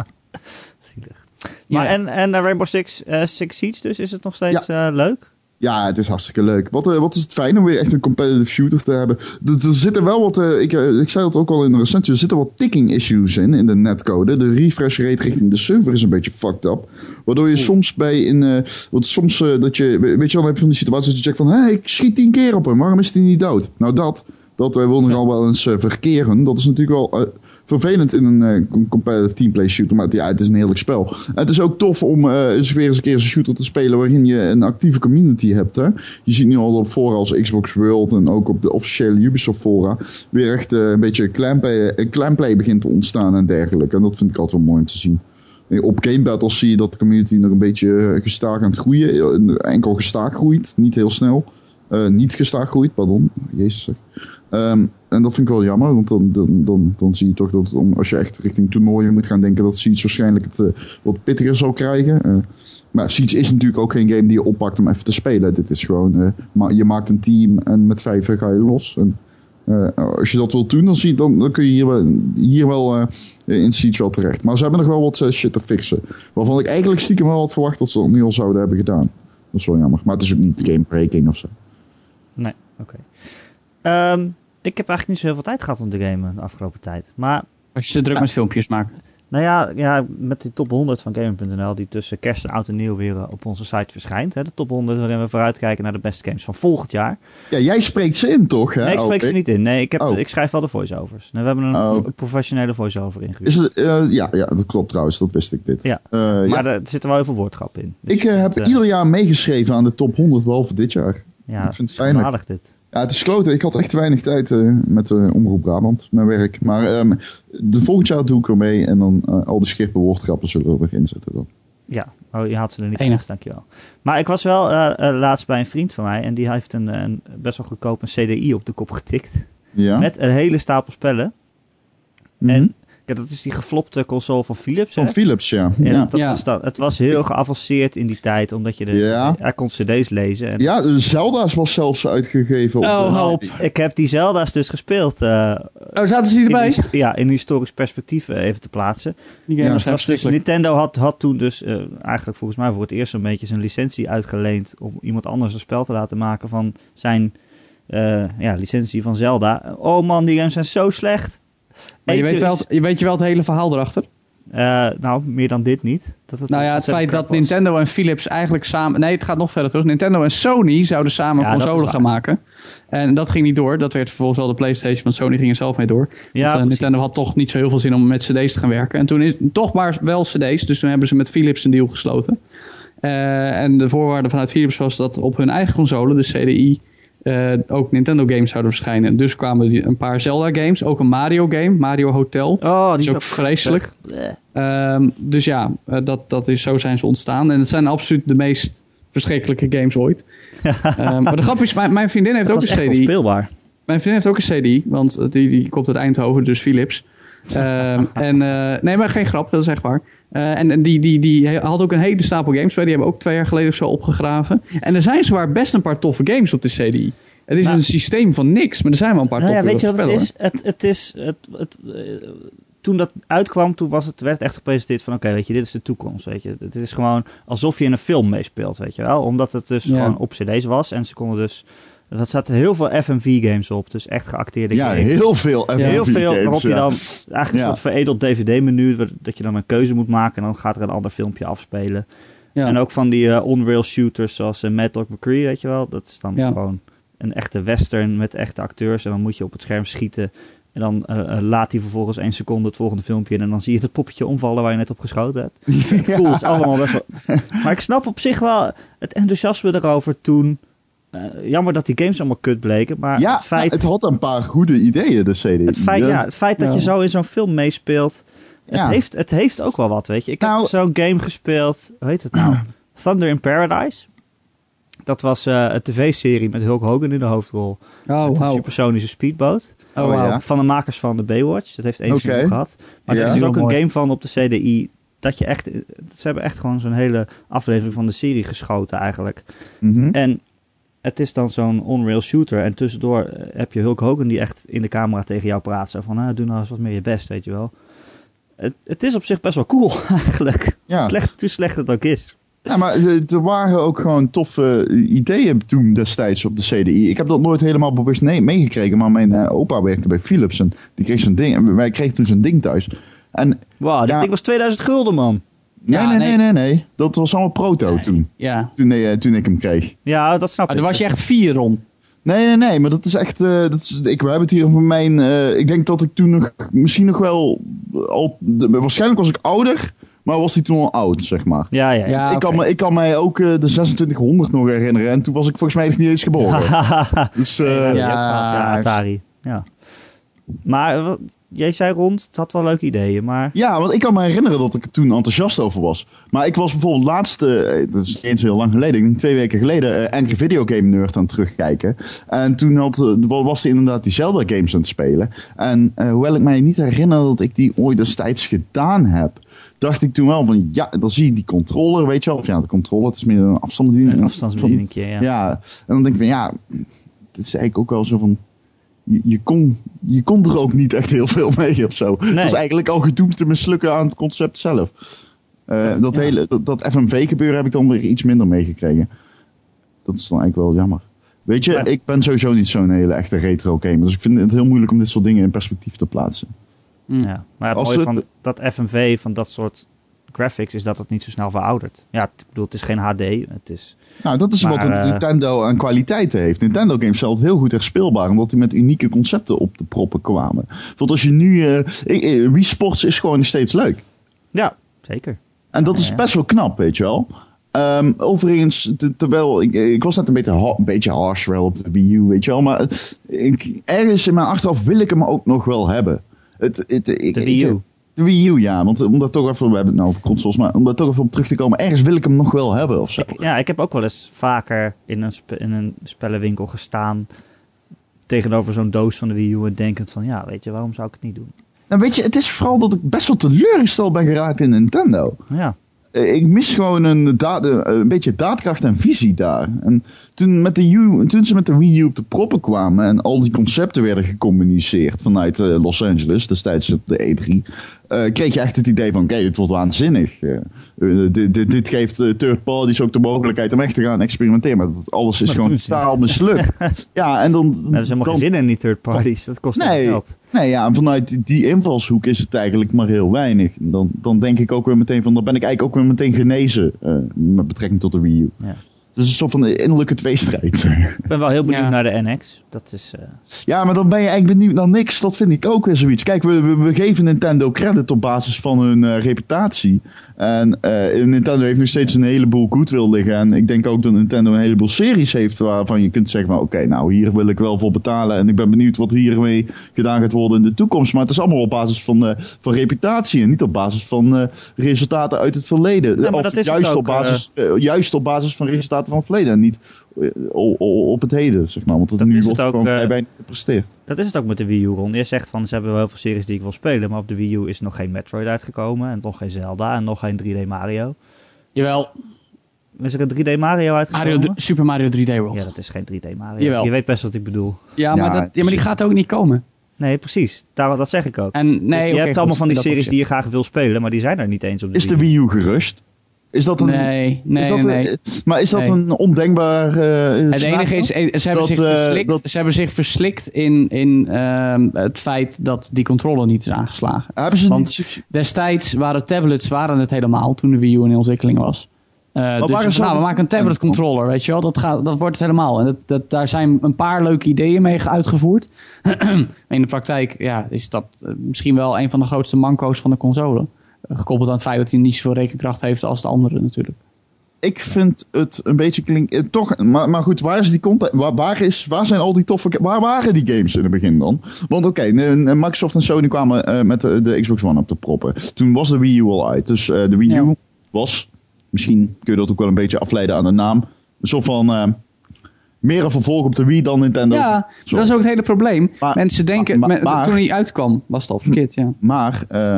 [SPEAKER 1] Zielig. Maar ja. en, en Rainbow Six, uh, Six Siege dus, is het nog steeds ja. uh, leuk?
[SPEAKER 2] Ja, het is hartstikke leuk. Wat, uh, wat is het fijn om weer echt een competitive shooter te hebben. Er, er zitten wel wat, uh, ik, uh, ik zei dat ook al in de recensie, er zitten wat ticking issues in, in de netcode. De refresh rate richting de server is een beetje fucked up. Waardoor je Oeh. soms bij, in, uh, wat soms uh, dat je, weet je wel, dan heb je van die situatie dat je checkt van, hé, ik schiet tien keer op hem, waarom is hij niet dood? Nou dat, dat uh, wil nogal wel eens uh, verkeren. Dat is natuurlijk wel... Uh, vervelend in een uh, competitive teamplay shooter, maar ja, het is een heerlijk spel. En het is ook tof om uh, eens weer eens een keer een shooter te spelen waarin je een actieve community hebt. Hè? Je ziet nu al op fora als Xbox World en ook op de officiële Ubisoft fora weer echt uh, een beetje clanplay, clanplay begint te ontstaan en dergelijke. En dat vind ik altijd wel mooi om te zien. Op Game Battles zie je dat de community nog een beetje gestaag aan het groeien. Enkel gestaag groeit, niet heel snel. Uh, niet gestaag groeit, pardon. Jezus zeg. Um, en dat vind ik wel jammer, want dan, dan, dan, dan zie je toch dat om, als je echt richting toernooien moet gaan denken, dat Siege waarschijnlijk het uh, wat pittiger zal krijgen. Uh, maar Siege is natuurlijk ook geen game die je oppakt om even te spelen. Dit is gewoon, uh, ma- je maakt een team en met vijf ga je los. En, uh, als je dat wilt doen, dan, zie, dan, dan kun je hier wel, hier wel uh, in Siege wel terecht. Maar ze hebben nog wel wat uh, shit te fixen. Waarvan ik eigenlijk stiekem wel had verwacht dat ze dat nu al zouden hebben gedaan. Dat is wel jammer. Maar het is ook niet gamebreaking of zo.
[SPEAKER 1] Nee, oké. Okay. Um, ik heb eigenlijk niet zo heel veel tijd gehad om te gamen de afgelopen tijd. Maar
[SPEAKER 3] als je te druk
[SPEAKER 1] ja,
[SPEAKER 3] met filmpjes maakt.
[SPEAKER 1] Nou ja, ja, met die top honderd van Gamer punt n l die tussen kerst en oud en nieuw weer op onze site verschijnt. Hè? De top honderd waarin we vooruitkijken naar de beste games van volgend jaar.
[SPEAKER 2] Ja, jij spreekt ze in toch? Hè?
[SPEAKER 1] Nee, ik spreek
[SPEAKER 2] oh,
[SPEAKER 1] ze niet in. Nee, ik, heb,
[SPEAKER 2] oh.
[SPEAKER 1] ik schrijf wel de voice-overs. Nou, we hebben een oh. professionele voice-over ingehuurd.
[SPEAKER 2] Is het, uh, ja, ja, dat klopt trouwens. Dat wist ik dit.
[SPEAKER 1] Ja, uh, maar ja. er zitten wel heel veel woordgrappen in.
[SPEAKER 2] Dus ik uh, heb uh, ieder jaar meegeschreven aan de top honderd, behalve dit jaar.
[SPEAKER 1] Ja, ik vind het fijn. Aardig dit.
[SPEAKER 2] Ja, het is kloten. Ik had echt weinig tijd uh, met uh, Omroep Brabant, mijn werk. Maar um, de volgend jaar doe ik er mee en dan uh, al de scherpe woordgrappen zullen we erin zetten dan.
[SPEAKER 1] Ja, oh, je had ze er niet in, dankjewel. Maar ik was wel uh, uh, laatst bij een vriend van mij en die heeft een, een best wel goedkoop een C D I op de kop getikt.
[SPEAKER 2] Ja?
[SPEAKER 1] Met een hele stapel spellen.
[SPEAKER 2] Mm-hmm.
[SPEAKER 1] En ja, dat is die geflopte console van Philips.
[SPEAKER 2] Van
[SPEAKER 1] hè?
[SPEAKER 2] Philips, ja.
[SPEAKER 1] En
[SPEAKER 2] ja.
[SPEAKER 1] Dat ja. Was dat. Het was heel geavanceerd in die tijd, omdat je er,
[SPEAKER 2] ja.
[SPEAKER 1] hij kon cd's lezen. En
[SPEAKER 2] ja, de Zelda's was zelfs uitgegeven. Op
[SPEAKER 3] oh,
[SPEAKER 2] de...
[SPEAKER 3] help.
[SPEAKER 1] Ik heb die Zelda's dus gespeeld. Uh,
[SPEAKER 3] oh, zaten ze niet erbij?
[SPEAKER 1] In, ja, in historisch perspectief uh, even te plaatsen.
[SPEAKER 3] Die game
[SPEAKER 1] ja,
[SPEAKER 3] was
[SPEAKER 1] was dus, Nintendo had, had toen dus uh, eigenlijk volgens mij voor het eerst een beetje zijn licentie uitgeleend om iemand anders een spel te laten maken van zijn uh, ja, licentie van Zelda. Oh man, die games zijn zo slecht.
[SPEAKER 3] Maar je weet, wel, je weet je wel het hele verhaal erachter?
[SPEAKER 1] Uh, nou, meer dan dit niet. Dat het
[SPEAKER 3] nou ja, het feit dat was. Nintendo en Philips eigenlijk samen... Nee, het gaat nog verder terug. Nintendo en Sony zouden samen ja, consoles gaan maken. En dat ging niet door. Dat werd vervolgens wel de PlayStation, want Sony ging er zelf mee door. Ja, want, uh, Nintendo had toch niet zo heel veel zin om met cd's te gaan werken. En toen is toch maar wel cd's. Dus toen hebben ze met Philips een deal gesloten. Uh, en de voorwaarde vanuit Philips was dat op hun eigen console, de C D I... Uh, ook Nintendo games zouden verschijnen. Dus kwamen die een paar Zelda games. Ook een Mario game. Mario Hotel.
[SPEAKER 1] Oh, die
[SPEAKER 3] is ook, ook vreselijk. Um, dus ja, uh, dat, dat is, zo zijn ze ontstaan. En het zijn absoluut de meest verschrikkelijke games ooit. um, maar de grap is, mijn, mijn vriendin heeft dat ook een C D I.
[SPEAKER 1] Dat is echt onspeelbaar.
[SPEAKER 3] Mijn vriendin heeft ook een C D I. Want die, die komt uit Eindhoven, dus Philips. Um, en, uh, nee, maar geen grap. Dat is echt waar. Uh, en en die, die, die had ook een hele stapel games bij. Die hebben ook twee jaar geleden of zo opgegraven. En er zijn zwaar best een paar toffe games op de C D I. Het is
[SPEAKER 1] Nou,
[SPEAKER 3] een systeem van niks, maar er zijn wel een paar
[SPEAKER 1] nou ja,
[SPEAKER 3] topwereld
[SPEAKER 1] weet je wat het
[SPEAKER 3] spellen,
[SPEAKER 1] is? Het, het is het, het, uh, toen dat uitkwam, toen was het, werd het echt gepresenteerd van oké, okay, weet je, dit is de toekomst, weet je. Het is gewoon alsof je in een film meespeelt, weet je wel. Omdat het dus
[SPEAKER 3] Ja.
[SPEAKER 1] gewoon op cd's was en ze konden dus... Er zaten heel veel F M V-games op, dus echt geacteerde
[SPEAKER 2] Ja,
[SPEAKER 1] games.
[SPEAKER 2] heel veel.
[SPEAKER 1] Ja, heel veel,
[SPEAKER 2] games,
[SPEAKER 1] waarop je
[SPEAKER 2] ja.
[SPEAKER 1] dan eigenlijk een
[SPEAKER 2] Ja.
[SPEAKER 1] soort veredeld D V D-menu, dat je dan een keuze moet maken en dan gaat er een ander filmpje afspelen.
[SPEAKER 3] Ja.
[SPEAKER 1] En ook van die uh, on-rail shooters zoals uh, Mad Dog McCree, weet je wel. Dat is dan
[SPEAKER 3] Ja.
[SPEAKER 1] gewoon een echte western met echte acteurs en dan moet je op het scherm schieten. En dan uh, uh, laat hij vervolgens één seconde het volgende filmpje in en dan zie je het poppetje omvallen waar je net op geschoten hebt. Het is cool, het is allemaal best wel... Maar ik snap op zich wel het enthousiasme erover toen. Uh, jammer dat die games allemaal kut bleken, maar
[SPEAKER 2] Ja,
[SPEAKER 1] het feit...
[SPEAKER 2] het had een paar goede ideeën, de C D.
[SPEAKER 1] Het feit, ja, het feit dat
[SPEAKER 3] Ja.
[SPEAKER 1] je zo in zo'n film meespeelt, het,
[SPEAKER 2] Ja.
[SPEAKER 1] heeft, het heeft ook wel wat, weet je. Ik
[SPEAKER 2] Nou-
[SPEAKER 1] heb zo'n game gespeeld, hoe heet het nou? Thunder in Paradise. Dat was uh, een tv-serie met Hulk Hogan in de hoofdrol.
[SPEAKER 3] Oh,
[SPEAKER 1] met een
[SPEAKER 3] wow.
[SPEAKER 1] supersonische speedboot.
[SPEAKER 3] Oh,
[SPEAKER 2] Oh,
[SPEAKER 3] wow.
[SPEAKER 2] ja.
[SPEAKER 1] Van de makers van de Baywatch. Dat heeft één
[SPEAKER 2] Oké.
[SPEAKER 1] seizoen gehad. Maar
[SPEAKER 2] Ja.
[SPEAKER 1] er is dus
[SPEAKER 3] Heel
[SPEAKER 1] ook een
[SPEAKER 3] mooi.
[SPEAKER 1] game van op de C D I. Dat je echt, ze hebben echt gewoon zo'n hele aflevering van de serie geschoten eigenlijk.
[SPEAKER 2] Mhm.
[SPEAKER 1] En het is dan zo'n on-rail shooter. En tussendoor eh, heb je Hulk Hogan die echt in de camera tegen jou praat. Zo van, ah, doe nou eens wat meer je best, weet je wel. Het, het is op zich best wel cool eigenlijk.
[SPEAKER 2] Ja.
[SPEAKER 1] Slecht, hoe slecht het ook is.
[SPEAKER 2] Ja, maar eh, er waren ook gewoon toffe ideeën toen destijds op de C D I. Ik heb dat nooit helemaal bewust nee, meegekregen, maar mijn eh, opa werkte bij Philips en die kreeg zo'n ding. En wij kregen toen zo'n ding thuis. En
[SPEAKER 1] Wauw, dit
[SPEAKER 2] Ja.
[SPEAKER 1] ding was tweeduizend gulden, man.
[SPEAKER 2] nee,
[SPEAKER 3] Ja,
[SPEAKER 2] nee,
[SPEAKER 3] nee.
[SPEAKER 2] nee, nee, nee. Dat was allemaal proto toen.
[SPEAKER 3] Ja.
[SPEAKER 2] Toen, eh, toen ik hem kreeg.
[SPEAKER 1] Ja, dat snap
[SPEAKER 3] Maar
[SPEAKER 1] ik.
[SPEAKER 3] toen was je echt vier, Ron.
[SPEAKER 2] Nee, nee, nee, maar dat is echt. eh, dat is, ik, we hebben het hier over mijn. eh, ik denk dat ik toen nog. Misschien nog wel. Al, de, waarschijnlijk was ik ouder. Maar was hij toen al oud, zeg maar.
[SPEAKER 1] Ja, ja. ja.
[SPEAKER 3] Ja,
[SPEAKER 2] ik, kan
[SPEAKER 3] oké.
[SPEAKER 2] me, ik kan mij ook eh, de zesentwintighonderd nog herinneren. En toen was ik volgens mij nog niet eens geboren. Dus. eh,
[SPEAKER 1] ja,
[SPEAKER 3] Ja.
[SPEAKER 1] ja, Atari. Ja. Maar eh, wat- jij zei rond, het had wel leuke ideeën, maar...
[SPEAKER 2] Ja, want ik kan me herinneren dat ik er toen enthousiast over was. Maar ik was bijvoorbeeld laatste, eh, dat is niet eens heel lang geleden, ik denk twee weken geleden, uh, Angry Video Game Nerd aan het terugkijken. En toen had, eh, was hij inderdaad die Zelda games aan het spelen. En uh, hoewel ik mij niet herinner dat ik die ooit destijds gedaan heb, dacht ik toen wel van, ja, dan zie je die controller, weet je wel. Of ja, de controller, het is meer een afstandsbediening.
[SPEAKER 1] Een afstandsbediening, ja.
[SPEAKER 2] Ja, en dan denk ik van, ja, het is eigenlijk ook wel zo van... Je, je, kon, je kon er ook niet echt heel veel mee of zo. Het was eigenlijk al gedoemd te mislukken aan het concept zelf. Uh, dat,
[SPEAKER 1] Ja.
[SPEAKER 2] hele, dat, dat F M V gebeuren heb ik dan weer iets minder meegekregen. Dat is dan eigenlijk wel jammer. Weet je,
[SPEAKER 1] Maar-
[SPEAKER 2] ik ben sowieso niet zo'n hele echte retro gamer. Dus ik vind het heel moeilijk om dit soort dingen in perspectief te plaatsen.
[SPEAKER 1] Ja. Maar het
[SPEAKER 2] Als
[SPEAKER 1] mooie
[SPEAKER 2] het-
[SPEAKER 1] van dat F M V, van dat soort graphics, is dat het niet zo snel veroudert. Ja, ik bedoel, het is geen H D, het is...
[SPEAKER 2] Nou, dat is
[SPEAKER 1] Maar,
[SPEAKER 2] wat een
[SPEAKER 1] eh,
[SPEAKER 2] Nintendo aan kwaliteiten heeft. Nintendo games zijn altijd heel goed herspeelbaar, omdat die met unieke concepten op de proppen kwamen. Want als je nu... eh, ik- eh, Wii Sports is gewoon nog steeds leuk.
[SPEAKER 1] Ja, zeker.
[SPEAKER 2] En dat is
[SPEAKER 1] Ja.
[SPEAKER 2] best wel knap, weet je wel. Ehm, overigens, te- terwijl ik, ik was net een beetje, ha- een beetje harsh wel op de Wii U, weet je wel. Maar ik, ergens in mijn achterhoofd wil ik hem ook nog wel hebben. Het, het, ik,
[SPEAKER 1] De Wii U.
[SPEAKER 2] ik- de Wii U, ja. Want om daar toch even, we hebben het nou over consoles, maar om daar toch even op terug te komen. Ergens wil ik hem nog wel hebben of zo.
[SPEAKER 1] Ik, ja, ik heb ook wel eens vaker in een, spe- in een spellenwinkel gestaan tegenover zo'n doos van de Wii U en denkend van, ja, weet je, waarom zou ik het niet doen?
[SPEAKER 2] Nou, weet je, het is vooral dat ik best wel teleurgesteld ben geraakt in Nintendo.
[SPEAKER 1] Ja,
[SPEAKER 2] Eh, Ik mis gewoon een, daad, eh, een beetje daadkracht en visie daar. En toen, met de U, toen ze met de Wii U op de proppen kwamen en al die concepten werden gecommuniceerd vanuit eh, Los Angeles, destijds op de E drie, eh, kreeg je echt het idee van, oké, het wordt waanzinnig. Eh, eh, dit, dit, dit geeft eh, third parties ook de mogelijkheid om echt te gaan experimenteren. Maar dat alles is
[SPEAKER 1] Maar
[SPEAKER 2] gewoon
[SPEAKER 1] doen ze
[SPEAKER 2] totaal mislukt. Ja, en dan...
[SPEAKER 1] daar hebben ze helemaal
[SPEAKER 2] dan-
[SPEAKER 1] geen zin in, die third parties. Dat kost
[SPEAKER 2] Nee.
[SPEAKER 1] nee. geld.
[SPEAKER 2] Nee, ja, en vanuit die- die invalshoek is het eigenlijk maar heel weinig. Dan, dan denk ik ook weer meteen van, dan ben ik eigenlijk ook weer meteen genezen eh, met betrekking tot de Wii U.
[SPEAKER 1] Ja.
[SPEAKER 2] Dus een soort van innerlijke tweestrijd.
[SPEAKER 1] Ik ben wel heel benieuwd
[SPEAKER 3] Ja.
[SPEAKER 1] naar de N X. Dat is... eh,
[SPEAKER 2] Ja, maar dan ben je eigenlijk benieuwd naar niks. Dat vind ik ook weer zoiets. Kijk, we, we, we geven Nintendo credit op basis van hun eh, reputatie. En eh, Nintendo heeft nu steeds een heleboel goodwill liggen. En ik denk ook dat Nintendo een heleboel series heeft waarvan je kunt zeggen van, oké, nou hier wil ik wel voor betalen. En ik ben benieuwd wat hiermee gedaan gaat worden in de toekomst. Maar het is allemaal op basis van, eh, van reputatie en niet op basis van eh, resultaten uit het verleden.
[SPEAKER 1] Ja, maar
[SPEAKER 2] of
[SPEAKER 1] dat is het
[SPEAKER 2] juist,
[SPEAKER 1] ook,
[SPEAKER 2] op basis, eh, juist op basis van resultaten van het verleden. En niet eh, o- o- op het heden, zeg maar. Want het
[SPEAKER 1] Dat
[SPEAKER 2] nu
[SPEAKER 1] is
[SPEAKER 2] wordt
[SPEAKER 1] het ook,
[SPEAKER 2] gewoon
[SPEAKER 1] eh,
[SPEAKER 2] vrij weinig gepresteerd.
[SPEAKER 1] Dat is het ook met de Wii U, Ron. Je zegt van, ze hebben wel heel veel series die ik wil spelen, maar op de Wii U is nog geen Metroid uitgekomen en nog geen Zelda en nog geen drie D Mario.
[SPEAKER 3] Jawel.
[SPEAKER 1] is er een drie D Mario uitgekomen?
[SPEAKER 3] Mario, Super Mario drie D World.
[SPEAKER 1] Ja, dat is geen drie D Mario.
[SPEAKER 3] Jawel.
[SPEAKER 1] Je weet best wat ik bedoel.
[SPEAKER 3] Ja, maar,
[SPEAKER 2] Ja,
[SPEAKER 3] dat, ja, maar die gaat ook niet komen.
[SPEAKER 1] Nee, precies. Daar, dat zeg ik ook.
[SPEAKER 3] En, nee,
[SPEAKER 1] dus je
[SPEAKER 3] okay,
[SPEAKER 1] hebt allemaal
[SPEAKER 3] goed,
[SPEAKER 1] van die
[SPEAKER 3] dat
[SPEAKER 1] series
[SPEAKER 3] opzicht.
[SPEAKER 1] die je graag wil spelen, maar die zijn er niet eens op de
[SPEAKER 2] Is de
[SPEAKER 1] Wii U.
[SPEAKER 2] Wii U gerust? Is dat een...
[SPEAKER 3] Nee, nee,
[SPEAKER 2] is dat
[SPEAKER 3] nee.
[SPEAKER 2] Een, maar is dat
[SPEAKER 3] Nee.
[SPEAKER 2] een ondenkbaar... Uh,
[SPEAKER 3] Het enige is, ze hebben,
[SPEAKER 2] dat,
[SPEAKER 3] zich
[SPEAKER 2] uh,
[SPEAKER 3] verslikt,
[SPEAKER 2] dat...
[SPEAKER 3] ze hebben zich verslikt in, in um, het feit dat die controller niet is aangeslagen.
[SPEAKER 2] Hebben ze
[SPEAKER 3] Want
[SPEAKER 2] niet...
[SPEAKER 3] destijds waren tablets waren het helemaal toen de Wii U in ontwikkeling was. Uh, dus
[SPEAKER 2] waren
[SPEAKER 3] nou,
[SPEAKER 2] ze
[SPEAKER 3] we
[SPEAKER 2] ook-
[SPEAKER 3] maken een tablet controller, weet je wel. Dat, gaat, dat wordt het helemaal. En dat, dat, daar zijn een paar leuke ideeën mee uitgevoerd. In de praktijk ja, is dat uh, misschien wel een van de grootste manco's van de console. Uh, gekoppeld aan het feit dat hij niet zoveel rekenkracht heeft als de andere natuurlijk.
[SPEAKER 2] Ik vind het een beetje klinkt... eh, toch, maar, maar goed, waar is die content? Waar, waar, is, waar zijn al die toffe... Waar waren die games in het begin dan? Want oké, okay, Microsoft en Sony kwamen uh, met de, de Xbox One op de proppen. Toen was de Wii U al uit. Dus uh, de Wii U
[SPEAKER 3] Ja.
[SPEAKER 2] was... Misschien kun je dat ook wel een beetje afleiden aan de naam. Een soort van... Uh, meer een vervolg op de Wii dan Nintendo.
[SPEAKER 3] Ja,
[SPEAKER 2] Zo.
[SPEAKER 3] dat is ook het hele probleem.
[SPEAKER 2] Maar-
[SPEAKER 3] Mensen denken,
[SPEAKER 2] maar-
[SPEAKER 3] me-
[SPEAKER 2] maar-
[SPEAKER 3] toen hij uitkwam, was het al verkeerd, ja.
[SPEAKER 2] Maar uh,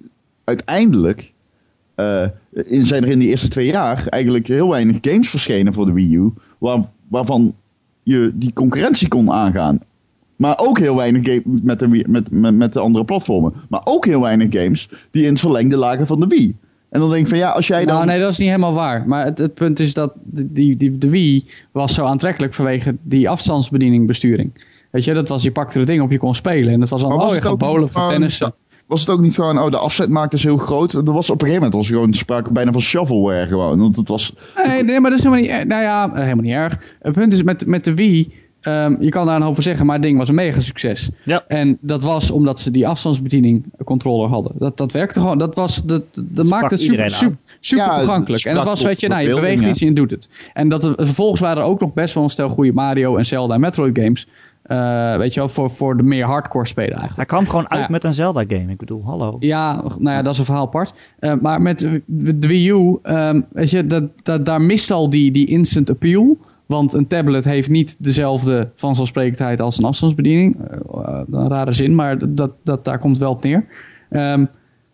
[SPEAKER 2] uiteindelijk uh, in, zijn er in de eerste twee jaar eigenlijk heel weinig games verschenen voor de Wii U. Waar, waarvan je die concurrentie kon aangaan. Maar ook heel weinig games met de, Wii- met, met, met de andere platformen. Maar ook heel weinig games die in het verlengde lagen van de Wii. En dan denk ik van ja, als jij dan...
[SPEAKER 3] Nou, nee, dat is niet helemaal waar. Maar het, het punt is dat die, die, die, de Wii was zo aantrekkelijk vanwege die afstandsbediening besturing. Weet je, dat was, je pakte het ding op, je kon spelen. En dat was
[SPEAKER 2] Maar
[SPEAKER 3] dan,
[SPEAKER 2] was
[SPEAKER 3] oh, je
[SPEAKER 2] het
[SPEAKER 3] gaat
[SPEAKER 2] ook
[SPEAKER 3] bowlen
[SPEAKER 2] niet
[SPEAKER 3] of
[SPEAKER 2] gewoon-
[SPEAKER 3] tennissen.
[SPEAKER 2] Was het ook niet gewoon, oh, de afzetmarkt is heel groot. Er was op een gegeven moment was er gewoon sprake bijna van shovelware gewoon. Want het was...
[SPEAKER 3] Nee, nee, maar dat is helemaal niet, erg. nou ja, eh, helemaal niet erg. Het punt is met, met de Wii, um, je kan daar een hoop van zeggen, maar het ding was een mega succes.
[SPEAKER 1] Ja.
[SPEAKER 3] En dat was omdat ze die afstandsbediening controller hadden. Dat, dat werkte gewoon, dat, was, dat, dat maakte het super,
[SPEAKER 1] iedereen
[SPEAKER 3] super, super
[SPEAKER 2] Ja, het
[SPEAKER 3] toegankelijk. En dat
[SPEAKER 2] sprak
[SPEAKER 3] was,
[SPEAKER 2] tot
[SPEAKER 3] weet je, nou, je
[SPEAKER 2] verbeelding,
[SPEAKER 3] beweegt iets
[SPEAKER 2] ja.
[SPEAKER 3] en je doet het. En dat, er- vervolgens waren er ook nog best wel een stel goede Mario en Zelda en Metroid games. Uh, weet je wel, voor, voor de meer hardcore spelen eigenlijk.
[SPEAKER 1] Hij kwam gewoon uit
[SPEAKER 3] Ja.
[SPEAKER 1] met een Zelda game. Ik bedoel, hallo.
[SPEAKER 3] Ja, nou ja, dat is een verhaal apart. Uh, maar met de de Wii U, um, weet je, dat, dat, daar mist al die, die instant appeal. Want een tablet heeft niet dezelfde vanzelfsprekendheid als een afstandsbediening. Uh, een rare zin, maar dat, dat, daar komt het wel op neer. Um,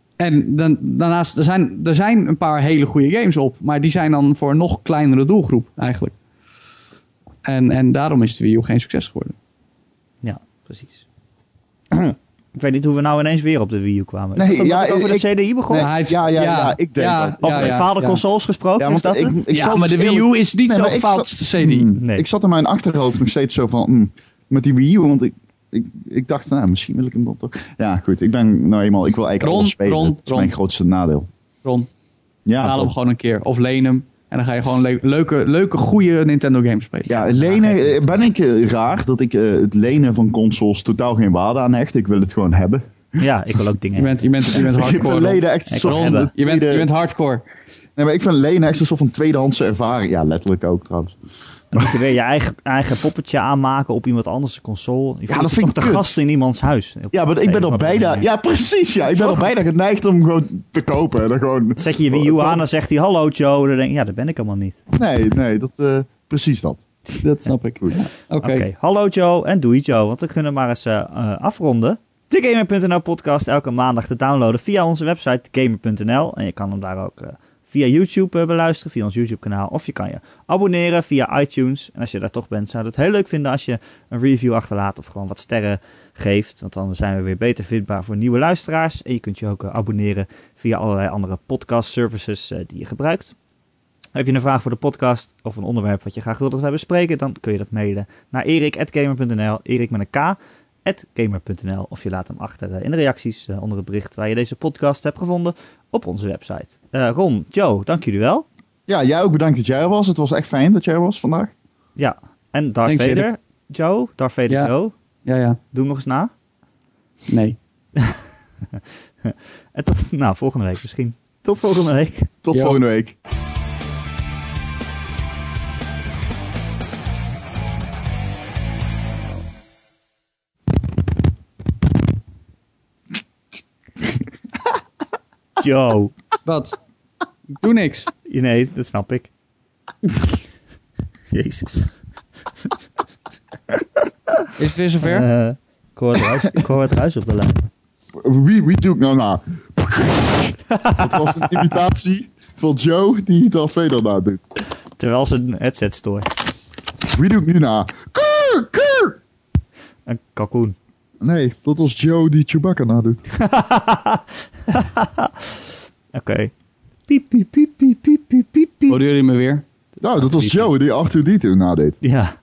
[SPEAKER 3] en dan, daarnaast, er zijn, er zijn een paar hele goede games op. Maar die zijn dan voor een nog kleinere doelgroep eigenlijk. En, en daarom is de Wii U geen succes geworden.
[SPEAKER 1] Ja, precies. Ik weet niet hoe we nou ineens weer op de Wii U kwamen.
[SPEAKER 2] Nee,
[SPEAKER 1] Is dat
[SPEAKER 2] ja,
[SPEAKER 1] omdat ik over
[SPEAKER 2] ik-
[SPEAKER 1] de C D I begon?
[SPEAKER 2] Nee,
[SPEAKER 3] hij is-
[SPEAKER 2] ja, ja, ja,
[SPEAKER 3] ja,
[SPEAKER 2] ik denk
[SPEAKER 3] ja,
[SPEAKER 2] dat.
[SPEAKER 1] Over
[SPEAKER 3] ja,
[SPEAKER 1] gefaalde
[SPEAKER 3] ja.
[SPEAKER 1] consoles gesproken,
[SPEAKER 2] Ja,
[SPEAKER 1] is
[SPEAKER 2] want
[SPEAKER 1] dat
[SPEAKER 2] ik,
[SPEAKER 1] het?
[SPEAKER 2] ik
[SPEAKER 3] ja,
[SPEAKER 2] zat
[SPEAKER 3] maar de
[SPEAKER 2] dus
[SPEAKER 3] Wii
[SPEAKER 2] eerlijk-
[SPEAKER 3] U is niet
[SPEAKER 2] Nee,
[SPEAKER 3] zo
[SPEAKER 2] maar ik
[SPEAKER 3] gefaald
[SPEAKER 2] zat-
[SPEAKER 3] als de C D I.
[SPEAKER 2] Hmm,
[SPEAKER 1] Nee.
[SPEAKER 2] Ik zat in mijn achterhoofd nog steeds zo van, hmm, met die Wii U, want ik, ik, ik dacht, nou, misschien wil ik hem dan toch. Ja, goed, ik ben nou eenmaal, ik wil eigenlijk
[SPEAKER 3] Ron,
[SPEAKER 2] alles spelen.
[SPEAKER 3] Ron,
[SPEAKER 2] dat is
[SPEAKER 3] Ron.
[SPEAKER 2] mijn grootste nadeel.
[SPEAKER 3] Ron,
[SPEAKER 2] Ja,
[SPEAKER 3] haal
[SPEAKER 2] zo.
[SPEAKER 3] hem gewoon een keer. Of leen hem. En dan ga je gewoon le- leuke, leuke, goede Nintendo games spelen.
[SPEAKER 2] Ja, lenen, eh, ben ik eh, raar dat ik eh, het lenen van consoles totaal geen waarde aan hecht. Ik wil het gewoon hebben.
[SPEAKER 1] Ja, ik wil ook dingen
[SPEAKER 3] Je bent, je bent, je bent
[SPEAKER 2] Ik
[SPEAKER 3] hardcore.
[SPEAKER 2] vind
[SPEAKER 3] Ron.
[SPEAKER 2] lenen echt een
[SPEAKER 1] Ik
[SPEAKER 2] soort
[SPEAKER 1] wil
[SPEAKER 2] van...
[SPEAKER 1] hebben.
[SPEAKER 3] Je bent, je
[SPEAKER 2] tweede-
[SPEAKER 3] bent hardcore.
[SPEAKER 2] Nee, maar ik vind lenen echt een soort van tweedehandse ervaring. Ja, letterlijk ook trouwens.
[SPEAKER 1] Dan moet je weer je eigen, eigen poppetje aanmaken op iemand anders console. Je
[SPEAKER 2] dat
[SPEAKER 1] voelt je
[SPEAKER 2] vind
[SPEAKER 1] toch
[SPEAKER 2] ik
[SPEAKER 1] de
[SPEAKER 2] kut.
[SPEAKER 1] gast in iemands huis.
[SPEAKER 2] Ja, maar ik ben al bijna... Ja, precies. Ja, ik ben al bijna geneigd om gewoon te kopen. En dan gewoon...
[SPEAKER 1] Zet je je Wii U aan, dan zegt hij hallo Joe. Dan denk je, ja, dat ben ik helemaal niet.
[SPEAKER 2] Nee, nee, dat, uh, precies dat.
[SPEAKER 3] Dat snap ik.
[SPEAKER 2] Goed.
[SPEAKER 3] Oké.
[SPEAKER 1] Oké, hallo Joe en doei Joe. Want we kunnen maar eens uh, uh, afronden. De Gamer punt n l podcast elke maandag te downloaden via onze website gamer punt n l. En je kan hem daar ook uh, via YouTube uh, beluisteren, via ons YouTube kanaal. Of je kan je abonneren via iTunes. En als je daar toch bent, zou het heel leuk vinden als je een review achterlaat of gewoon wat sterren geeft. Want dan zijn we weer beter vindbaar voor nieuwe luisteraars. En je kunt je ook uh, abonneren via allerlei andere podcast services uh, die je gebruikt. Heb je een vraag voor de podcast of een onderwerp wat je graag wilt dat wij bespreken, dan kun je dat mailen naar erik at gamer punt n l, Erik met een K, at gamer punt n l, of je laat hem achter in de reacties uh, onder het bericht waar je deze podcast hebt gevonden op onze website. Uh, Ron, Joe, dank jullie wel.
[SPEAKER 2] Ja, jij ook bedankt dat jij er was. Het was echt fijn dat jij er was vandaag.
[SPEAKER 1] Ja, en Darth
[SPEAKER 3] Thanks,
[SPEAKER 1] Vader,
[SPEAKER 3] Erik.
[SPEAKER 1] Joe, Darth Vader
[SPEAKER 3] Ja.
[SPEAKER 1] Joe,
[SPEAKER 3] Ja, ja.
[SPEAKER 1] doe hem nog eens na.
[SPEAKER 3] Nee.
[SPEAKER 1] En tot, nou, volgende week misschien. Tot volgende week.
[SPEAKER 2] Tot
[SPEAKER 3] Jo.
[SPEAKER 2] volgende week.
[SPEAKER 1] Joe.
[SPEAKER 3] Wat? Ik doe niks.
[SPEAKER 1] Nee, dat snap ik. Jezus.
[SPEAKER 3] Is het weer zover?
[SPEAKER 1] Uh, ik, hoor het ruis, ik hoor het ruis op de lijn.
[SPEAKER 2] Wie, wie doe ik nou na? Het was een imitatie van Joe die Darth Vader nadoet.
[SPEAKER 1] Terwijl ze een headset stoort.
[SPEAKER 2] Wie doet nu na? Kuur, kuur!
[SPEAKER 1] Een kalkoen.
[SPEAKER 2] Nee, dat was Joe die Chewbacca nadoet.
[SPEAKER 1] Oké. Okay. Piep, piep, piep, piep, piep, piep, piep.
[SPEAKER 3] Hoorden jullie me weer?
[SPEAKER 2] Nou, dat was Joe die R twee D twee nadeed.
[SPEAKER 1] Ja.